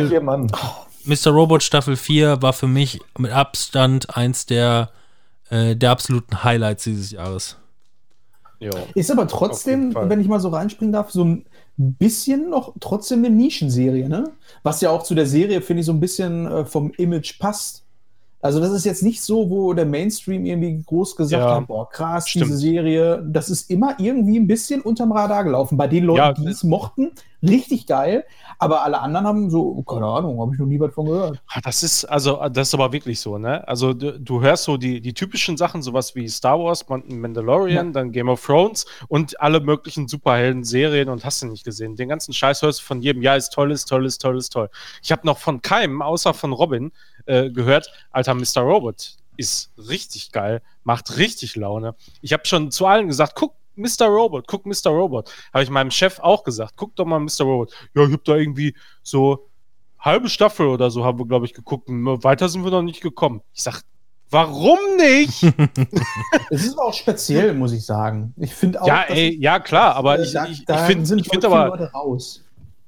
Staffel 4 war für mich mit Abstand eins der absoluten Highlights dieses Jahres. Jo. Ist aber trotzdem, wenn ich mal so reinspringen darf, so ein bisschen noch trotzdem eine Nischenserie, ne? Was ja auch zu der Serie, finde ich, so ein bisschen vom Image passt. Also das ist jetzt nicht so, wo der Mainstream irgendwie groß gesagt hat, boah, krass, stimmt. Diese Serie, das ist immer irgendwie ein bisschen unterm Radar gelaufen. Bei den Leuten, die es mochten, richtig geil, aber alle anderen haben so, keine Ahnung, habe ich noch nie was von gehört. Das ist aber wirklich so, ne? Also du hörst so die typischen Sachen, sowas wie Star Wars, Mandalorian, dann Game of Thrones und alle möglichen Superhelden-Serien und hast du nicht gesehen. Den ganzen Scheiß hörst du von jedem, ja, ist toll, ist toll, ist toll, ist toll. Ich habe noch von keinem, außer von Robin, gehört, Alter, Mr. Robot ist richtig geil, macht richtig Laune. Ich habe schon zu allen gesagt, guck Mr. Robot. Habe ich meinem Chef auch gesagt, guck doch mal Mr. Robot. Ja, ich habe da irgendwie so halbe Staffel oder so haben wir, glaube ich, geguckt. Weiter sind wir noch nicht gekommen. Ich sag, warum nicht? Es ist auch speziell, muss ich sagen. Ich finde auch, ja, klar, aber ich finde aber Leute raus.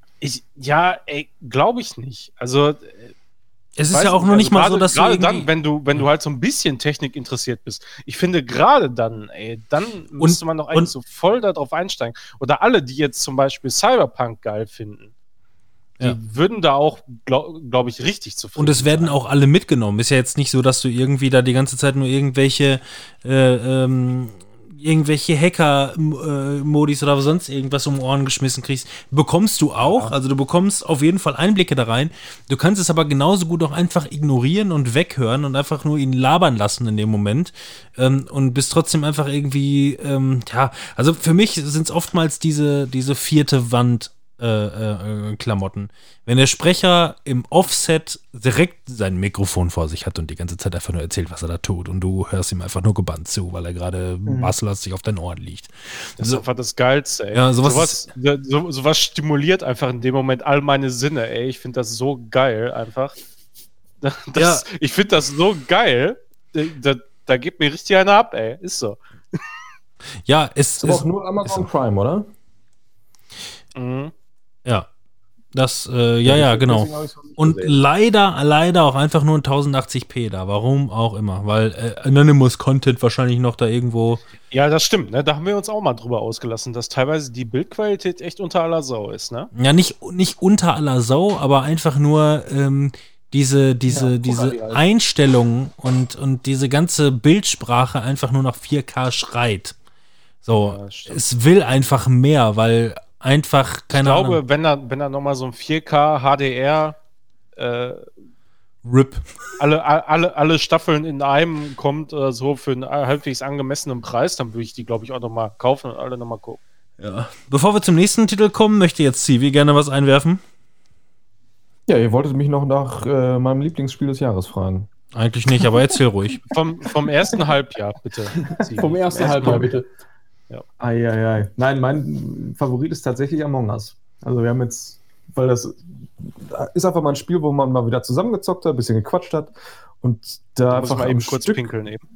Glaube ich nicht. Also es ist ja auch noch nicht mal so, dass du gerade dann, wenn du halt so ein bisschen Technik interessiert bist. Ich finde gerade dann, dann müsste man doch eigentlich so voll darauf einsteigen. Oder alle, die jetzt zum Beispiel Cyberpunk geil finden, die würden da auch, glaube ich, richtig zufrieden sein. Und es werden auch alle mitgenommen. Ist ja jetzt nicht so, dass du irgendwie da die ganze Zeit nur irgendwelche Hacker-Modis oder sonst irgendwas um Ohren geschmissen kriegst, bekommst du auch. Also du bekommst auf jeden Fall Einblicke da rein. Du kannst es aber genauso gut auch einfach ignorieren und weghören und einfach nur ihn labern lassen in dem Moment und bist trotzdem einfach irgendwie, also für mich sind es oftmals diese vierte Wand Klamotten. Wenn der Sprecher im Offset direkt sein Mikrofon vor sich hat und die ganze Zeit einfach nur erzählt, was er da tut, und du hörst ihm einfach nur gebannt zu, weil er gerade basslastig auf deinen Ohren liegt. Das ist einfach das Geilste, ey. Ja, sowas stimuliert einfach in dem Moment all meine Sinne, ey. Ich finde das so geil, einfach. Ich finde das so geil. Da gibt mir richtig einer ab, ey. Ist so. Ja, es ist auch nur Amazon Prime, oder? Mhm. Ja, das, genau. Und leider auch einfach nur in 1080p da, warum auch immer, weil Anonymous Content wahrscheinlich noch da irgendwo. Ja, das stimmt, ne? Da haben wir uns auch mal drüber ausgelassen, dass teilweise die Bildqualität echt unter aller Sau ist, ne? Ja, nicht unter aller Sau, aber einfach nur diese Einstellungen und diese ganze Bildsprache einfach nur nach 4K schreit. So, es will einfach mehr, weil einfach, keine Ahnung. Ich glaube, wenn er nochmal so ein 4K HDR RIP alle Staffeln in einem kommt oder so für einen halbwegs angemessenen Preis, dann würde ich die, glaube ich, auch nochmal kaufen und alle nochmal gucken. Ja. Bevor wir zum nächsten Titel kommen, möchte jetzt Civi gerne was einwerfen. Ja, ihr wolltet mich noch nach meinem Lieblingsspiel des Jahres fragen. Eigentlich nicht, aber erzähl ruhig. Vom ersten Halbjahr, bitte. Vom ersten Halbjahr, bitte. Ja. Ei. Nein, mein Favorit ist tatsächlich Among Us. Also wir haben jetzt, weil das ist einfach mal ein Spiel, wo man mal wieder zusammengezockt hat, ein bisschen gequatscht hat und da muss man eben kurz pinkeln eben.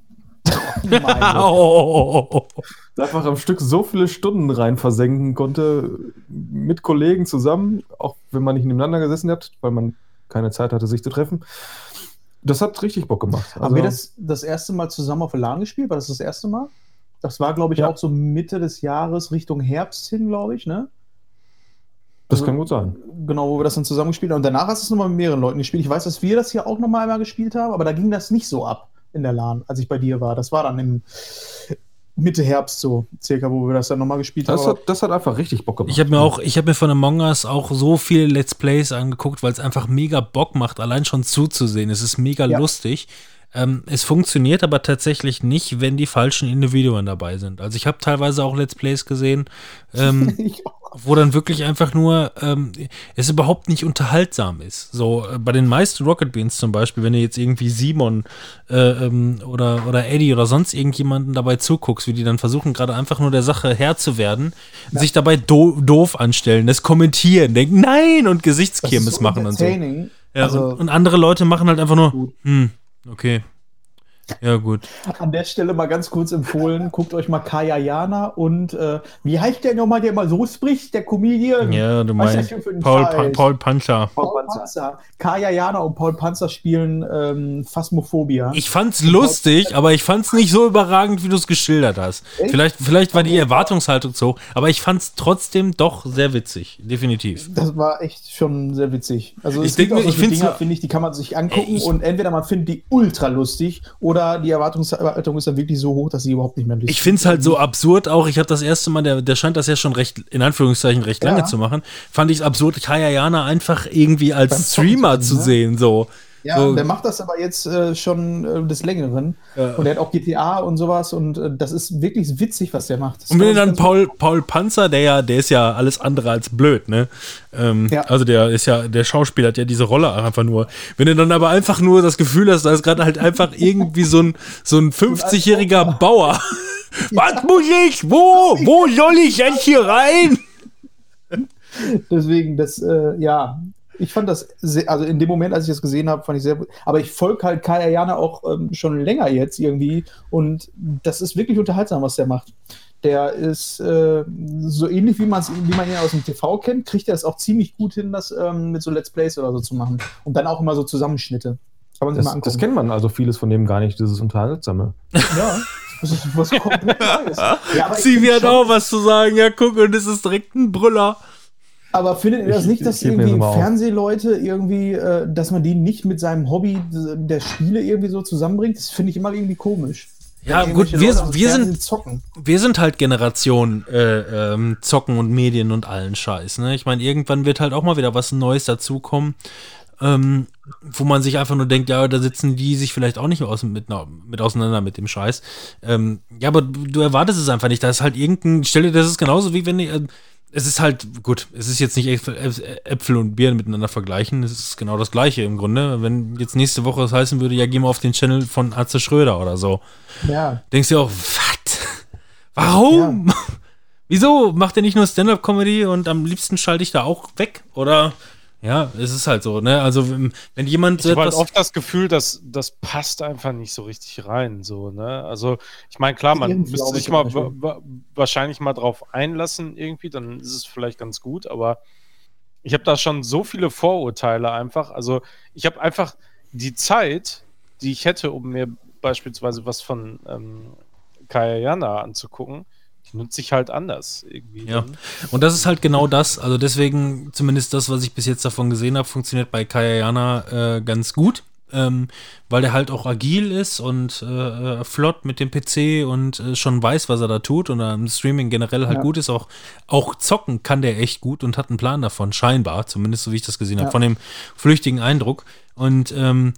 Da einfach am Stück so viele Stunden rein versenken konnte, mit Kollegen zusammen, auch wenn man nicht nebeneinander gesessen hat, weil man keine Zeit hatte, sich zu treffen. Das hat richtig Bock gemacht. Haben wir das erste Mal zusammen auf der LAN gespielt? War das erste Mal? Das war, glaube ich, auch so Mitte des Jahres, Richtung Herbst hin, glaube ich, ne? Das kann gut sein. Genau, wo wir das dann zusammen gespielt haben. Und danach hast du es nochmal mit mehreren Leuten gespielt. Ich weiß, dass wir das hier auch nochmal einmal gespielt haben, aber da ging das nicht so ab in der LAN, als ich bei dir war. Das war dann im Mitte Herbst so, circa, wo wir das dann nochmal gespielt haben. Das hat einfach richtig Bock gemacht. Ich habe mir von Among Us auch so viele Let's Plays angeguckt, weil es einfach mega Bock macht, allein schon zuzusehen. Es ist mega lustig. Es funktioniert aber tatsächlich nicht, wenn die falschen Individuen dabei sind. Also ich habe teilweise auch Let's Plays gesehen, wo dann wirklich einfach nur es überhaupt nicht unterhaltsam ist. So bei den meisten Rocket Beans zum Beispiel, wenn du jetzt irgendwie Simon oder Eddie oder sonst irgendjemanden dabei zuguckst, wie die dann versuchen, gerade einfach nur der Sache Herr zu werden, sich dabei doof anstellen, das kommentieren, denken, nein, und Gesichtskirmes so machen und so. Ja, also, und andere Leute machen halt einfach nur, okay. Ja, gut. An der Stelle mal ganz kurz empfohlen, guckt euch mal Kaya Jana und wie heißt der nochmal, der immer so spricht, der Comedian? Ja, du meinst Paul Panzer. Kaya Jana und Paul Panzer spielen Phasmophobia. Ich fand's lustig, aber ich fand's nicht so überragend, wie du es geschildert hast. Vielleicht war die Erwartungshaltung so, aber ich fand's trotzdem doch sehr witzig, definitiv. Das war echt schon sehr witzig. Also es gibt auch so Dinger, finde ich, die kann man sich angucken und entweder man findet die ultra lustig oder die Erwartungshaltung ist dann wirklich so hoch, dass sie überhaupt nicht mehr lustig ist. Ich finde es halt so absurd auch. Ich habe das erste Mal, der scheint das ja schon recht, in Anführungszeichen, recht lange zu machen. Fand ich es absurd, Kaya Jana einfach irgendwie als Streamer zu sehen. So. Ja, so. Der macht das aber jetzt schon des Längeren. Ja. Und der hat auch GTA und sowas und das ist wirklich witzig, was der macht. Und wenn dann Paul Panzer, der ist ja alles andere als blöd, ne? Also der Schauspieler hat ja diese Rolle einfach nur. Wenn du dann aber einfach nur das Gefühl hast, da ist gerade halt einfach irgendwie so ein 50-jähriger Bauer. Was muss ich? Wo soll ich jetzt hier rein? Deswegen, ich fand das, also in dem Moment, als ich das gesehen habe, fand ich sehr gut. Aber ich folge halt Kaya Jana auch schon länger jetzt irgendwie und das ist wirklich unterhaltsam, was der macht. Der ist so ähnlich, wie man ihn aus dem TV kennt, kriegt er es auch ziemlich gut hin, das mit so Let's Plays oder so zu machen. Und dann auch immer so Zusammenschnitte. Kann man sich mal angucken. Das kennt man also vieles von dem gar nicht, dieses Unterhaltsame. Ja, das ist was komplett Neues. Ja, Sie hat auch was zu sagen, ja guck, und es ist direkt ein Brüller. Aber findet ihr das nicht, dass irgendwie Fernsehleute irgendwie, dass man die nicht mit seinem Hobby der Spiele irgendwie so zusammenbringt? Das finde ich immer irgendwie komisch. Ja, gut, wir sind halt Generation Zocken und Medien und allen Scheiß, ne? Ich meine, irgendwann wird halt auch mal wieder was Neues dazukommen, wo man sich einfach nur denkt, ja, da sitzen die sich vielleicht auch nicht mit auseinander mit dem Scheiß. Ja, aber du erwartest es einfach nicht. Da ist halt das ist genauso wie wenn es ist halt, gut, es ist jetzt nicht Äpfel und Birnen miteinander vergleichen, es ist genau das Gleiche im Grunde. Wenn jetzt nächste Woche das heißen würde, ja, geh mal auf den Channel von Atze Schröder oder so. Ja. Denkst du auch, was? Warum? Ja. Wieso macht er nicht nur Stand-Up-Comedy und am liebsten schalte ich da auch weg? Oder, ja, es ist halt so, ne? Also, wenn jemand. Ich habe halt oft das Gefühl, dass das passt einfach nicht so richtig rein, so, ne? Also, ich meine, klar, man müsste sich mal wahrscheinlich mal drauf einlassen irgendwie, dann ist es vielleicht ganz gut, aber ich habe da schon so viele Vorurteile einfach. Also, ich habe einfach die Zeit, die ich hätte, um mir beispielsweise was von Kaya Jana anzugucken, nutze ich halt anders irgendwie. Ja, und das ist halt genau das, also deswegen, zumindest das, was ich bis jetzt davon gesehen habe, funktioniert bei Kaya Jana ganz gut, weil der halt auch agil ist und flott mit dem PC und schon weiß, was er da tut und im Streaming generell halt gut ist, auch zocken kann der echt gut und hat einen Plan davon, scheinbar, zumindest so wie ich das gesehen habe, von dem flüchtigen Eindruck. Und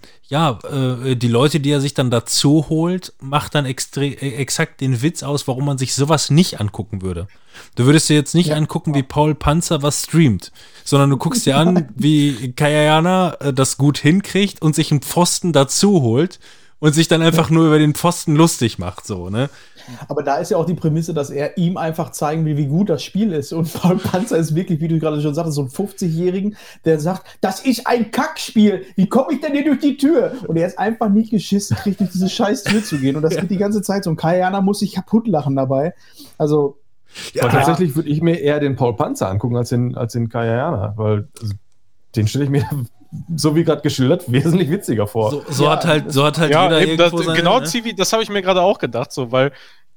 die Leute, die er sich dann dazu holt, macht dann exakt den Witz aus, warum man sich sowas nicht angucken würde. Du würdest dir jetzt nicht angucken, wie Paul Panzer was streamt, sondern du guckst dir an, wie Kayayana das gut hinkriegt und sich einen Pfosten dazu holt und sich dann einfach nur über den Pfosten lustig macht, so, ne? Aber da ist ja auch die Prämisse, dass er ihm einfach zeigen will, wie gut das Spiel ist. Und Paul Panzer ist wirklich, wie du gerade schon sagtest, so ein 50-Jährigen, der sagt, das ist ein Kackspiel. Wie komme ich denn hier durch die Tür? Und er ist einfach nicht geschissen, kriegt durch diese scheiß Tür zu gehen. Und das geht die ganze Zeit so. Und Kayayana muss sich kaputt lachen dabei. Also, aber tatsächlich würde ich mir eher den Paul Panzer angucken als den Kayayana, weil den stelle ich mir, so wie gerade geschildert, wesentlich witziger vor. So hat halt jeder eben irgendwo das, seine, genau, ne? Zivi, das habe ich mir gerade auch gedacht, so, weil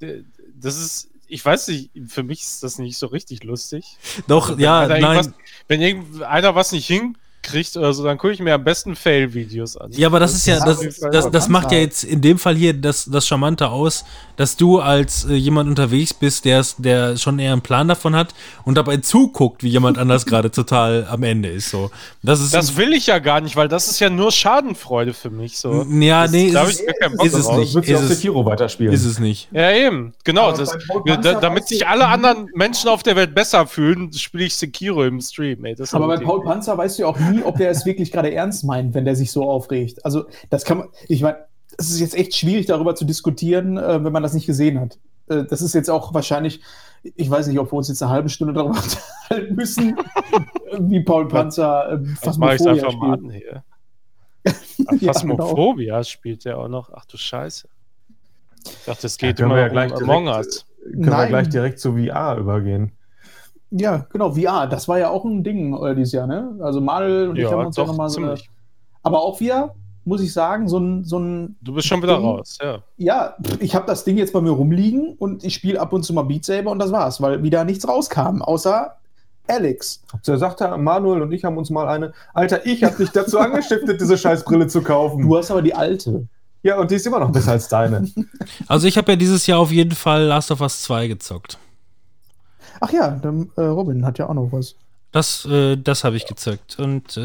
das ist, ich weiß nicht, für mich ist das nicht so richtig lustig. Doch, Also, ja, nein. Wenn irgendeiner was nicht hinkriegt oder so, dann gucke ich mir am besten Fail-Videos an. Ja, aber das ist ja, das macht ja jetzt in dem Fall hier das Charmante aus, dass du als jemand unterwegs bist, der schon eher einen Plan davon hat und dabei zuguckt, wie jemand anders gerade total am Ende ist. So. Das will ich ja gar nicht, weil das ist ja nur Schadenfreude für mich. So. Ja, nee, da habe ich gar keinen Bock ist es drauf. nicht. Würdest du auf Sekiro weiterspielen? Ist es nicht. Ja, eben. Genau. Aber bei Paul Panzer Damit weißt sich du- alle anderen Menschen auf der Welt besser fühlen, spiele ich Sekiro im Stream. Ey, das ist aber bei die- Paul Panzer weißt du ja auch nie, ob der es wirklich gerade ernst meint, wenn der sich so aufregt. Also, das kann man, ich meine, es ist jetzt echt schwierig, darüber zu diskutieren, wenn man das nicht gesehen hat. Das ist jetzt auch wahrscheinlich, ich weiß nicht, ob wir uns jetzt eine halbe Stunde darüber unterhalten müssen, wie Paul Panzer Das mache ich einfach mal spielt. an hier. Ja, Phasmophobia spielt der auch noch. Ach du Scheiße. Ich dachte, es geht können immer wir ja gleich um Among Us. Können wir Nein. gleich direkt zu VR übergehen. Ja, genau, VR, das war ja auch ein Ding dieses Jahr, ne? Also Mal und ich haben uns ja nochmal so eine, ziemlich. aber auch VR, muss ich sagen, so ein Du bist schon wieder Ding. raus, ja. Ja, ich habe das Ding jetzt bei mir rumliegen und ich spiele ab und zu mal Beat Saber und das war's, weil wieder nichts rauskam, außer Alex. Da sagt er, Manuel und ich haben uns mal eine. Alter, ich habe dich dazu angestiftet, diese Scheißbrille zu kaufen. Du hast aber die alte. Ja, und die ist immer noch besser als deine. Also ich habe ja dieses Jahr auf jeden Fall Last of Us 2 gezockt. Ach ja, dann, Robin hat ja auch noch was. Das habe ich gezockt. Und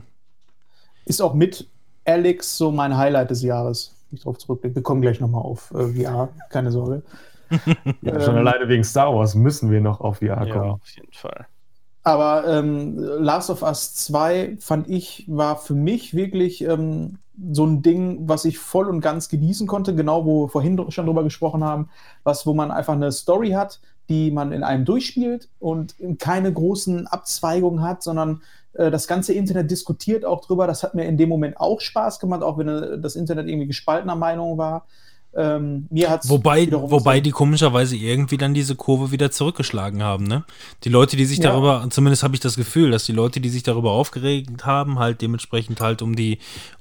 Ist auch mit Alex so mein Highlight des Jahres. Ich drauf zurückblicke. Wir kommen gleich nochmal auf VR, keine Sorge. Ja, schon alleine wegen Star Wars müssen wir noch auf VR Ja, kommen. auf jeden Fall. Aber Last of Us 2 fand ich, war für mich wirklich so ein Ding, was ich voll und ganz genießen konnte, genau wo wir vorhin schon drüber gesprochen haben, wo man einfach eine Story hat, die man in einem durchspielt und keine großen Abzweigungen hat, sondern das ganze Internet diskutiert auch drüber. Das hat mir in dem Moment auch Spaß gemacht, auch wenn das Internet irgendwie gespaltener Meinung war. Mir hat's wiederum wobei die komischerweise irgendwie dann diese Kurve wieder zurückgeschlagen haben, ne? Die Leute, die sich Ja. darüber, zumindest habe ich das Gefühl, dass die Leute, die sich darüber aufgeregt haben, halt dementsprechend halt um die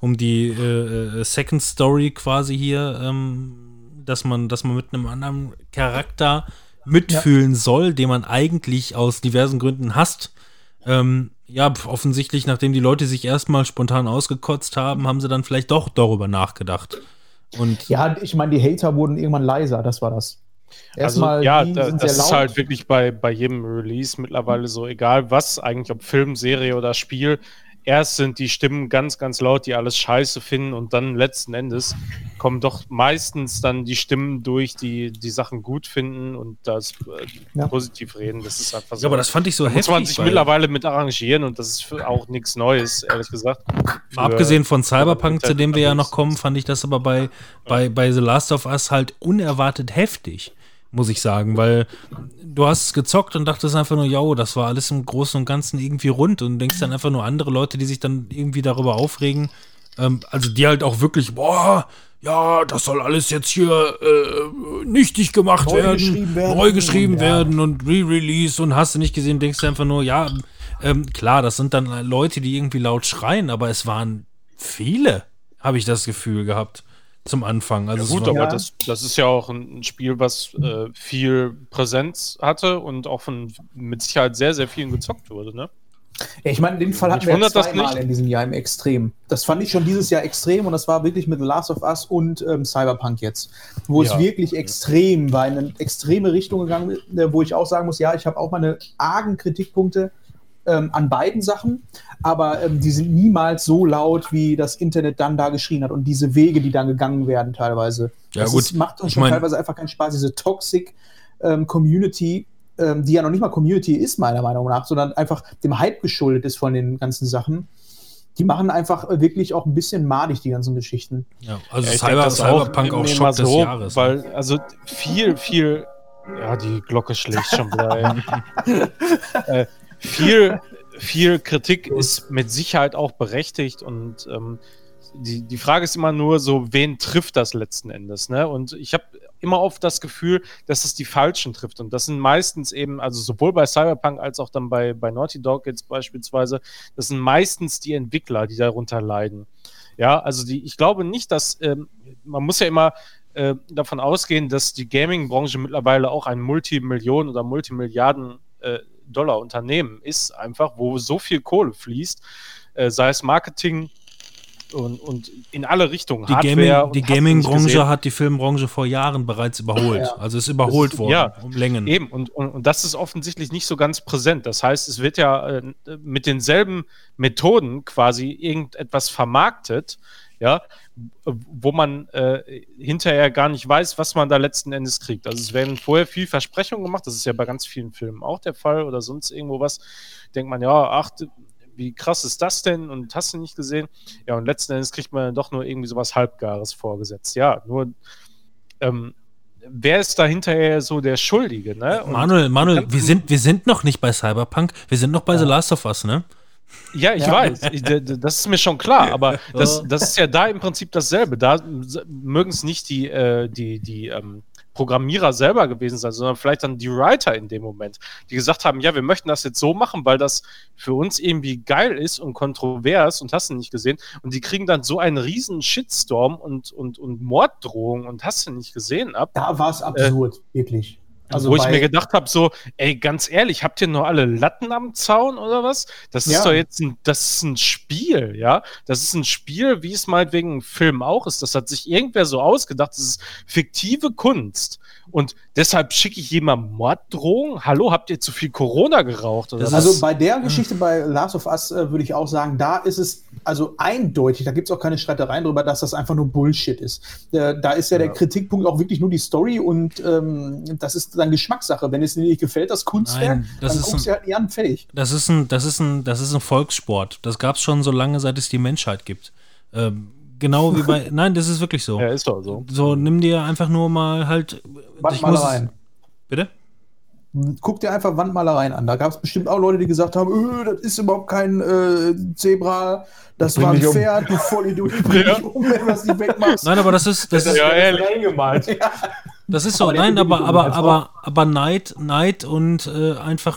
Second Story quasi hier, dass man mit einem anderen Charakter mitfühlen soll, den man eigentlich aus diversen Gründen hasst. Offensichtlich, nachdem die Leute sich erstmal spontan ausgekotzt haben, haben sie dann vielleicht doch darüber nachgedacht. Und Ja, ich meine, die Hater wurden irgendwann leiser, das war das. Erstmal, ja, die sind das sehr ist laut. halt wirklich bei jedem Release mittlerweile so, egal was, eigentlich ob Film, Serie oder Spiel, erst sind die Stimmen ganz, ganz laut, die alles scheiße finden und dann letzten Endes kommen doch meistens dann die Stimmen durch, die Sachen gut finden und das Ja. positiv reden. Das ist einfach so. ja, aber das fand ich so Da heftig. muss man sich weil- mittlerweile mit arrangieren und das ist auch nichts Neues, ehrlich gesagt. Mal abgesehen von Cyberpunk, zu dem wir ja noch kommen, fand ich das aber bei The Last of Us halt unerwartet heftig, muss ich sagen, weil du hast es gezockt und dachtest einfach nur, ja, das war alles im Großen und Ganzen irgendwie rund und denkst dann einfach nur andere Leute, die sich dann irgendwie darüber aufregen, also die halt auch wirklich, boah, ja, das soll alles jetzt hier nichtig gemacht neu geschrieben werden und Re-Release und hast du nicht gesehen, denkst du einfach nur, ja, klar, das sind dann Leute, die irgendwie laut schreien, aber es waren viele, habe ich das Gefühl gehabt, zum Anfang. Also Gut, es war, aber das ist ja auch ein Spiel, was viel Präsenz hatte und auch mit Sicherheit sehr, sehr vielen gezockt wurde, ne? Ja, ich meine, den Fall hatten Mich wir ja wundert das zweimal nicht. in diesem Jahr im Extrem. Das fand ich schon dieses Jahr extrem und das war wirklich mit The Last of Us und Cyberpunk jetzt, wo es Ja. wirklich extrem war, in eine extreme Richtung gegangen, wo ich auch sagen muss, ja, ich habe auch meine argen Kritikpunkte, an beiden Sachen, aber die sind niemals so laut, wie das Internet dann da geschrien hat und diese Wege, die dann gegangen werden teilweise. Ja, gut. Macht uns schon teilweise einfach keinen Spaß, diese Toxic Community, die ja noch nicht mal Community ist, meiner Meinung nach, sondern einfach dem Hype geschuldet ist von den ganzen Sachen. Die machen einfach wirklich auch ein bisschen madig, die ganzen Geschichten. Ja, also Cyberpunk auch Schock des Jahres. Weil, also viel, ja, die Glocke schlägt schon wieder. Viel Kritik ist mit Sicherheit auch berechtigt und die Frage ist immer nur so, wen trifft das letzten Endes, ne? Und ich habe immer oft das Gefühl, dass es die Falschen trifft und das sind meistens eben, also sowohl bei Cyberpunk als auch dann bei Naughty Dog jetzt beispielsweise, das sind meistens die Entwickler, die darunter leiden. Ja, also ich glaube nicht, dass, man muss ja immer davon ausgehen, dass die Gaming-Branche mittlerweile auch ein Multimillionen- oder Multimilliarden Dollar Unternehmen ist, einfach, wo so viel Kohle fließt, sei es Marketing und in alle Richtungen. Die Gaming-Branche hat die Filmbranche vor Jahren bereits überholt. Ja. Also ist überholt worden, um Längen. Eben, und das ist offensichtlich nicht so ganz präsent. Das heißt, es wird ja mit denselben Methoden quasi irgendetwas vermarktet, ja, wo man hinterher gar nicht weiß, was man da letzten Endes kriegt. Also es werden vorher viel Versprechungen gemacht, das ist ja bei ganz vielen Filmen auch der Fall oder sonst irgendwo was. Denkt man, ja, ach, wie krass ist das denn und hast du nicht gesehen? Ja, und letzten Endes kriegt man dann doch nur irgendwie sowas Halbgares vorgesetzt. Ja, nur wer ist da hinterher so der Schuldige, ne? Manuel, wir sind noch nicht bei Cyberpunk, wir sind noch bei The Last of Us, ne? Ja, ich weiß, das ist mir schon klar, aber das ist ja da im Prinzip dasselbe. Da mögen es nicht die Programmierer selber gewesen sein, sondern vielleicht dann die Writer in dem Moment, die gesagt haben, ja, wir möchten das jetzt so machen, weil das für uns irgendwie geil ist und kontrovers und hast du nicht gesehen. Und die kriegen dann so einen riesen Shitstorm und Morddrohungen und hast du nicht gesehen ab. Da war es absurd, wirklich. Also wo ich mir gedacht habe, so, ey, ganz ehrlich, habt ihr nur alle Latten am Zaun oder was? Das ist doch jetzt das ist ein Spiel, ja? Das ist ein Spiel, wie es meinetwegen ein Film auch ist. Das hat sich irgendwer so ausgedacht, das ist fiktive Kunst. Und deshalb schicke ich jemandem Morddrohungen? Hallo, habt ihr zu viel Corona geraucht? Oder also bei der Geschichte bei Last of Us würde ich auch sagen, da ist es also eindeutig, da gibt es auch keine Streitereien drüber, dass das einfach nur Bullshit ist. Da ist ja der Kritikpunkt auch wirklich nur die Story und das ist dann Geschmackssache. Wenn es dir nicht gefällt, das Kunstwerk, dann guckst du halt nie an, fertig. Das ist ein Volkssport. Das gab es schon so lange, seit es die Menschheit gibt. Genau wie bei. Nein, das ist wirklich so. Ja, ist doch so. So, nimm dir einfach nur mal halt. Wandmalereien. Bitte? Guck dir einfach Wandmalereien an. Da gab es bestimmt auch Leute, die gesagt haben, das ist überhaupt kein Zebra, das war ein Pferd, du Vollidiot, bring dich um, wenn du das nicht wegmachst. Nein, aber das ist ja ehrlich gemalt. Das ist so, nein, aber Neid und einfach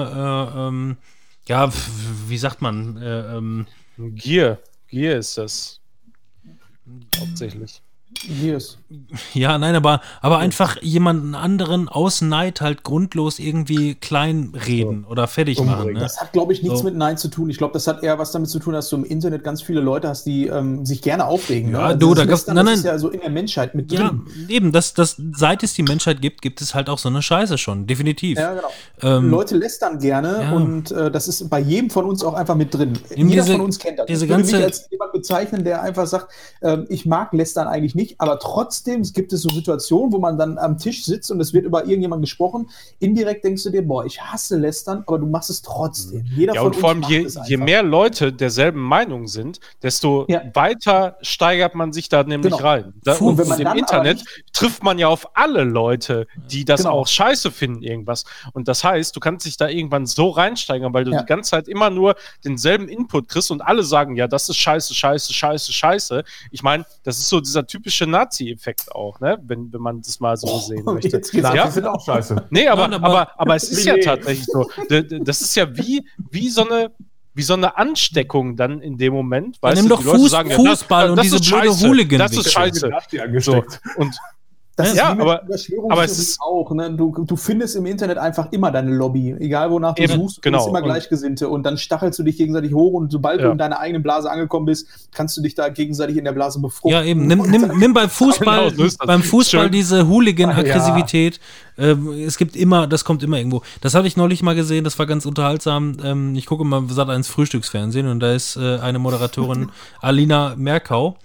nur, ja, wie sagt man? Gier ist das. Hauptsächlich. Yes. Ja, nein, aber einfach jemanden anderen aus Neid halt grundlos irgendwie kleinreden oder fertig machen. Ne? Das hat, glaube ich, nichts mit Neid zu tun. Ich glaube, das hat eher was damit zu tun, dass du im Internet ganz viele Leute hast, die sich gerne aufregen. Ja, ne? du, das ist ja so in der Menschheit mit drin. Ja, eben, seit es die Menschheit gibt es halt auch so eine Scheiße schon, definitiv. Ja, genau. Leute lästern gerne und das ist bei jedem von uns auch einfach mit drin. Jeder von uns kennt das. Ich würde mich als jemand bezeichnen, der einfach sagt, ich mag lästern eigentlich nicht, aber trotzdem gibt es so Situationen, wo man dann am Tisch sitzt und es wird über irgendjemanden gesprochen. Indirekt denkst du dir, boah, ich hasse lästern, aber du machst es trotzdem. Jeder von und vor allem, je mehr Leute derselben Meinung sind, desto weiter steigert man sich da nämlich rein. Und im Internet trifft man ja auf alle Leute, die das auch scheiße finden, irgendwas. Und das heißt, du kannst dich da irgendwann so reinsteigern, weil du die ganze Zeit immer nur denselben Input kriegst und alle sagen, ja, das ist scheiße, scheiße, scheiße, scheiße. Ich meine, das ist so dieser typische Nazi-Effekt auch, ne? Wenn man das mal so sehen möchte. Ja, sind auch scheiße. Nee, aber es ist ja tatsächlich so. Das ist ja wie so eine Ansteckung dann in dem Moment. Weißt nimm doch die Leute sagen, Fußball und diese blöde Hooligan. Das ist scheiße. So, Das ist Ja, wie mit aber Verschwörungstheorien es ist auch. Ne? Du findest im Internet einfach immer deine Lobby. Egal, wonach du Eben, suchst, genau. findest immer Und- Gleichgesinnte. Und dann stachelst du dich gegenseitig hoch. Und sobald du Ja. in deiner eigenen Blase angekommen bist, kannst du dich da gegenseitig in der Blase befruchten. Ja, eben. Nimm beim Fußball, Genau, so ist das. beim Fußball Schön. diese Hooligan-Aggressivität. Es gibt immer, das kommt immer irgendwo. Das hatte ich neulich mal gesehen, das war ganz unterhaltsam. Ich gucke mal Sat.1 Frühstücksfernsehen und da ist eine Moderatorin, Alina Merkau.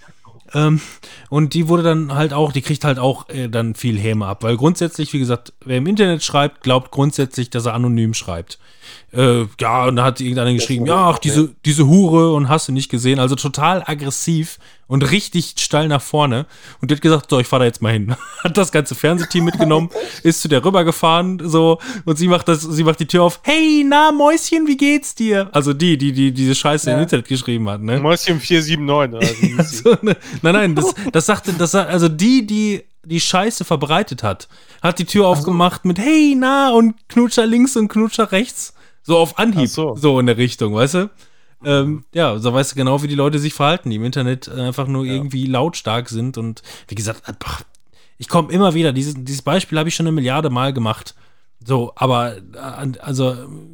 Und die wurde dann halt auch, die kriegt halt auch dann viel Häme ab, weil grundsätzlich, wie gesagt, wer im Internet schreibt, glaubt grundsätzlich, dass er anonym schreibt. Ja, und da hat irgendeiner geschrieben, ja, ach, diese Hure und hast du nicht gesehen, also total aggressiv und richtig steil nach vorne. Und die hat gesagt, so, ich fahre da jetzt mal hin. Hat das ganze Fernsehteam mitgenommen, ist zu der rübergefahren, so, und sie macht die Tür auf, hey, na, Mäuschen, wie geht's dir? Also die diese Scheiße im Internet geschrieben hat, ne? Mäuschen 479. Oder wie hieß sie? So, ne, nein, also die Scheiße verbreitet hat die Tür aufgemacht mit hey, na, und Knutscher links und Knutscher rechts. So auf Anhieb, Ach so. so in der Richtung, weißt du? Ja, so weißt du genau, wie die Leute sich verhalten, die im Internet einfach nur irgendwie lautstark sind. Und wie gesagt, ich komme immer wieder, dieses Beispiel habe ich schon 1 Milliarde Mal gemacht. So, aber also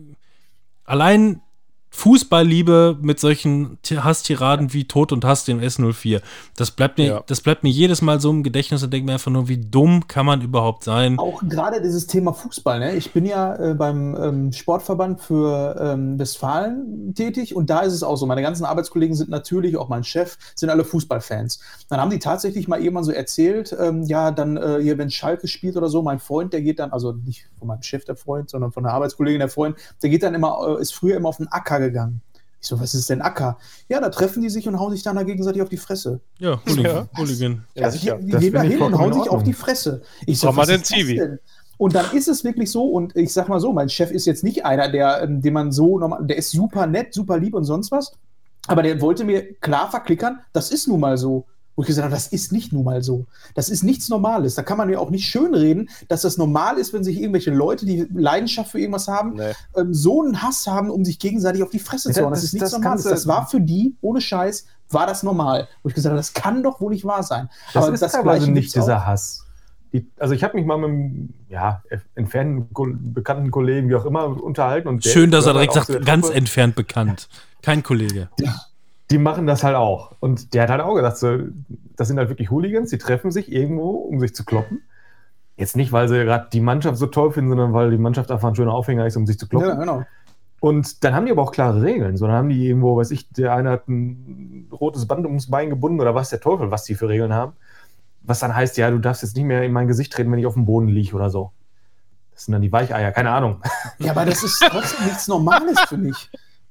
allein Fußballliebe mit solchen Hasstiraden wie Tod und Hass den S04. Das bleibt mir jedes Mal so im Gedächtnis und denke mir einfach nur, wie dumm kann man überhaupt sein? Auch gerade dieses Thema Fußball. Ne? Ich bin ja beim Sportverband für Westfalen tätig und da ist es auch so. Meine ganzen Arbeitskollegen sind natürlich, auch mein Chef, sind alle Fußballfans. Dann haben die tatsächlich mal irgendwann so erzählt, hier, wenn Schalke spielt oder so, mein Freund, der geht dann, also nicht von meinem Chef der Freund, sondern von der Arbeitskollegin der Freund, der geht dann immer, ist früher immer auf den Acker gegangen. Ich so, was ist denn Acker? Ja, da treffen die sich und hauen sich dann da gegenseitig auf die Fresse. Ja, Hooligan. Ja, Die sicher. gehen da hin und hauen sich auf die Fresse. Ich so, Frag mal was den ist das Zivi. denn? Und dann ist es wirklich so, und ich sag mal so, mein Chef ist jetzt nicht einer, den man so normal, der ist super nett, super lieb und sonst was, aber der wollte mir klar verklickern, das ist nun mal so. Wo ich gesagt habe, das ist nicht nun mal so. Das ist nichts Normales. Da kann man ja auch nicht schönreden, dass das normal ist, wenn sich irgendwelche Leute, die Leidenschaft für irgendwas haben, so einen Hass haben, um sich gegenseitig auf die Fresse zu hauen. Das ist nichts Normales. Das war für die, ohne Scheiß, war das normal. Wo ich gesagt habe, das kann doch wohl nicht wahr sein. Das ist teilweise nicht gibt's auch. dieser Hass. Also ich habe mich mal mit einem entfernten, bekannten Kollegen, wie auch immer, unterhalten. Und Schön, dass er direkt auch sagt, ganz entfernt bekannt. Kein Kollege. Ja. Die machen das halt auch. Und der hat halt auch gesagt, so, das sind halt wirklich Hooligans, die treffen sich irgendwo, um sich zu kloppen. Jetzt nicht, weil sie gerade die Mannschaft so toll finden, sondern weil die Mannschaft einfach ein schöner Aufhänger ist, um sich zu kloppen. Ja, genau. Und dann haben die aber auch klare Regeln. So, dann haben die irgendwo, weiß ich, der eine hat ein rotes Band ums Bein gebunden oder was der Teufel, was die für Regeln haben. Was dann heißt, ja, du darfst jetzt nicht mehr in mein Gesicht treten, wenn ich auf dem Boden liege oder so. Das sind dann die Weicheier, keine Ahnung. Ja, aber das ist trotzdem nichts Normales für mich.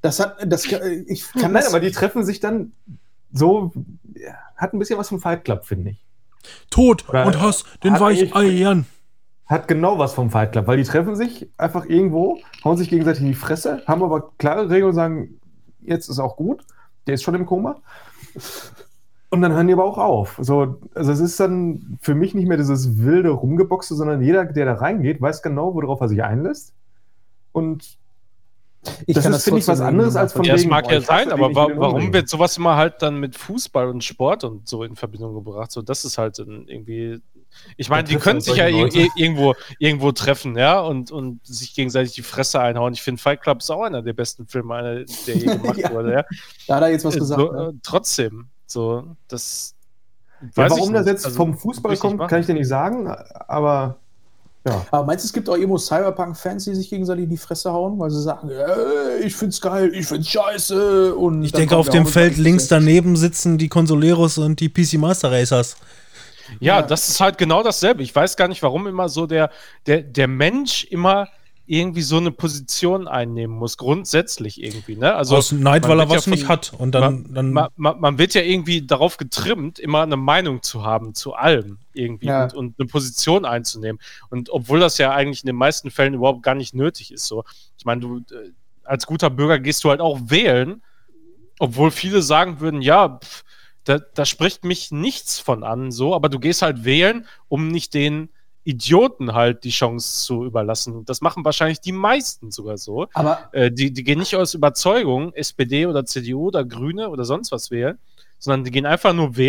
Aber die treffen sich dann so, hat ein bisschen was vom Fight Club, finde ich. Tod Oder und Hass, den Weicheiern. Hat genau was vom Fight Club, weil die treffen sich einfach irgendwo, hauen sich gegenseitig in die Fresse, haben aber klare Regeln und sagen, jetzt ist auch gut, der ist schon im Koma. Und dann hören die aber auch auf. So, also es ist dann für mich nicht mehr dieses wilde Rumgeboxe, sondern jeder, der da reingeht, weiß genau, worauf er sich einlässt. Und das ist, finde ich, was anderes als von Ja, es wegen, mag ja ich hasse sein, den, aber ich will den warum umbringen. wird sowas immer halt dann mit Fußball und Sport und so in Verbindung gebracht? So, das ist halt dann irgendwie. Ich meine, die können sich ja irgendwo treffen, ja, und sich gegenseitig die Fresse einhauen. Ich finde, Fight Club ist auch einer der besten Filme, der je gemacht wurde, ja. Da hat er jetzt was gesagt. So, Ne? Trotzdem, so, das. Ja, weiß ich warum das nicht. jetzt Also, vom Fußball richtig kommt, machen. kann ich dir nicht sagen, aber ja. Aber meinst du, es gibt auch irgendwo Cyberpunk-Fans, die sich gegenseitig in die Fresse hauen, weil sie sagen, ich find's geil, ich find's scheiße. Und Ich dann denke, kommt auf der dem auch mit Feld Fresse. links daneben sitzen die Consoleros und die PC Master Racers. Ja, das ist halt genau dasselbe. Ich weiß gar nicht, warum immer so der Mensch immer irgendwie so eine Position einnehmen muss, grundsätzlich irgendwie, ne? Also Aus Neid, man weil er wird was ja nicht hat. Und dann man wird ja irgendwie darauf getrimmt, immer eine Meinung zu haben zu allem irgendwie Ja. und eine Position einzunehmen. Und obwohl das ja eigentlich in den meisten Fällen überhaupt gar nicht nötig ist, so. Ich meine, du als guter Bürger gehst du halt auch wählen, obwohl viele sagen würden, ja, da spricht mich nichts von an, so, aber du gehst halt wählen, um nicht den Idioten halt die Chance zu überlassen. Das machen wahrscheinlich die meisten sogar so. Aber Die gehen nicht aus Überzeugung SPD oder CDU oder Grüne oder sonst was wählen, sondern die gehen einfach nur wählen,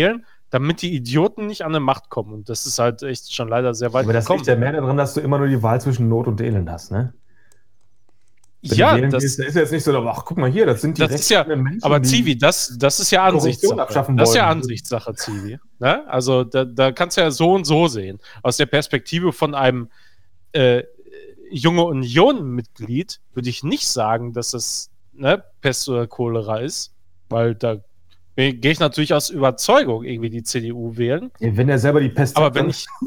damit die Idioten nicht an eine Macht kommen. Und das ist halt echt schon leider sehr weit Aber das gekommen. liegt ja mehr daran, dass du immer nur die Wahl zwischen Not und Elend hast, ne? Ja, das ist ja jetzt nicht so, ach, guck mal hier, das sind die das ist ja, Menschen, aber die Zivi, das ist ja Ansichtssache. abschaffen Das ist ja wollen. Ansichtssache, Zivi. Ne? Also da kannst du ja so und so sehen. Aus der Perspektive von einem junge Union-Mitglied würde ich nicht sagen, dass es Pest oder Cholera ist, weil da gehe ich natürlich aus Überzeugung irgendwie die CDU wählen. Ja, wenn er selber die Pest Aber hat, wenn ich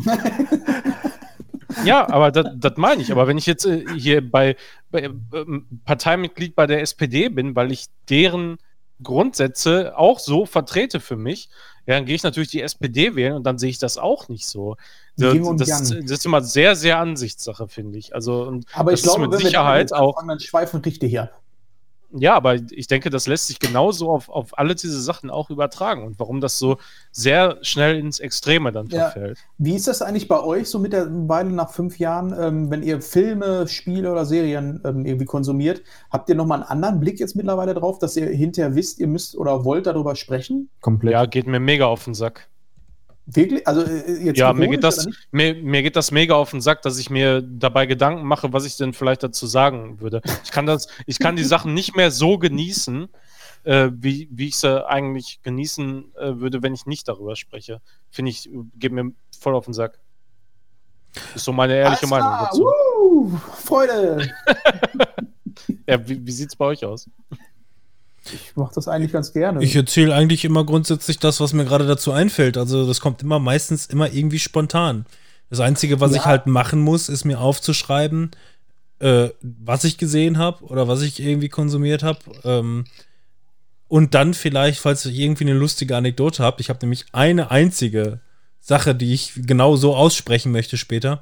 ja, aber das meine ich. Aber wenn ich jetzt hier bei Parteimitglied bei der SPD bin, weil ich deren Grundsätze auch so vertrete für mich, ja, dann gehe ich natürlich die SPD wählen und dann sehe ich das auch nicht so. Das ist immer sehr, sehr Ansichtssache, finde ich. Also, und aber ich das glaube, ist mit wenn Sicherheit wir auch. anfangen, dann schweifen richtig hier ab. Ja, aber ich denke, das lässt sich genauso auf alle diese Sachen auch übertragen und warum das so sehr schnell ins Extreme dann verfällt. Wie ist das eigentlich bei euch so mittlerweile nach 5 Jahren, wenn ihr Filme, Spiele oder Serien irgendwie konsumiert? Habt ihr nochmal einen anderen Blick jetzt mittlerweile drauf, dass ihr hinterher wisst, ihr müsst oder wollt darüber sprechen? komplett. Ja, geht mir mega auf den Sack. Wirklich? Also jetzt Ja, ironisch, mir geht das mega auf den Sack, dass ich mir dabei Gedanken mache, was ich denn vielleicht dazu sagen würde. Ich kann die Sachen nicht mehr so genießen, wie ich sie eigentlich genießen würde, wenn ich nicht darüber spreche. Finde ich, geht mir voll auf den Sack. Ist so meine ehrliche Alles Meinung klar. dazu. Freude! Ja, wie sieht's bei euch aus? Ich mache das eigentlich ganz gerne. Ich erzähle eigentlich immer grundsätzlich das, was mir gerade dazu einfällt. Also das kommt meistens immer irgendwie spontan. Das Einzige, was ich halt machen muss, ist mir aufzuschreiben, was ich gesehen habe oder was ich irgendwie konsumiert habe. Und dann vielleicht, falls ich irgendwie eine lustige Anekdote habe, ich habe nämlich eine einzige Sache, die ich genau so aussprechen möchte später.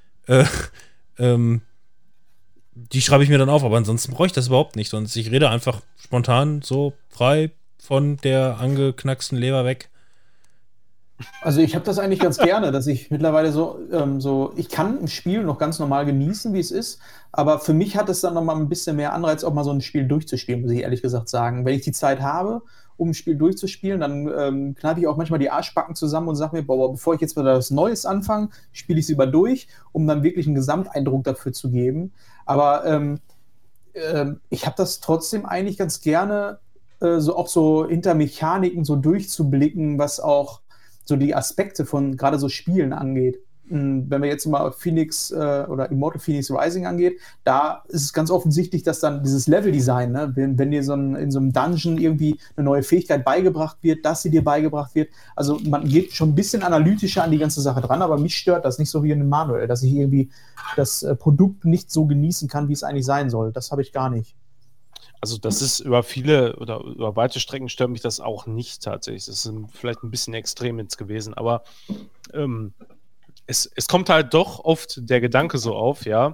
Die schreibe ich mir dann auf, aber ansonsten brauche ich das überhaupt nicht. Sonst ich rede einfach spontan so frei von der angeknacksten Leber weg. Also ich habe das eigentlich ganz gerne, dass ich mittlerweile ich kann ein Spiel noch ganz normal genießen, wie es ist, aber für mich hat es dann noch mal ein bisschen mehr Anreiz, auch mal so ein Spiel durchzuspielen, muss ich ehrlich gesagt sagen. Wenn ich die Zeit habe, um ein Spiel durchzuspielen, dann kneife ich auch manchmal die Arschbacken zusammen und sage mir, bevor ich jetzt wieder was Neues anfange, spiele ich es lieber durch, um dann wirklich einen Gesamteindruck dafür zu geben. Aber ich habe das trotzdem eigentlich ganz gerne, auch so hinter Mechaniken so durchzublicken, was auch so die Aspekte von gerade so Spielen angeht. Wenn wir jetzt mal Phoenix oder Immortal Phoenix Rising angeht, da ist es ganz offensichtlich, dass dann dieses Leveldesign, ne, wenn dir in so einem Dungeon irgendwie eine neue Fähigkeit beigebracht wird, dass sie dir beigebracht wird, also man geht schon ein bisschen analytischer an die ganze Sache dran, aber mich stört das nicht so wie in einem Manual, dass ich irgendwie das Produkt nicht so genießen kann, wie es eigentlich sein soll. Das habe ich gar nicht. Also das ist über viele oder über weite Strecken stört mich das auch nicht tatsächlich. Das ist vielleicht ein bisschen extrem jetzt gewesen, aber es kommt halt doch oft der Gedanke so auf, ja.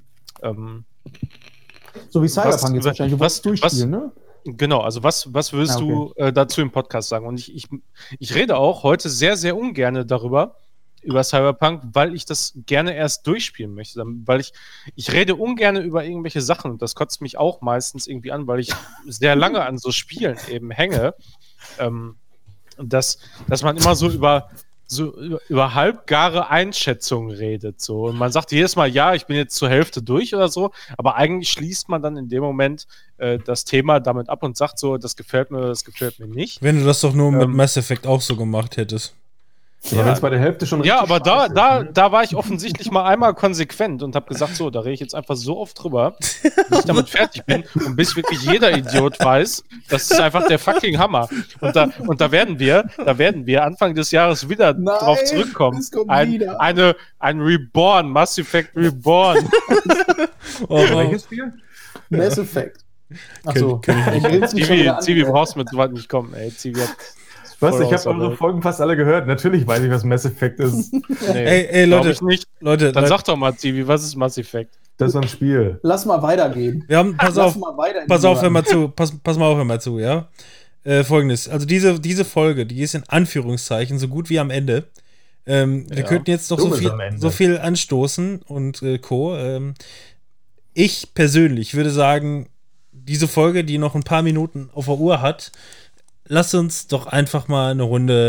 So wie Cyberpunk jetzt wahrscheinlich. Du wolltest durchspielen, ne? Genau, also was würdest du dazu im Podcast sagen? Und ich rede auch heute sehr, sehr ungern darüber, über Cyberpunk, weil ich das gerne erst durchspielen möchte. Weil ich rede ungern über irgendwelche Sachen und das kotzt mich auch meistens irgendwie an, weil ich sehr lange an so Spielen eben hänge. Dass man immer so über halbgare Einschätzungen redet. So. Und man sagt jedes Mal, ja, ich bin jetzt zur Hälfte durch oder so, aber eigentlich schließt man dann in dem Moment das Thema damit ab und sagt so, das gefällt mir oder das gefällt mir nicht. Wenn du das doch nur mit Mass Effect auch so gemacht hättest. Ja, wenn es bei der Hälfte schon richtig aber da war ich offensichtlich mal einmal konsequent und habe gesagt, so, da rede ich jetzt einfach so oft drüber, bis ich damit fertig bin und bis wirklich jeder Idiot weiß, das ist einfach der fucking Hammer. Und da werden wir Anfang des Jahres wieder drauf zurückkommen. Ein Reborn, Mass Effect Reborn. Welches Spiel? Mass Effect. Achso. Zivi, brauchst mit so weit nicht kommen, ey. Zivi hat... Was? Ich habe eure Folgen fast alle gehört. Natürlich weiß ich, was Mass Effect ist. Nee, ey, Leute, ich nicht. Leute, dann sag doch mal, Zivi, was ist Mass Effect? Das ist ein Spiel. Lass mal weitergehen. Wir haben, pass auf, hör mal zu. Pass mal auf, hör mal zu, ja? Folgendes, also diese Folge, die ist in Anführungszeichen so gut wie am Ende. Wir könnten jetzt noch so viel anstoßen und Co. Ich persönlich würde sagen, diese Folge, die noch ein paar Minuten auf der Uhr hat, lass uns doch einfach mal eine Runde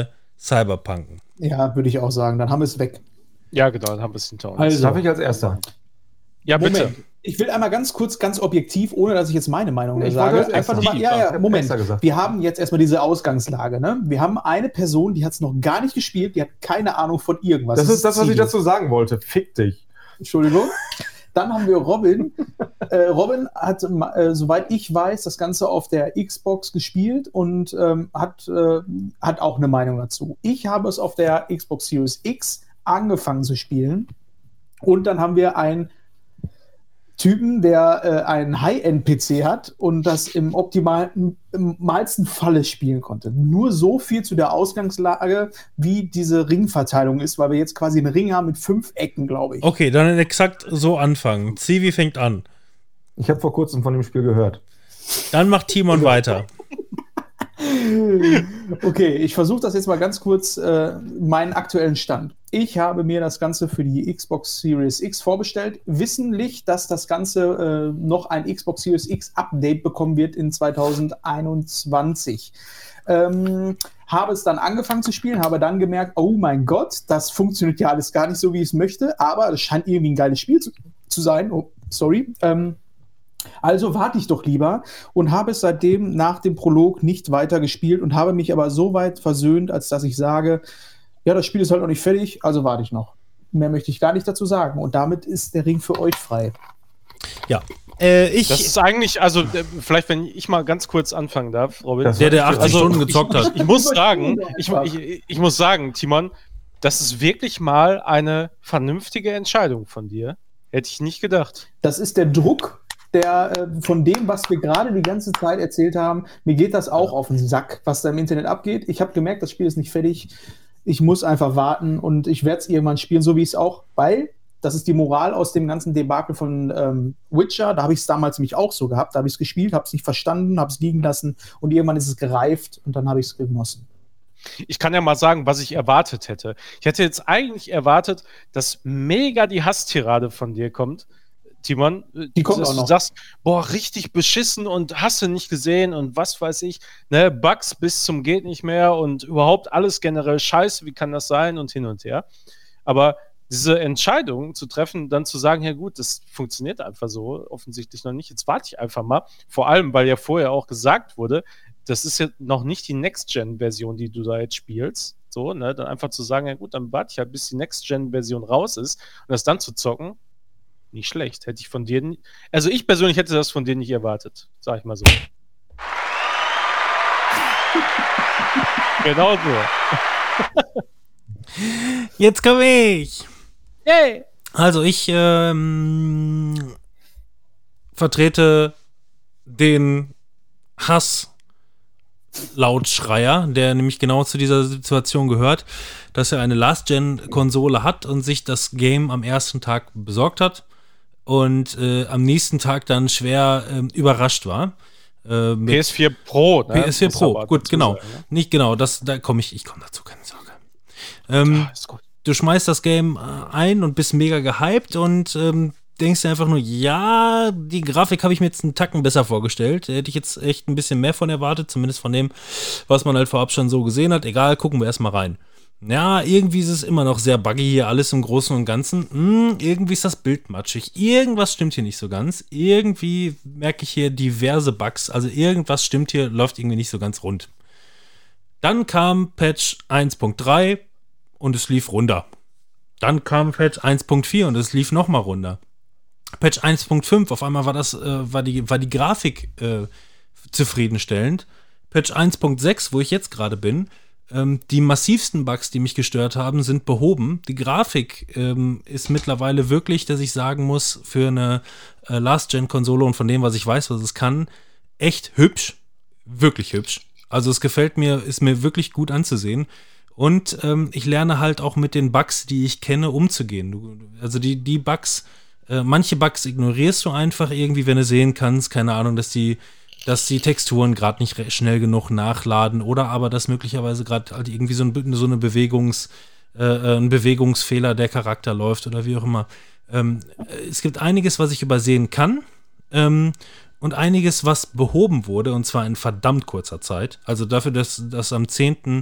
Cyberpunken. Ja, würde ich auch sagen. Dann haben wir es weg. Ja, genau, dann haben wir es hinter uns. Also, Darf ich als Erster? Ja, bitte. Moment. Ich will einmal ganz kurz, ganz objektiv, ohne dass ich jetzt meine Meinung Ich sage. wollte als Einfach nur Erster. mal, Moment. Erster gesagt. Wir haben jetzt erstmal diese Ausgangslage. Ne? Wir haben eine Person, die hat es noch gar nicht gespielt, die hat keine Ahnung von irgendwas. Das ist das, was ich Zivi. dazu sagen wollte. Fick dich. Entschuldigung. Dann haben wir Robin. Robin hat, soweit ich weiß, das Ganze auf der Xbox gespielt und hat auch eine Meinung dazu. Ich habe es auf der Xbox Series X angefangen zu spielen. Und dann haben wir einen Typen, der einen High-End-PC hat und das im optimalsten Falle spielen konnte. Nur so viel zu der Ausgangslage, wie diese Ringverteilung ist, weil wir jetzt quasi einen Ring haben mit 5 Ecken, glaube ich. Okay, dann exakt so anfangen. Zivi fängt an. Ich habe vor kurzem von dem Spiel gehört. Dann macht Timon weiter. Okay, ich versuche das jetzt mal ganz kurz, meinen aktuellen Stand. Ich habe mir das Ganze für die Xbox Series X vorbestellt, wissentlich, dass das Ganze noch ein Xbox Series X Update bekommen wird in 2021. Habe es dann angefangen zu spielen, habe dann gemerkt, oh mein Gott, das funktioniert ja alles gar nicht so, wie ich es möchte, aber es scheint irgendwie ein geiles Spiel zu sein. Oh, sorry. Also warte ich doch lieber und habe es seitdem nach dem Prolog nicht weiter gespielt und habe mich aber so weit versöhnt, als dass ich sage, ja, das Spiel ist halt noch nicht fertig, also warte ich noch. Mehr möchte ich gar nicht dazu sagen. Und damit ist der Ring für euch frei. Ja. Das ist eigentlich, also vielleicht, wenn ich mal ganz kurz anfangen darf, Robin. Der 80 Stunden gezockt hat. Ich muss sagen, Timon, das ist wirklich mal eine vernünftige Entscheidung von dir. Hätte ich nicht gedacht. Das ist der Druck, der von dem, was wir gerade die ganze Zeit erzählt haben, mir geht das auch auf den Sack, was da im Internet abgeht. Ich habe gemerkt, das Spiel ist nicht fertig. Ich muss einfach warten und ich werde es irgendwann spielen, so wie ich es auch, weil das ist die Moral aus dem ganzen Debakel von Witcher. Da habe ich es damals nämlich auch so gehabt. Da habe ich es gespielt, habe es nicht verstanden, habe es liegen lassen und irgendwann ist es gereift und dann habe ich es genossen. Ich kann ja mal sagen, was ich erwartet hätte. Ich hätte jetzt eigentlich erwartet, dass mega die Hasstirade von dir kommt, Timon. Die kommt dass auch noch. Du sagst, boah, richtig beschissen und hast du nicht gesehen und was weiß ich, ne, Bugs bis zum geht nicht mehr und überhaupt alles generell scheiße, wie kann das sein und hin und her. Aber diese Entscheidung zu treffen, dann zu sagen, ja gut, das funktioniert einfach so, offensichtlich noch nicht, jetzt warte ich einfach mal, vor allem, weil ja vorher auch gesagt wurde, das ist ja noch nicht die Next-Gen-Version, die du da jetzt spielst, so, ne, dann einfach zu sagen, ja gut, dann warte ich halt, bis die Next-Gen-Version raus ist und das dann zu zocken, nicht schlecht. Hätte ich von dir nicht, also ich persönlich hätte das von dir nicht erwartet, sag ich mal so. Genau so. Jetzt komme ich. Yay! Also ich vertrete den Hass-Lautschreier, der nämlich genau zu dieser Situation gehört, dass er eine Last-Gen-Konsole hat und sich das Game am ersten Tag besorgt hat und am nächsten Tag dann schwer überrascht war. PS4 Pro, ne? PS4 Pro, gut, genau. Sagen, ne? Nicht genau, ich komme dazu, keine Sorge. Ist gut. Du schmeißt das Game ein und bist mega gehypt und denkst dir einfach nur, ja, die Grafik habe ich mir jetzt einen Tacken besser vorgestellt. Da hätte ich jetzt echt ein bisschen mehr von erwartet, zumindest von dem, was man halt vorab schon so gesehen hat. Egal, gucken wir erstmal rein. Ja, irgendwie ist es immer noch sehr buggy hier, alles im Großen und Ganzen. Irgendwie ist das Bild matschig. Irgendwas stimmt hier nicht so ganz. Irgendwie merke ich hier diverse Bugs. Also irgendwas stimmt hier, läuft irgendwie nicht so ganz rund. Dann kam Patch 1.3 und es lief runter. Dann kam Patch 1.4 und es lief nochmal runter. Patch 1.5, auf einmal war die Grafik zufriedenstellend. Patch 1.6, wo ich jetzt gerade bin, die massivsten Bugs, die mich gestört haben, sind behoben. Die Grafik ist mittlerweile wirklich, dass ich sagen muss, für eine Last-Gen-Konsole und von dem, was ich weiß, was es kann, echt hübsch. Wirklich hübsch. Also es gefällt mir, ist mir wirklich gut anzusehen. Und ich lerne halt auch mit den Bugs, die ich kenne, umzugehen. Also die Bugs, manche Bugs ignorierst du einfach irgendwie, wenn du sehen kannst, keine Ahnung, dass die Texturen gerade nicht schnell genug nachladen oder aber dass möglicherweise gerade halt irgendwie so eine ein Bewegungsfehler der Charakter läuft oder wie auch immer. Es gibt einiges, was ich übersehen kann und einiges, was behoben wurde und zwar in verdammt kurzer Zeit. Also dafür, dass am 10.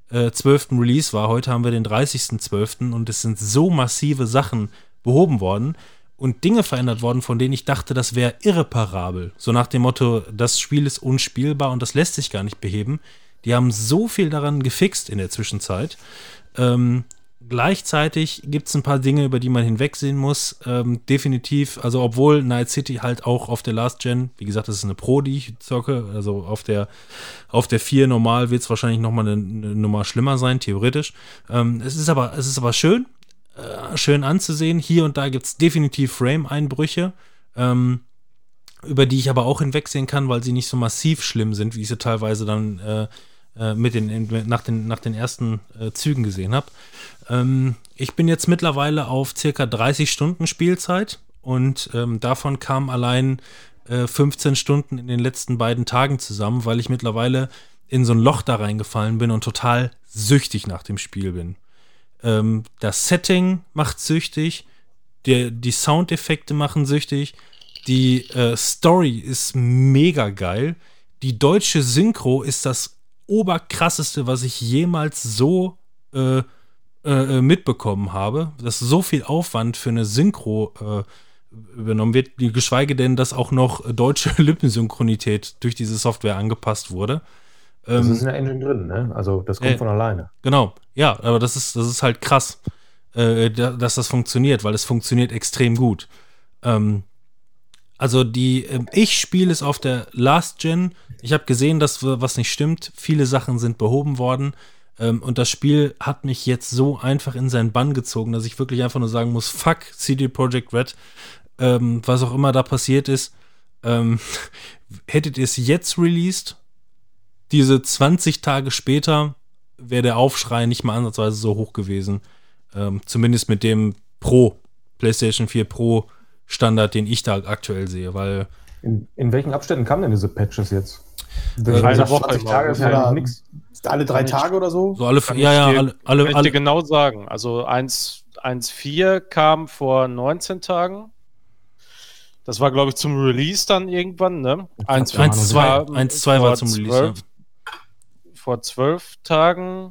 12. Release war. Heute haben wir den 30.12. und es sind so massive Sachen behoben worden und Dinge verändert worden, von denen ich dachte, das wäre irreparabel. So nach dem Motto, das Spiel ist unspielbar und das lässt sich gar nicht beheben. Die haben so viel daran gefixt in der Zwischenzeit. Gleichzeitig gibt es ein paar Dinge, über die man hinwegsehen muss. Definitiv, also obwohl Night City halt auch auf der Last Gen, wie gesagt, das ist eine Pro, die ich zocke, also auf der 4 normal wird es wahrscheinlich nochmal eine Nummer schlimmer sein, theoretisch. Es ist aber schön anzusehen. Hier und da gibt es definitiv Frame-Einbrüche, über die ich aber auch hinwegsehen kann, weil sie nicht so massiv schlimm sind, wie ich sie teilweise dann nach den ersten Zügen gesehen habe. Ich bin jetzt mittlerweile auf circa 30 Stunden Spielzeit und davon kamen allein 15 Stunden in den letzten beiden Tagen zusammen, weil ich mittlerweile in so ein Loch da reingefallen bin und total süchtig nach dem Spiel bin. Das Setting macht süchtig, die Soundeffekte machen süchtig, die Story ist mega geil, die deutsche Synchro ist das oberkrasseste, was ich jemals so mitbekommen habe, dass so viel Aufwand für eine Synchro übernommen wird, geschweige denn, dass auch noch deutsche Lippensynchronität durch diese Software angepasst wurde. Das ist in der Engine drin, ne? Also das kommt von alleine. Genau, ja, aber das ist halt krass, dass das funktioniert, weil es funktioniert extrem gut. Also ich spiele es auf der Last Gen. Ich habe gesehen, dass was nicht stimmt. Viele Sachen sind behoben worden. Und das Spiel hat mich jetzt so einfach in seinen Bann gezogen, dass ich wirklich einfach nur sagen muss, fuck CD Projekt Red, was auch immer da passiert ist. Hättet ihr es jetzt released, diese 20 Tage später, wäre der Aufschrei nicht mal ansatzweise so hoch gewesen. Zumindest mit dem PlayStation 4 Pro Standard, den ich da aktuell sehe, weil... In welchen Abständen kamen denn diese Patches jetzt? Eine Woche 20 Tage ist ja nichts. Alle 3 Tage oder so? So alle. Kann ich dir genau sagen. Also 1.4 kam vor 19 Tagen. Das war, glaube ich, zum Release dann irgendwann, ne? 1.2 war zum Release. Vor 12 Tagen,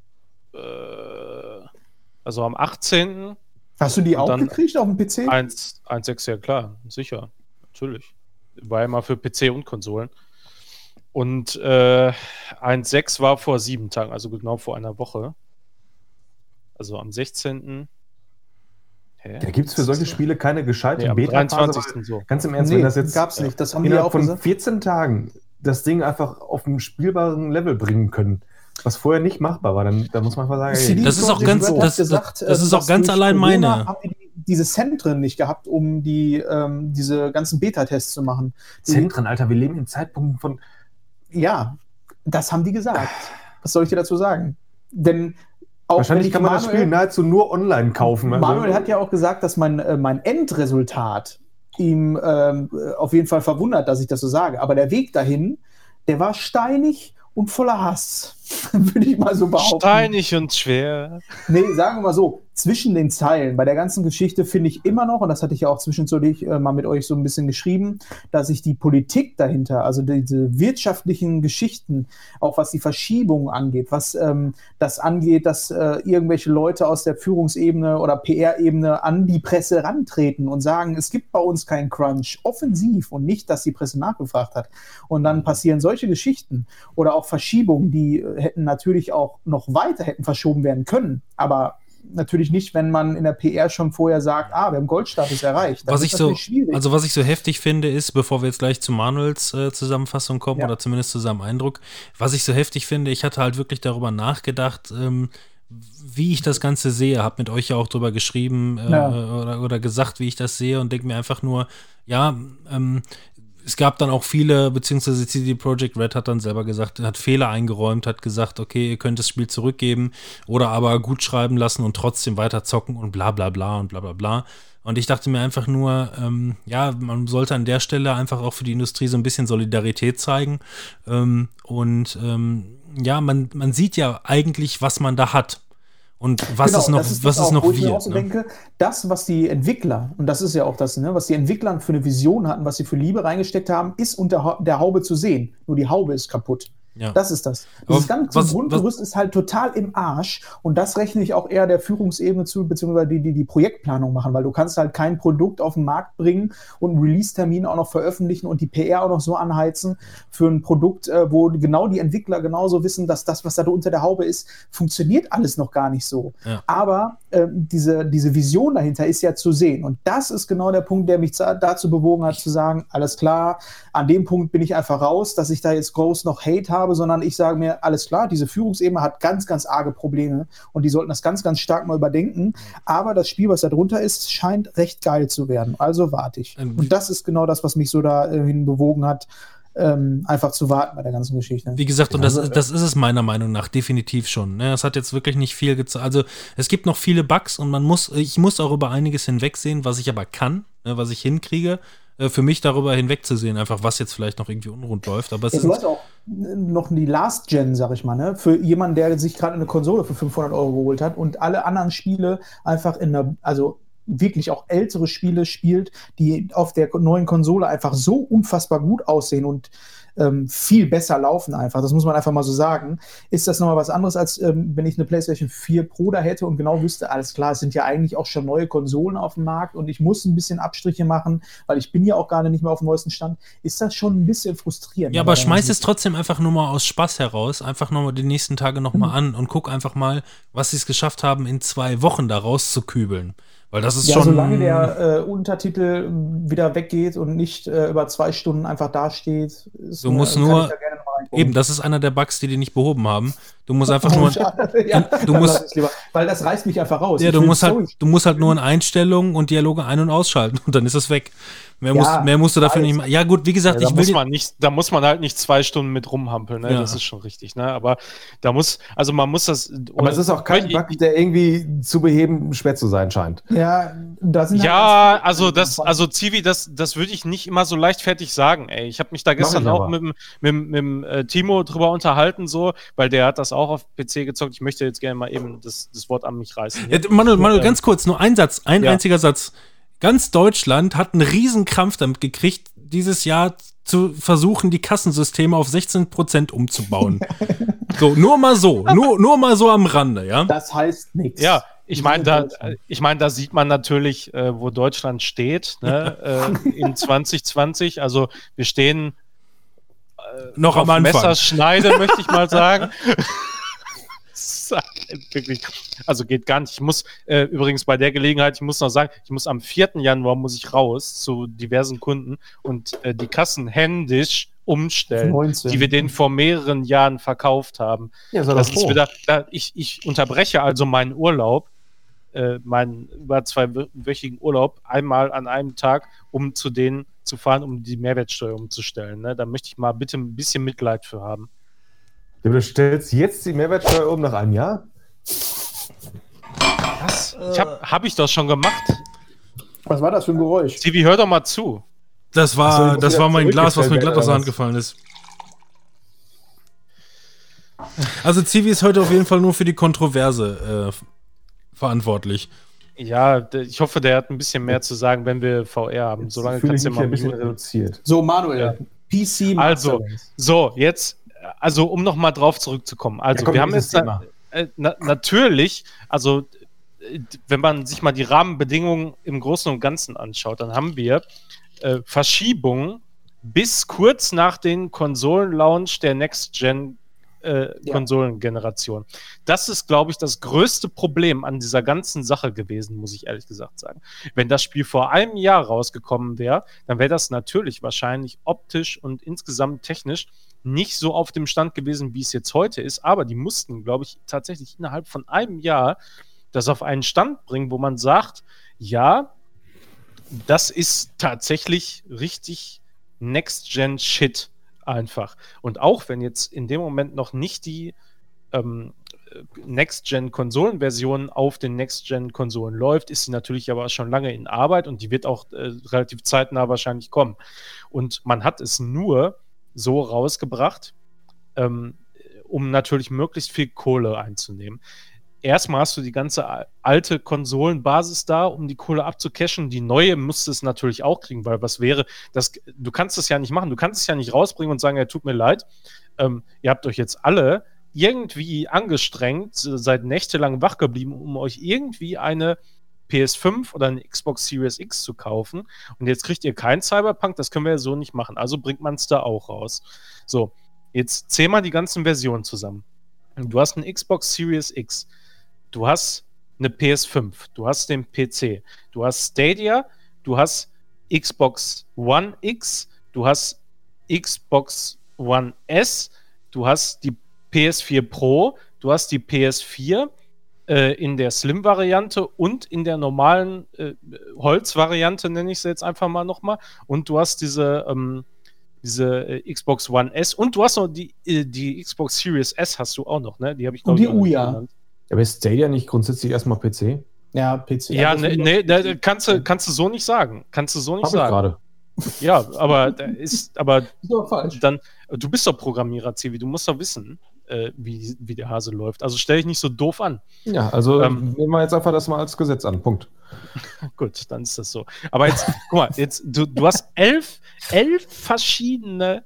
also am 18. Hast du die auch gekriegt auf dem PC? 1.6, ja klar, sicher, natürlich. War ja mal für PC und Konsolen. Und 1.6 war vor 7 Tagen, also genau vor einer Woche. Also am 16. Da gibt es für solche Spiele keine gescheite Beta-Phase. So. Ganz im Ernst, wenn das jetzt gab's nicht. Das haben die innerhalb auch von gesagt. 14 Tagen das Ding einfach auf einem spielbaren Level bringen können, was vorher nicht machbar war, dann muss man einfach sagen, das ist auch ganz, das ist auch ganz allein meine. Haben die diese Zentren nicht gehabt, um diese ganzen Beta-Tests zu machen. Zentren, Alter, wir leben in Zeitpunkten von... Ja, das haben die gesagt. Was soll ich dir dazu sagen? Denn auch wahrscheinlich kann man das Spiel nahezu nur online kaufen. Manuel hat ja auch gesagt, dass mein Endresultat ihm auf jeden Fall verwundert, dass ich das so sage. Aber der Weg dahin, der war steinig und voller Hass, würde ich mal so behaupten. Steinig und schwer. Nee, sagen wir mal so, zwischen den Zeilen, bei der ganzen Geschichte finde ich immer noch, und das hatte ich ja auch zwischendurch mal mit euch so ein bisschen geschrieben, dass ich die Politik dahinter, also diese wirtschaftlichen Geschichten, auch was die Verschiebung angeht, was das angeht, dass irgendwelche Leute aus der Führungsebene oder PR-Ebene an die Presse rantreten und sagen, es gibt bei uns keinen Crunch, offensiv, und nicht, dass die Presse nachgefragt hat. Und dann passieren solche Geschichten oder auch Verschiebungen, die hätten natürlich auch noch weiter hätten verschoben werden können, aber natürlich nicht, wenn man in der PR schon vorher sagt, wir haben Goldstatus erreicht. Was ich so heftig finde, ist, bevor wir jetzt gleich zu Manuels Zusammenfassung kommen, oder zumindest zu seinem Eindruck, was ich so heftig finde, ich hatte halt wirklich darüber nachgedacht, wie ich das Ganze sehe, habe mit euch ja auch drüber geschrieben oder gesagt, wie ich das sehe, und denke mir einfach nur, es gab dann auch viele, beziehungsweise CD Projekt Red hat dann selber gesagt, hat Fehler eingeräumt, hat gesagt, okay, ihr könnt das Spiel zurückgeben oder aber gut schreiben lassen und trotzdem weiter zocken und bla bla bla und bla bla bla. Und ich dachte mir einfach nur, man sollte an der Stelle einfach auch für die Industrie so ein bisschen Solidarität zeigen. Man sieht ja eigentlich, was man da hat. Und was ist noch wo ich mir auch so denke, das, was die Entwickler, und das ist ja auch das, ne, was die Entwickler für eine Vision hatten, was sie für Liebe reingesteckt haben, ist unter der Haube zu sehen. Nur die Haube ist kaputt. Ja. Das ist das. Dieses ganze Grundgerüst ist halt total im Arsch und das rechne ich auch eher der Führungsebene zu, beziehungsweise die Projektplanung machen, weil du kannst halt kein Produkt auf den Markt bringen und einen Release-Termin auch noch veröffentlichen und die PR auch noch so anheizen für ein Produkt, wo genau die Entwickler genauso wissen, dass das, was da unter der Haube ist, funktioniert alles noch gar nicht so. Ja. Aber diese Vision dahinter ist ja zu sehen und das ist genau der Punkt, der mich dazu bewogen hat, zu sagen, alles klar, an dem Punkt bin ich einfach raus, dass ich da jetzt groß noch Hate habe, sondern ich sage mir, alles klar, diese Führungsebene hat ganz, ganz arge Probleme und die sollten das ganz, ganz stark mal überdenken, aber das Spiel, was da drunter ist, scheint recht geil zu werden, also warte ich. Und das ist genau das, was mich so dahin bewogen hat, einfach zu warten bei der ganzen Geschichte. Wie gesagt, und das ist es meiner Meinung nach definitiv schon. Ne? Es hat jetzt wirklich nicht viel gezeigt. Also es gibt noch viele Bugs und ich muss auch über einiges hinwegsehen, was ich aber kann, ne, was ich hinkriege, für mich darüber hinwegzusehen, einfach was jetzt vielleicht noch irgendwie unrund läuft. Aber es ist auch noch die Last Gen, sag ich mal, ne? Für jemanden, der sich gerade eine Konsole für 500 € geholt hat und alle anderen Spiele einfach wirklich auch ältere Spiele spielt, die auf der neuen Konsole einfach so unfassbar gut aussehen und viel besser laufen einfach, das muss man einfach mal so sagen, ist das nochmal was anderes, als wenn ich eine PlayStation 4 Pro da hätte und genau wüsste, alles klar, es sind ja eigentlich auch schon neue Konsolen auf dem Markt und ich muss ein bisschen Abstriche machen, weil ich bin ja auch gerade nicht mehr auf dem neuesten Stand, ist das schon ein bisschen frustrierend. Ja, aber schmeiß es trotzdem einfach nur mal aus Spaß heraus, einfach nochmal die nächsten Tage nochmal an und guck einfach mal, was sie es geschafft haben, in 2 Wochen da rauszukübeln. Weil das ist schon. Solange der Untertitel wieder weggeht und nicht über 2 Stunden einfach dasteht, du musst nur. Eben, das ist einer der Bugs, die nicht behoben haben. Du musst einfach nur. Weil das reißt mich einfach raus. Ja, du musst halt nur in Einstellungen und Dialoge ein- und ausschalten und dann ist es weg. Mehr musst du dafür nicht machen. Ja, gut, wie gesagt, da muss man halt nicht 2 Stunden mit rumhampeln, ne? Ja. Das ist schon richtig, ne? Aber man muss das. Aber es ist auch kein Bug, der irgendwie zu beheben schwer zu sein scheint. Ja, Zivi, das würde ich nicht immer so leichtfertig sagen, ey. Ich habe mich da gestern auch mit Timo drüber unterhalten, so, weil der hat das auch auf PC gezockt. Ich möchte jetzt gerne mal eben das Wort an mich reißen. Ja, Manuel, ganz kurz, nur ein Satz, einziger Satz. Ganz Deutschland hat einen Riesenkrampf damit gekriegt, dieses Jahr zu versuchen, die Kassensysteme auf 16% umzubauen. So, nur mal so am Rande, ja? Das heißt nichts. Ja, ich meine, da sieht man natürlich, wo Deutschland steht, ne? In 2020. Also wir stehen noch am Anfang. Messerschneide, möchte ich mal sagen. Wirklich, also geht gar nicht. Ich muss übrigens bei der Gelegenheit, ich muss noch sagen, am 4. Januar muss ich raus zu diversen Kunden und die Kassen händisch umstellen, 19. Die wir denen vor mehreren Jahren verkauft haben. Ja, das ist wieder, ich unterbreche also meinen Urlaub, meinen über 2-wöchigen Urlaub, einmal an einem Tag, um zu denen zu fahren, um die Mehrwertsteuer umzustellen. Ne? Da möchte ich mal bitte ein bisschen Mitleid für haben. Du stellst jetzt die Mehrwertsteuer um nach einem Jahr? Was? Hab ich das schon gemacht? Was war das für ein Geräusch? Stevie, hör doch mal zu. Das war mein Glas, was mir glatt aus der Hand gefallen ist. Also Zivi ist heute auf jeden Fall nur für die Kontroverse verantwortlich. Ja, ich hoffe, der hat ein bisschen mehr zu sagen, wenn wir VR haben. Solange kannst du mal ein bisschen reduziert. So, Manuel, PC Also, um nochmal drauf zurückzukommen. Also, wir haben jetzt natürlich, also, wenn man sich mal die Rahmenbedingungen im Großen und Ganzen anschaut, dann haben wir Verschiebungen bis kurz nach den Konsolenlaunch der Next-Gen-Konsolengeneration. Das ist, glaube ich, das größte Problem an dieser ganzen Sache gewesen, muss ich ehrlich gesagt sagen. Wenn das Spiel vor einem Jahr rausgekommen wäre, dann wäre das natürlich wahrscheinlich optisch und insgesamt technisch nicht so auf dem Stand gewesen, wie es jetzt heute ist, aber die mussten, glaube ich, tatsächlich innerhalb von einem Jahr das auf einen Stand bringen, wo man sagt, ja, das ist tatsächlich richtig Next-Gen-Shit einfach. Und auch wenn jetzt in dem Moment noch nicht die Next-Gen-Konsolen-Version auf den Next-Gen-Konsolen läuft, ist sie natürlich aber schon lange in Arbeit und die wird auch relativ zeitnah wahrscheinlich kommen. Und man hat es nur so rausgebracht, um natürlich möglichst viel Kohle einzunehmen. erstmal hast du die ganze alte Konsolenbasis da, um die Kohle abzucashen. Die neue musst du es natürlich auch kriegen, weil was wäre, du kannst es ja nicht machen, du kannst es ja nicht rausbringen und sagen, ja, tut mir leid, ihr habt euch jetzt alle irgendwie angestrengt, seid nächtelang wach geblieben, um euch irgendwie eine PS5 oder eine Xbox Series X zu kaufen und jetzt kriegt ihr keinen Cyberpunk, das können wir ja so nicht machen, also bringt man es da auch raus. So, jetzt zähl mal die ganzen Versionen zusammen. Du hast eine Xbox Series X, du hast eine PS5, du hast den PC, du hast Stadia, du hast Xbox One X, du hast Xbox One S, du hast die PS4 Pro, du hast die PS4 in der Slim-Variante und in der normalen Holz-Variante, nenne ich sie jetzt einfach mal nochmal, und du hast diese Xbox One S und du hast noch die Xbox Series S hast du auch noch, ne? Die habe ich Und die auch Ouya. genannt. Aber ist Stadia nicht grundsätzlich erstmal PC? Ja, PC. Ja, kannst du so nicht sagen. Kannst du so nicht Hab ich sagen. gerade. Ja, aber ist doch falsch. dann, du bist doch Programmierer, Civi, du musst doch wissen, wie der Hase läuft. Also stell dich nicht so doof an. Ja, also nehmen wir jetzt einfach das mal als Gesetz an. Punkt. Gut, dann ist das so. Aber jetzt, guck mal, jetzt, du hast 11 verschiedene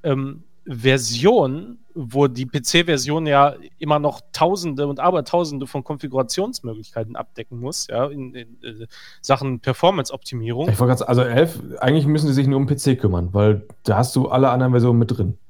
Versionen, wo die PC-Version ja immer noch Tausende und Abertausende von Konfigurationsmöglichkeiten abdecken muss, ja, in Sachen Performance-Optimierung. Ich wollte gerade sagen, also 11, eigentlich müssen die sich nur um PC kümmern, weil da hast du alle anderen Versionen mit drin.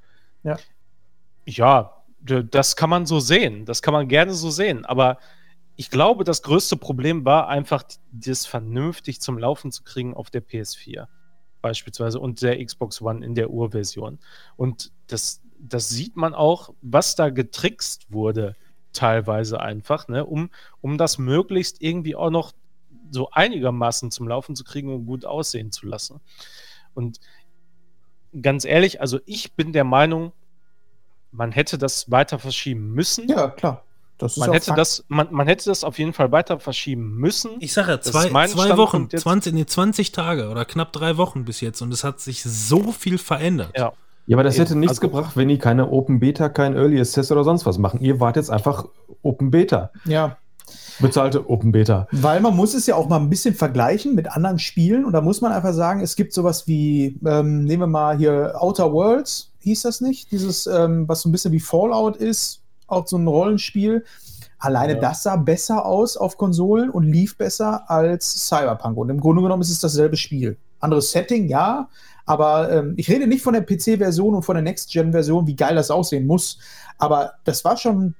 Ja, das kann man so sehen. Das kann man gerne so sehen. Aber ich glaube, das größte Problem war einfach, das vernünftig zum Laufen zu kriegen auf der PS4 beispielsweise und der Xbox One in der Urversion. Und das sieht man auch, was da getrickst wurde, teilweise einfach, ne, um das möglichst irgendwie auch noch so einigermaßen zum Laufen zu kriegen und gut aussehen zu lassen. Und ganz ehrlich, also ich bin der Meinung, man hätte das weiter verschieben müssen. Ja, klar. Das ist Man hätte das auf jeden Fall weiter verschieben müssen. Ich sage ja, Das ist mein zwei Wochen, Standpunkt 20 Tage oder knapp 3 Wochen bis jetzt und es hat sich so viel verändert. Ja. Ja, aber das hätte nichts Also- gebracht, wenn die keine Open Beta, kein Early Access oder sonst was machen. Ihr wart jetzt einfach Open Beta. Ja, Bezahlte Open Beta. weil man muss es ja auch mal ein bisschen vergleichen mit anderen Spielen und da muss man einfach sagen, es gibt sowas wie, nehmen wir mal hier Outer Worlds, hieß das nicht? Dieses, was so ein bisschen wie Fallout ist, auch so ein Rollenspiel. Alleine das sah besser aus auf Konsolen und lief besser als Cyberpunk. Und im Grunde genommen ist es dasselbe Spiel. Anderes Setting, ja, aber ich rede nicht von der PC-Version und von der Next-Gen-Version, wie geil das aussehen muss, aber das war schon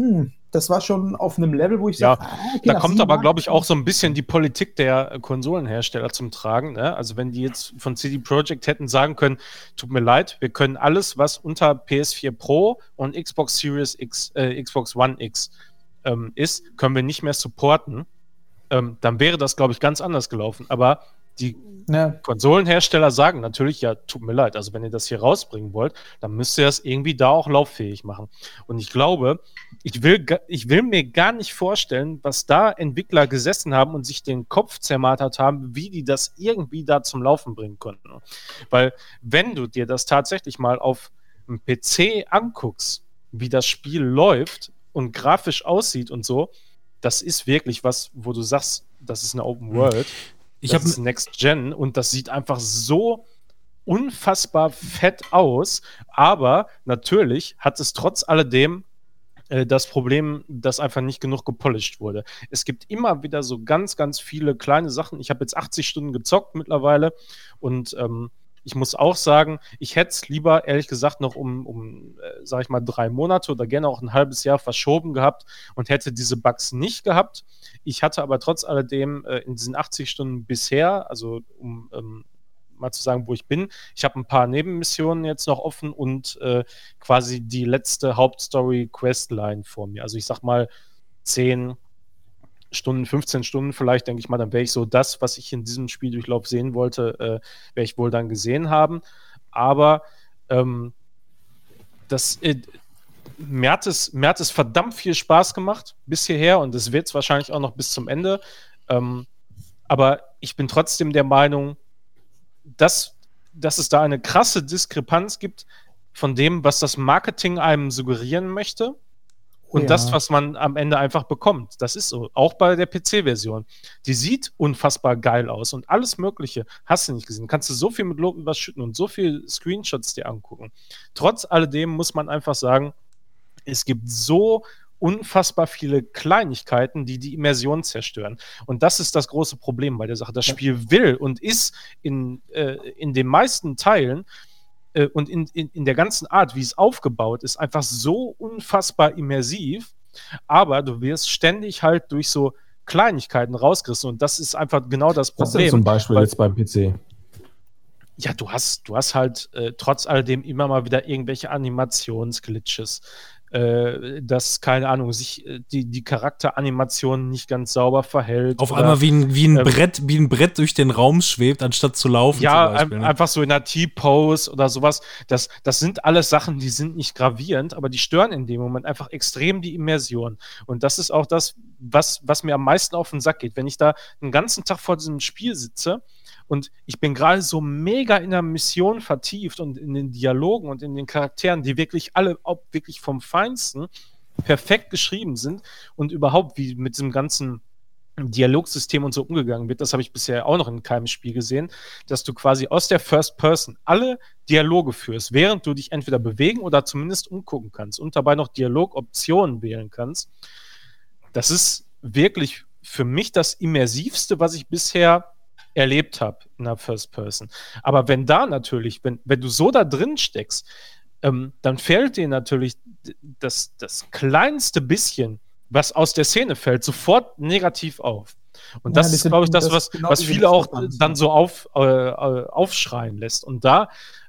auf einem Level, wo ich Ja, sage, da kommt aber, glaube ich, auch so ein bisschen die Politik der Konsolenhersteller zum Tragen. Ne? Also wenn die jetzt von CD Projekt hätten sagen können, tut mir leid, wir können alles, was unter PS4 Pro und Xbox Series X, Xbox One X ist, können wir nicht mehr supporten, dann wäre das, glaube ich, ganz anders gelaufen. Aber die Konsolenhersteller sagen natürlich, ja, tut mir leid, also wenn ihr das hier rausbringen wollt, dann müsst ihr das irgendwie da auch lauffähig machen. Und ich glaube, ich will mir gar nicht vorstellen, was da Entwickler gesessen haben und sich den Kopf zermartert haben, wie die das irgendwie da zum Laufen bringen konnten. Weil wenn du dir das tatsächlich mal auf dem PC anguckst, wie das Spiel läuft und grafisch aussieht und so, das ist wirklich was, wo du sagst, das ist eine Open World. Das ist Next Gen und das sieht einfach so unfassbar fett aus, aber natürlich hat es trotz alledem das Problem, dass einfach nicht genug gepolished wurde. Es gibt immer wieder so ganz, ganz viele kleine Sachen. Ich habe jetzt 80 Stunden gezockt mittlerweile und ich muss auch sagen, ich hätte es lieber, ehrlich gesagt, noch sag ich mal, 3 Monate oder gerne auch ein halbes Jahr verschoben gehabt und hätte diese Bugs nicht gehabt. Ich hatte aber trotz alledem in diesen 80 Stunden bisher, also mal zu sagen, wo ich bin, ich habe ein paar Nebenmissionen jetzt noch offen und quasi die letzte Hauptstory-Questline vor mir. Also ich sag mal 10 Stunden, 15 Stunden vielleicht, denke ich mal, dann wäre ich so das, was ich in diesem Spieldurchlauf sehen wollte, werde ich wohl dann gesehen haben. Aber mir hat es verdammt viel Spaß gemacht bis hierher und es wird es wahrscheinlich auch noch bis zum Ende. Aber ich bin trotzdem der Meinung, dass es da eine krasse Diskrepanz gibt von dem, was das Marketing einem suggerieren möchte Und das, was man am Ende einfach bekommt, das ist so. Auch bei der PC-Version. Die sieht unfassbar geil aus und alles Mögliche hast du nicht gesehen. Kannst du so viel mit Lob überschütten und so viel Screenshots dir angucken. Trotz alledem muss man einfach sagen, es gibt so unfassbar viele Kleinigkeiten, die Immersion zerstören. Und das ist das große Problem bei der Sache. Das Spiel will und ist in den meisten Teilen und in der ganzen Art, wie es aufgebaut ist, einfach so unfassbar immersiv, aber du wirst ständig halt durch so Kleinigkeiten rausgerissen und das ist einfach genau das Problem. Was denn zum Beispiel jetzt beim PC? Ja, du hast halt trotz alledem immer mal wieder irgendwelche Animationsglitches, dass, keine Ahnung, sich die Charakteranimation nicht ganz sauber verhält. Auf einmal wie ein Brett durch den Raum schwebt, anstatt zu laufen. Ja, zum Beispiel, ne? einfach so in einer T-Pose oder sowas. Das sind alles Sachen, die sind nicht gravierend, aber die stören in dem Moment einfach extrem die Immersion. Und das ist auch das, was mir am meisten auf den Sack geht. Wenn ich da einen ganzen Tag vor diesem Spiel sitze und ich bin gerade so mega in der Mission vertieft und in den Dialogen und in den Charakteren, die wirklich alle wirklich vom Feinsten perfekt geschrieben sind und überhaupt wie mit diesem ganzen Dialogsystem und so umgegangen wird, das habe ich bisher auch noch in keinem Spiel gesehen, dass du quasi aus der First Person alle Dialoge führst, während du dich entweder bewegen oder zumindest umgucken kannst und dabei noch Dialogoptionen wählen kannst. Das ist wirklich für mich das Immersivste, was ich bisher erlebt habe in der First Person. Aber wenn da natürlich, wenn du so da drin steckst, dann fällt dir natürlich das kleinste bisschen, was aus der Szene fällt, sofort negativ auf. Und das ist, glaube ich, das, was viele auch dann so aufschreien lässt. Und da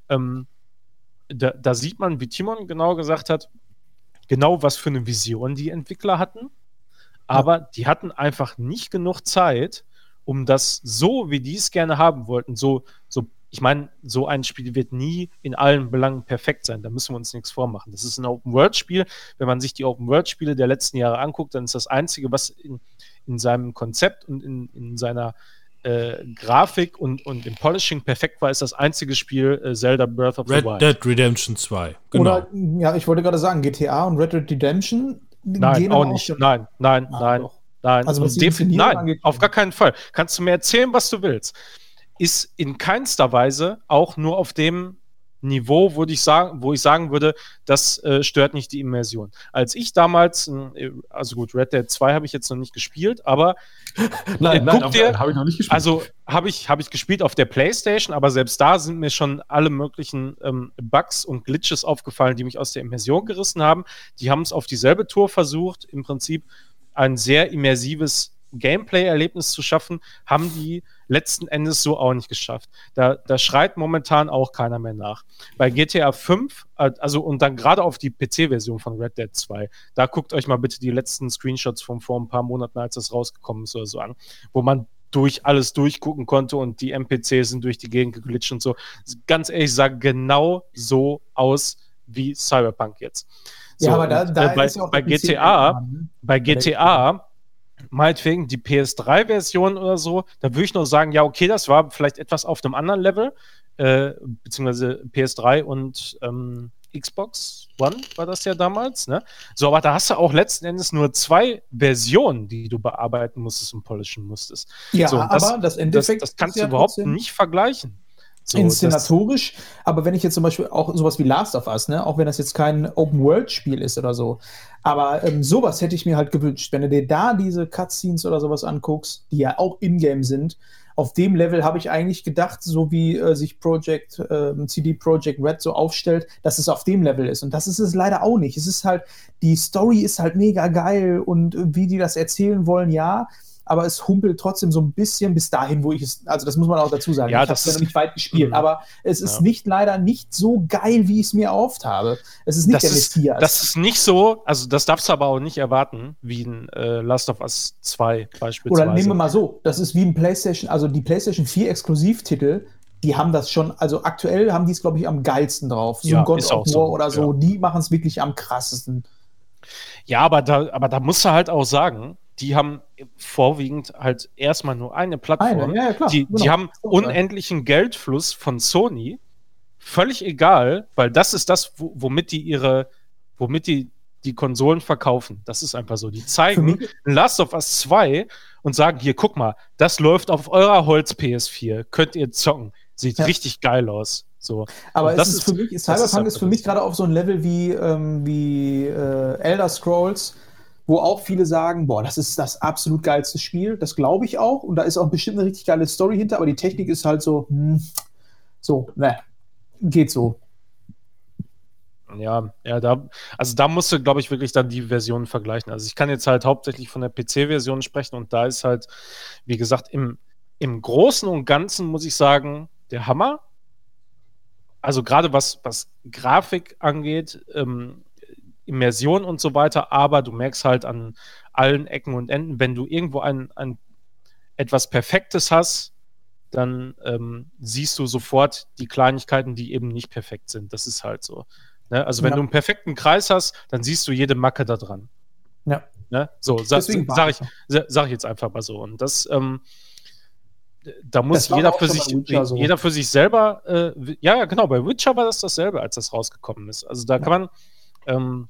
sieht man, wie Timon genau gesagt hat, genau was für eine Vision die Entwickler hatten. Aber die hatten einfach nicht genug Zeit, um das so, wie die es gerne haben wollten, ich meine, so ein Spiel wird nie in allen Belangen perfekt sein, da müssen wir uns nichts vormachen. Das ist ein Open-World-Spiel. Wenn man sich die Open-World-Spiele der letzten Jahre anguckt, dann ist das Einzige, was in seinem Konzept und in seiner Grafik und im Polishing perfekt war, ist das einzige Spiel Zelda Breath of the Wild. Red Dead Redemption 2, genau. Oder, ja, ich wollte gerade sagen, GTA und Red Dead Redemption Nein, auch nicht. Nein. Also nein, auf gar keinen Fall. Kannst du mir erzählen, was du willst. Ist in keinster Weise auch nur auf dem Niveau, wo ich sagen würde, das stört nicht die Immersion. Als ich damals, also gut, Red Dead 2 habe ich jetzt noch nicht gespielt, aber nein, habe ich noch nicht gespielt. Also habe ich gespielt auf der PlayStation, aber selbst da sind mir schon alle möglichen Bugs und Glitches aufgefallen, die mich aus der Immersion gerissen haben. Die haben es auf dieselbe Tour versucht, im Prinzip ein sehr immersives Gameplay-Erlebnis zu schaffen, haben die letzten Endes so auch nicht geschafft. Da schreit momentan auch keiner mehr nach. Bei GTA 5, also und dann gerade auf die PC-Version von Red Dead 2, da guckt euch mal bitte die letzten Screenshots von vor ein paar Monaten, als das rausgekommen ist oder so an, wo man alles durchgucken konnte und die NPCs sind durch die Gegend geglitscht und so. Ganz ehrlich, sah genau so aus wie Cyberpunk jetzt. So, ja, aber da ist ja auch bei GTA meinetwegen die PS3-Version oder so, da würde ich nur sagen, ja, okay, das war vielleicht etwas auf einem anderen Level, beziehungsweise PS3 und Xbox One war das ja damals, ne? So, aber da hast du auch letzten Endes nur 2 Versionen, die du bearbeiten musstest und polishen musstest. Ja, so, aber das Endeffekt das kannst du überhaupt nicht vergleichen. So, inszenatorisch, aber wenn ich jetzt zum Beispiel auch sowas wie Last of Us, ne, auch wenn das jetzt kein Open-World-Spiel ist oder so, aber sowas hätte ich mir halt gewünscht, wenn du dir da diese Cutscenes oder sowas anguckst, die ja auch in-game sind, auf dem Level habe ich eigentlich gedacht, so wie sich CD Projekt Red so aufstellt, dass es auf dem Level ist. Und das ist es leider auch nicht. Es ist halt, die Story ist halt mega geil und wie die das erzählen wollen, ja, aber es humpelt trotzdem so ein bisschen bis dahin, wo ich es, also das muss man auch dazu sagen, ja, ich habe es ja noch nicht weit gespielt, aber es ist leider nicht so geil, wie ich es mir erhofft habe. Es ist nicht der Messias. Das ist nicht so, also das darfst du aber auch nicht erwarten, wie ein Last of Us 2 beispielsweise. Oder nehmen wir mal so, das ist wie ein PlayStation, also die PlayStation 4 Exklusivtitel, die haben das schon, also aktuell haben die es, glaube ich, am geilsten drauf. So ja, ein God of War oder so, ja. Die machen es wirklich am krassesten. Ja, aber da musst du halt auch sagen, die haben vorwiegend halt erstmal nur eine Plattform. Ja, klar, die haben unendlichen Geldfluss von Sony. Völlig egal, weil das ist das, womit die die Konsolen verkaufen. Das ist einfach so. Die zeigen Last of Us 2 und sagen, hier, guck mal, das läuft auf eurer Holz-PS4. Könnt ihr zocken. Sieht richtig geil aus. So. Aber das ist für mich, Cyberpunk ist für mich gerade auf so ein Level wie Elder Scrolls, wo auch viele sagen, boah, das ist das absolut geilste Spiel. Das glaube ich auch. Und da ist auch bestimmt eine richtig geile Story hinter, aber die Technik ist halt so, geht so. Ja, da musst du, glaube ich, wirklich dann die Versionen vergleichen. Also ich kann jetzt halt hauptsächlich von der PC-Version sprechen und da ist halt, wie gesagt, im Großen und Ganzen muss ich sagen, der Hammer. Also gerade was Grafik angeht, Immersion und so weiter, aber du merkst halt an allen Ecken und Enden, wenn du irgendwo ein etwas Perfektes hast, dann siehst du sofort die Kleinigkeiten, die eben nicht perfekt sind. Das ist halt so. Ne? Also wenn du einen perfekten Kreis hast, dann siehst du jede Macke da dran. Ja. Ne? So, sag ich jetzt einfach mal so. Und das da muss jeder für sich selber, ja, genau, bei Witcher war das dasselbe, als das rausgekommen ist. Also da kann man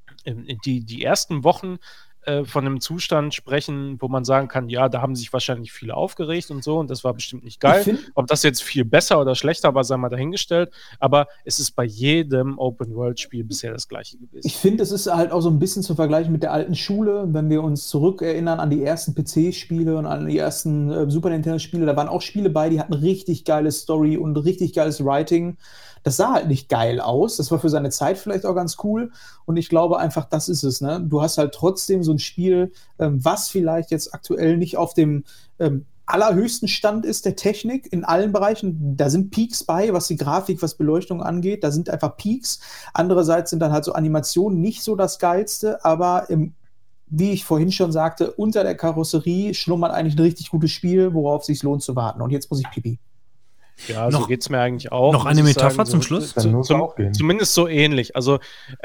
die ersten Wochen von einem Zustand sprechen, wo man sagen kann, ja, da haben sich wahrscheinlich viele aufgeregt und so und das war bestimmt nicht geil. Ob das jetzt viel besser oder schlechter war, sei mal dahingestellt, aber es ist bei jedem Open-World-Spiel bisher das gleiche gewesen. Ich finde, es ist halt auch so ein bisschen zu vergleichen mit der alten Schule, wenn wir uns zurückerinnern an die ersten PC-Spiele und an die ersten Super Nintendo-Spiele, da waren auch Spiele bei, die hatten richtig geile Story und richtig geiles Writing. Das sah halt nicht geil aus. Das war für seine Zeit vielleicht auch ganz cool. Und ich glaube einfach, das ist es. Ne? Du hast halt trotzdem so ein Spiel, was vielleicht jetzt aktuell nicht auf dem allerhöchsten Stand ist der Technik in allen Bereichen. Da sind Peaks bei, was die Grafik, was Beleuchtung angeht. Da sind einfach Peaks. Andererseits sind dann halt so Animationen nicht so das Geilste, aber wie ich vorhin schon sagte, unter der Karosserie schlummert eigentlich ein richtig gutes Spiel, worauf es sich lohnt zu warten. Und jetzt muss ich pipi. Ja, so geht es mir eigentlich auch. Noch eine Metapher zum Schluss? Zumindest so ähnlich. Also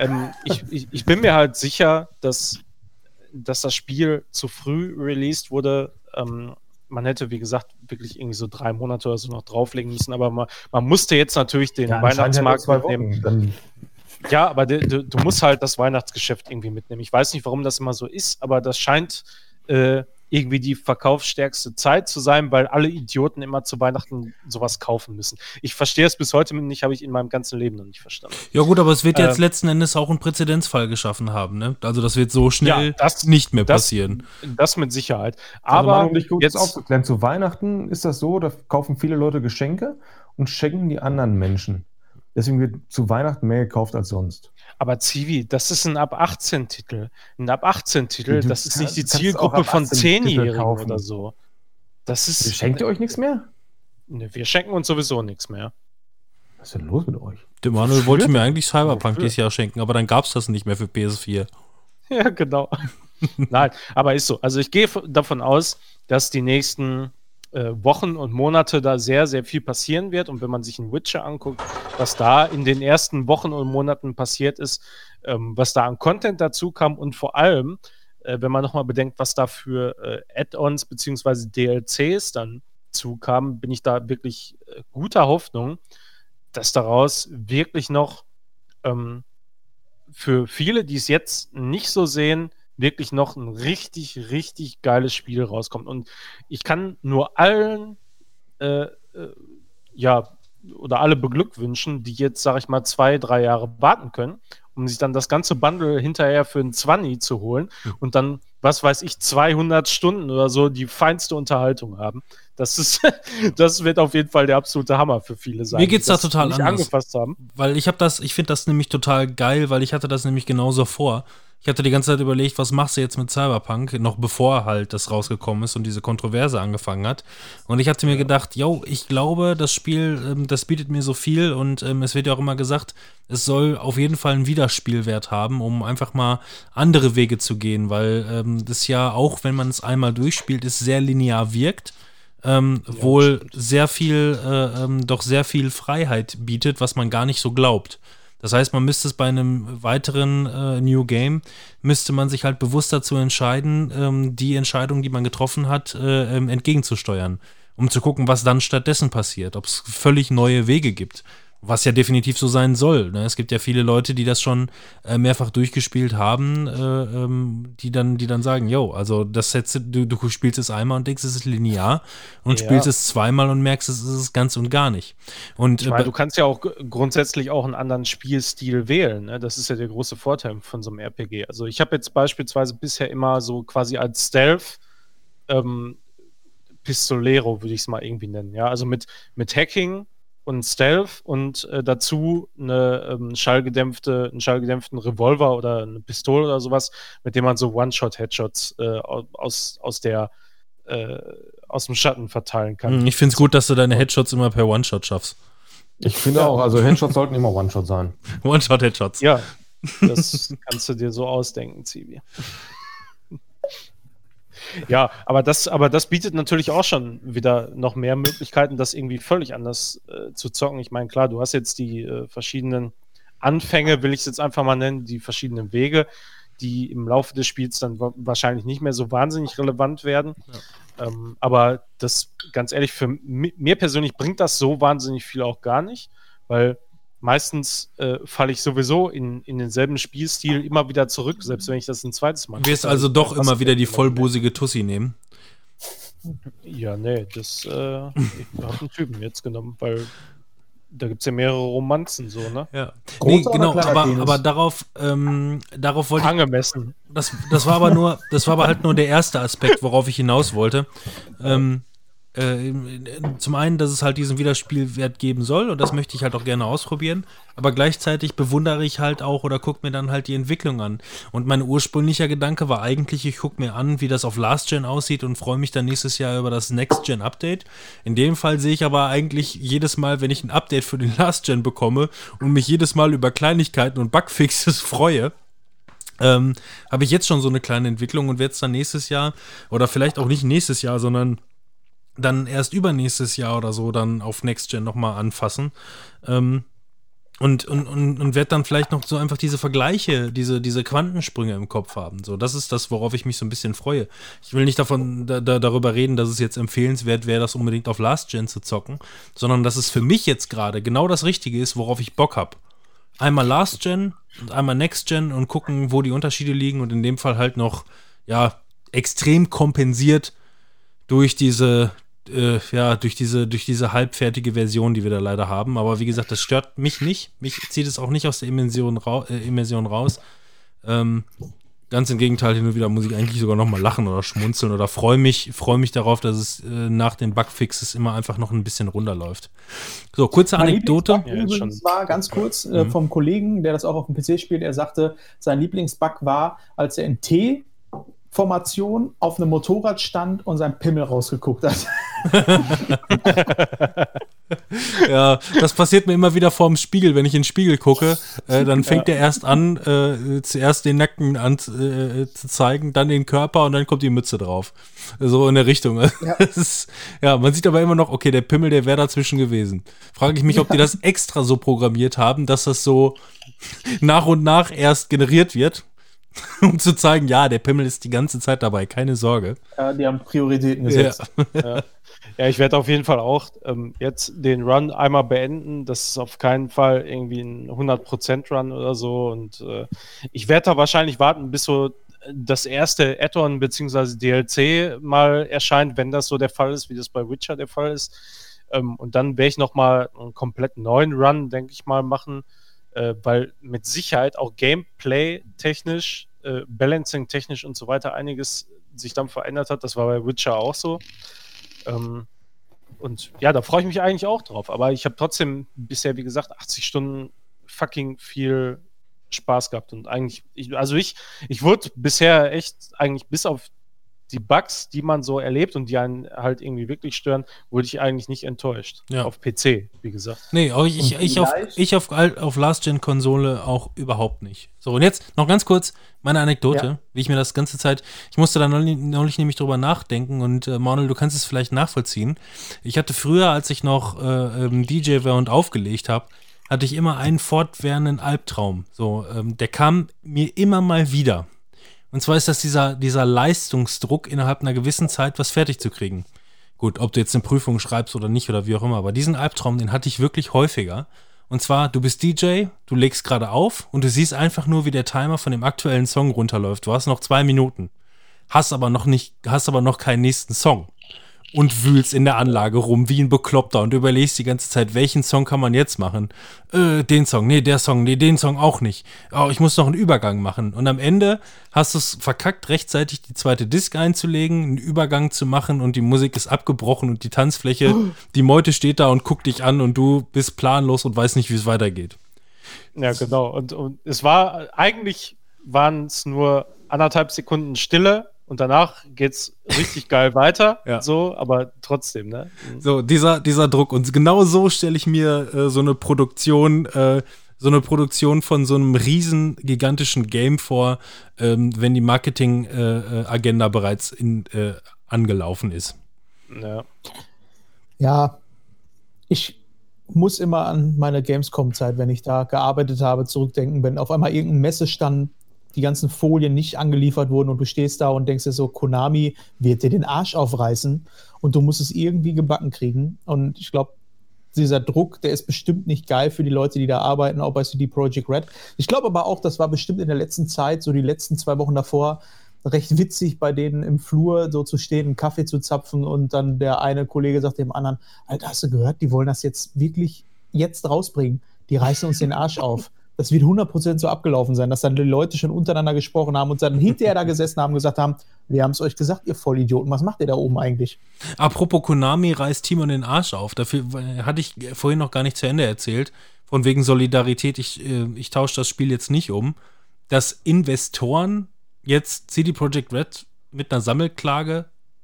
ich bin mir halt sicher, dass das Spiel zu früh released wurde. Man hätte, wie gesagt, wirklich irgendwie so 3 Monate oder so noch drauflegen müssen, aber man musste jetzt natürlich den Weihnachtsmarkt mitnehmen. Ja, aber du musst halt das Weihnachtsgeschäft irgendwie mitnehmen. Ich weiß nicht, warum das immer so ist, aber das scheint irgendwie die verkaufsstärkste Zeit zu sein, weil alle Idioten immer zu Weihnachten sowas kaufen müssen. Ich verstehe es bis heute nicht, habe ich in meinem ganzen Leben noch nicht verstanden. Ja gut, aber es wird jetzt letzten Endes auch einen Präzedenzfall geschaffen haben, ne? Also das wird so schnell nicht mehr passieren. Das mit Sicherheit. Aber also um dich gut jetzt aufzuklären, zu Weihnachten ist das so, da kaufen viele Leute Geschenke und schenken die anderen Menschen. Deswegen wird zu Weihnachten mehr gekauft als sonst. Aber Zivi, das ist ein Ab-18-Titel. Ein Ab-18-Titel, das ist nicht die Zielgruppe von 10-Jährigen oder so. Schenkt ihr euch nichts mehr? Ne, wir schenken uns sowieso nichts mehr. Was ist denn los mit euch? Der Manuel wollte mir eigentlich Cyberpunk dieses Jahr schenken, aber dann gab es das nicht mehr für PS4. Ja, genau. Nein, aber ist so. Also ich gehe davon aus, dass die nächsten Wochen und Monate da sehr, sehr viel passieren wird. Und wenn man sich einen Witcher anguckt, was da in den ersten Wochen und Monaten passiert ist, was da an Content dazu kam und vor allem, wenn man nochmal bedenkt, was da für Add-ons bzw. DLCs dann zukamen, bin ich da wirklich guter Hoffnung, dass daraus wirklich noch für viele, die es jetzt nicht so sehen, wirklich noch ein richtig, richtig geiles Spiel rauskommt. Und ich kann nur allen oder alle beglückwünschen, die jetzt, sag ich mal, 2-3 Jahre warten können, um sich dann das ganze Bundle hinterher für einen 20 zu holen und dann, was weiß ich, 200 Stunden oder so die feinste Unterhaltung haben. Das wird auf jeden Fall der absolute Hammer für viele sein. Mir geht's da total anders. Angefasst haben. Weil ich finde das nämlich total geil, weil ich hatte das nämlich genauso vor. Ich hatte die ganze Zeit überlegt, was machst du jetzt mit Cyberpunk, noch bevor halt das rausgekommen ist und diese Kontroverse angefangen hat. Und ich hatte mir gedacht, ich glaube, das Spiel, das bietet mir so viel und es wird ja auch immer gesagt, es soll auf jeden Fall einen Wiederspielwert haben, um einfach mal andere Wege zu gehen, weil das ja auch, wenn man es einmal durchspielt, es sehr linear wirkt. Wohl sehr viel Freiheit bietet, was man gar nicht so glaubt. Das heißt, man müsste es bei einem weiteren New Game, müsste man sich halt bewusst dazu entscheiden, die Entscheidung, die man getroffen hat, entgegenzusteuern, um zu gucken, was dann stattdessen passiert, ob es völlig neue Wege gibt. Was ja definitiv so sein soll. Ne? Es gibt ja viele Leute, die das schon mehrfach durchgespielt haben, die dann sagen, yo, also das Set, du spielst es einmal und denkst, es ist linear und spielst es zweimal und merkst, es ist es ganz und gar nicht. Und ich meine, du kannst ja auch grundsätzlich auch einen anderen Spielstil wählen. Ne? Das ist ja der große Vorteil von so einem RPG. Also ich habe jetzt beispielsweise bisher immer so quasi als Stealth Pistolero, würde ich es mal irgendwie nennen. Ja? Also mit Hacking und Stealth und dazu einen schallgedämpften Revolver oder eine Pistole oder sowas, mit dem man so One-Shot-Headshots aus dem Schatten verteilen kann. Ich finde es gut, dass du deine Headshots immer per One-Shot schaffst. Ich finde auch, also Headshots sollten immer One-Shot sein. One-Shot-Headshots. Ja, das kannst du dir so ausdenken, Zivi. Ja, aber das bietet natürlich auch schon wieder noch mehr Möglichkeiten, das irgendwie völlig anders zu zocken. Ich meine, klar, du hast jetzt die verschiedenen Anfänge, will ich es jetzt einfach mal nennen, die verschiedenen Wege, die im Laufe des Spiels dann wahrscheinlich nicht mehr so wahnsinnig relevant werden. Ja. Aber das, ganz ehrlich, für mir persönlich bringt das so wahnsinnig viel auch gar nicht, weil meistens falle ich sowieso in denselben Spielstil immer wieder zurück, selbst wenn ich das ein zweites Mal mache. Du wirst also doch immer wieder die vollbusige Tussi nehmen? Ja, nee, ich habe einen Typen jetzt genommen, weil da gibt es ja mehrere Romanzen, so, ne? Ja. Nee, genau, aber darauf wollte ich... Angemessen. Das war aber halt nur der erste Aspekt, worauf ich hinaus wollte. Zum einen, dass es halt diesen Wiederspielwert geben soll und das möchte ich halt auch gerne ausprobieren, aber gleichzeitig bewundere ich halt auch oder gucke mir dann halt die Entwicklung an. Und mein ursprünglicher Gedanke war eigentlich, ich gucke mir an, wie das auf Last Gen aussieht und freue mich dann nächstes Jahr über das Next Gen Update. In dem Fall sehe ich aber eigentlich jedes Mal, wenn ich ein Update für den Last Gen bekomme und mich jedes Mal über Kleinigkeiten und Bugfixes freue, habe ich jetzt schon so eine kleine Entwicklung und werde es dann nächstes Jahr oder vielleicht auch nicht nächstes Jahr, sondern dann erst übernächstes Jahr oder so dann auf Next Gen nochmal anfassen und werde dann vielleicht noch so einfach diese Vergleiche, diese Quantensprünge im Kopf haben. So, das ist das, worauf ich mich so ein bisschen freue. Ich will nicht darüber reden, dass es jetzt empfehlenswert wäre, das unbedingt auf Last Gen zu zocken, sondern dass es für mich jetzt gerade genau das Richtige ist, worauf ich Bock habe. Einmal Last Gen und einmal Next Gen und gucken, wo die Unterschiede liegen und in dem Fall halt noch, ja, extrem kompensiert durch diese halbfertige Version, die wir da leider haben. Aber wie gesagt, das stört mich nicht. Mich zieht es auch nicht aus der Immersion raus. Ganz im Gegenteil, hin und wieder muss ich eigentlich sogar nochmal lachen oder schmunzeln oder freue mich darauf, dass es nach den Bugfixes immer einfach noch ein bisschen runterläuft. So, kurze Anekdote. Übrigens war ganz kurz vom Kollegen, der das auch auf dem PC spielt, er sagte, sein Lieblingsbug war, als er in T-Formation auf einem Motorrad stand und sein Pimmel rausgeguckt hat. Ja, das passiert mir immer wieder vorm Spiegel. Wenn ich in den Spiegel gucke, dann fängt er erst an, zuerst den Nacken an zu zeigen, dann den Körper und dann kommt die Mütze drauf. So in der Richtung. Ja. Man sieht aber immer noch, okay, der Pimmel, der wäre dazwischen gewesen. Frage ich mich, ob die das extra so programmiert haben, dass das so nach und nach erst generiert wird, um zu zeigen, ja, der Pimmel ist die ganze Zeit dabei, keine Sorge. Ja, die haben Prioritäten gesetzt. Ja. Ja, ich werde auf jeden Fall auch jetzt den Run einmal beenden. Das ist auf keinen Fall irgendwie ein 100% Run oder so. Und ich werde da wahrscheinlich warten, bis so das erste Add-on bzw. DLC mal erscheint, wenn das so der Fall ist, wie das bei Witcher der Fall ist. Und dann werde ich nochmal einen komplett neuen Run, denke ich mal, machen, weil mit Sicherheit auch Gameplay-technisch, Balancing-technisch und so weiter einiges sich dann verändert hat. Das war bei Witcher auch so. Und ja, da freue ich mich eigentlich auch drauf. Aber ich habe trotzdem bisher, wie gesagt, 80 Stunden fucking viel Spaß gehabt. Und eigentlich, ich wurde bisher echt eigentlich bis auf die Bugs, die man so erlebt und die einen halt irgendwie wirklich stören, wurde ich eigentlich nicht enttäuscht. Ja. Auf PC, wie gesagt. Nee, ich auf Last-Gen-Konsole auch überhaupt nicht. So, und jetzt noch ganz kurz meine Anekdote, wie ich mir das ganze Zeit, ich musste da neulich nämlich drüber nachdenken und Manuel, du kannst es vielleicht nachvollziehen. Ich hatte früher, als ich noch DJ war und aufgelegt habe, hatte ich immer einen fortwährenden Albtraum. So, der kam mir immer mal wieder. Und zwar ist das dieser Leistungsdruck, innerhalb einer gewissen Zeit was fertig zu kriegen. Gut, ob du jetzt eine Prüfung schreibst oder nicht oder wie auch immer, aber diesen Albtraum, den hatte ich wirklich häufiger. Und zwar, du bist DJ, du legst gerade auf und du siehst einfach nur, wie der Timer von dem aktuellen Song runterläuft. Du hast noch 2 Minuten, hast aber noch keinen nächsten Song und wühlst in der Anlage rum wie ein Bekloppter und überlegst die ganze Zeit, welchen Song kann man jetzt machen? Den Song, nee, der Song, nee, den Song auch nicht. Oh, ich muss noch einen Übergang machen. Und am Ende hast du es verkackt, rechtzeitig die zweite Disc einzulegen, einen Übergang zu machen und die Musik ist abgebrochen und die Tanzfläche, die Meute steht da und guckt dich an und du bist planlos und weißt nicht, wie es weitergeht. Ja, genau. Und es waren es nur 1,5 Sekunden Stille. Und danach geht's richtig geil weiter, Ja. so, aber trotzdem, ne? So, dieser Druck. Und genau so stelle ich mir so eine Produktion von so einem riesen, gigantischen Game vor, wenn die Marketing-Agenda bereits angelaufen ist. Ja. Ja, ich muss immer an meine Gamescom-Zeit, wenn ich da gearbeitet habe, zurückdenken, wenn auf einmal irgendein Messestand die ganzen Folien nicht angeliefert wurden und du stehst da und denkst dir so, Konami wird dir den Arsch aufreißen und du musst es irgendwie gebacken kriegen. Und ich glaube, dieser Druck, der ist bestimmt nicht geil für die Leute, die da arbeiten, auch bei CD Projekt Red. Ich glaube aber auch, das war bestimmt in der letzten Zeit, so die letzten 2 Wochen davor, recht witzig, bei denen im Flur so zu stehen, einen Kaffee zu zapfen und dann der eine Kollege sagt dem anderen, Alter, hast du gehört, die wollen das jetzt wirklich jetzt rausbringen. Die reißen uns den Arsch auf. Das wird 100% so abgelaufen sein, dass dann die Leute schon untereinander gesprochen haben und dann hinterher da gesessen haben und gesagt haben, wir haben es euch gesagt, ihr Vollidioten, was macht ihr da oben eigentlich? Apropos Konami reißt Timon den Arsch auf. Dafür hatte ich vorhin noch gar nicht zu Ende erzählt. Von wegen Solidarität, ich tausche das Spiel jetzt nicht um. Dass Investoren jetzt CD Projekt Red mit einer Sammelklage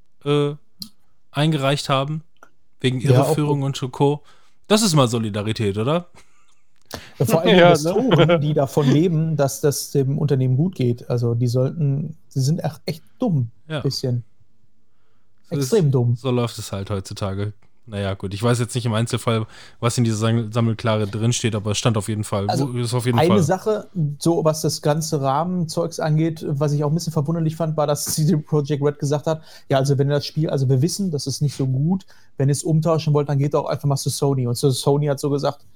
eingereicht haben, wegen Irreführung und Co. Das ist mal Solidarität, oder? Ja, vor allem Investoren, die davon leben, dass das dem Unternehmen gut geht. Also die sind echt dumm. Ein bisschen. Extrem dumm. So läuft es halt heutzutage. Naja, gut. Ich weiß jetzt nicht im Einzelfall, was in dieser Sammelklage drinsteht, aber es stand auf jeden Fall. Also ist auf jeden eine Fall. Sache, so was das ganze Rahmenzeugs angeht, was ich auch ein bisschen verwunderlich fand, war, dass CD Projekt Red gesagt hat, ja, also wenn ihr das Spiel, also wir wissen, das ist nicht so gut, wenn ihr es umtauschen wollt, dann geht doch einfach mal zu Sony. Und so Sony hat so gesagt,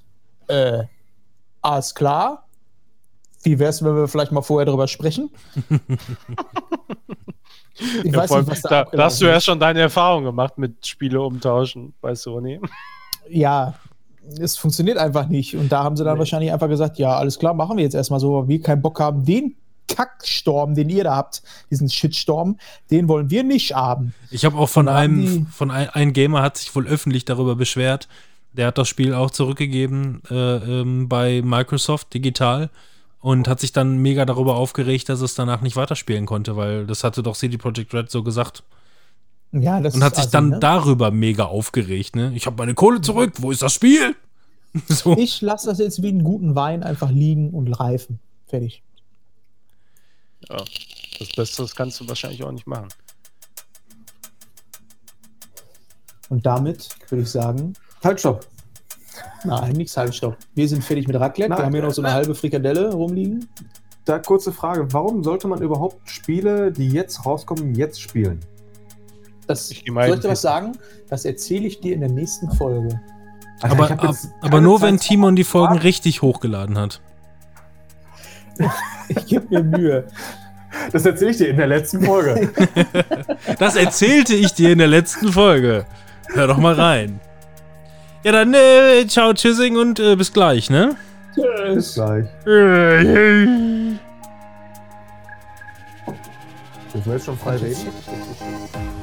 alles klar. Wie wär's, wenn wir vielleicht mal vorher darüber sprechen? Ich weiß nicht, was da hast du ja schon deine Erfahrung gemacht mit Spiele umtauschen bei Sony. Ja, es funktioniert einfach nicht. Und da haben sie dann wahrscheinlich einfach gesagt, ja, alles klar, machen wir jetzt erstmal so, weil wir keinen Bock haben, den Kackstorm, den ihr da habt, diesen Shitstorm, den wollen wir nicht haben. Ich habe auch ein Gamer hat sich wohl öffentlich darüber beschwert. Der hat das Spiel auch zurückgegeben bei Microsoft digital und hat sich dann mega darüber aufgeregt, dass es danach nicht weiterspielen konnte, weil das hatte doch CD Projekt Red so gesagt. Ja, das und hat sich dann darüber mega aufgeregt. Ne? Ich habe meine Kohle zurück, wo ist das Spiel? So. Ich lasse das jetzt wie einen guten Wein einfach liegen und reifen. Fertig. Ja, das Beste, das kannst du wahrscheinlich auch nicht machen. Und damit würde ich sagen, Halt, stopp. nein, nichts halt, stopp. Wir sind fertig mit Raclette. Wir haben hier noch so eine halbe Frikadelle rumliegen. Da kurze Frage, warum sollte man überhaupt Spiele, die jetzt rauskommen, jetzt spielen? Soll ich dir was sagen? Das erzähle ich dir in der nächsten Folge. Alter, aber nur, wenn Timon die Folgen richtig hochgeladen hat. Ich gebe mir Mühe. Das erzähle ich dir in der letzten Folge. Das erzählte ich dir in der letzten Folge. Hör doch mal rein. Ja, dann ciao, tschüssing und bis gleich, ne? Bis gleich. Dürfen wir jetzt schon frei reden?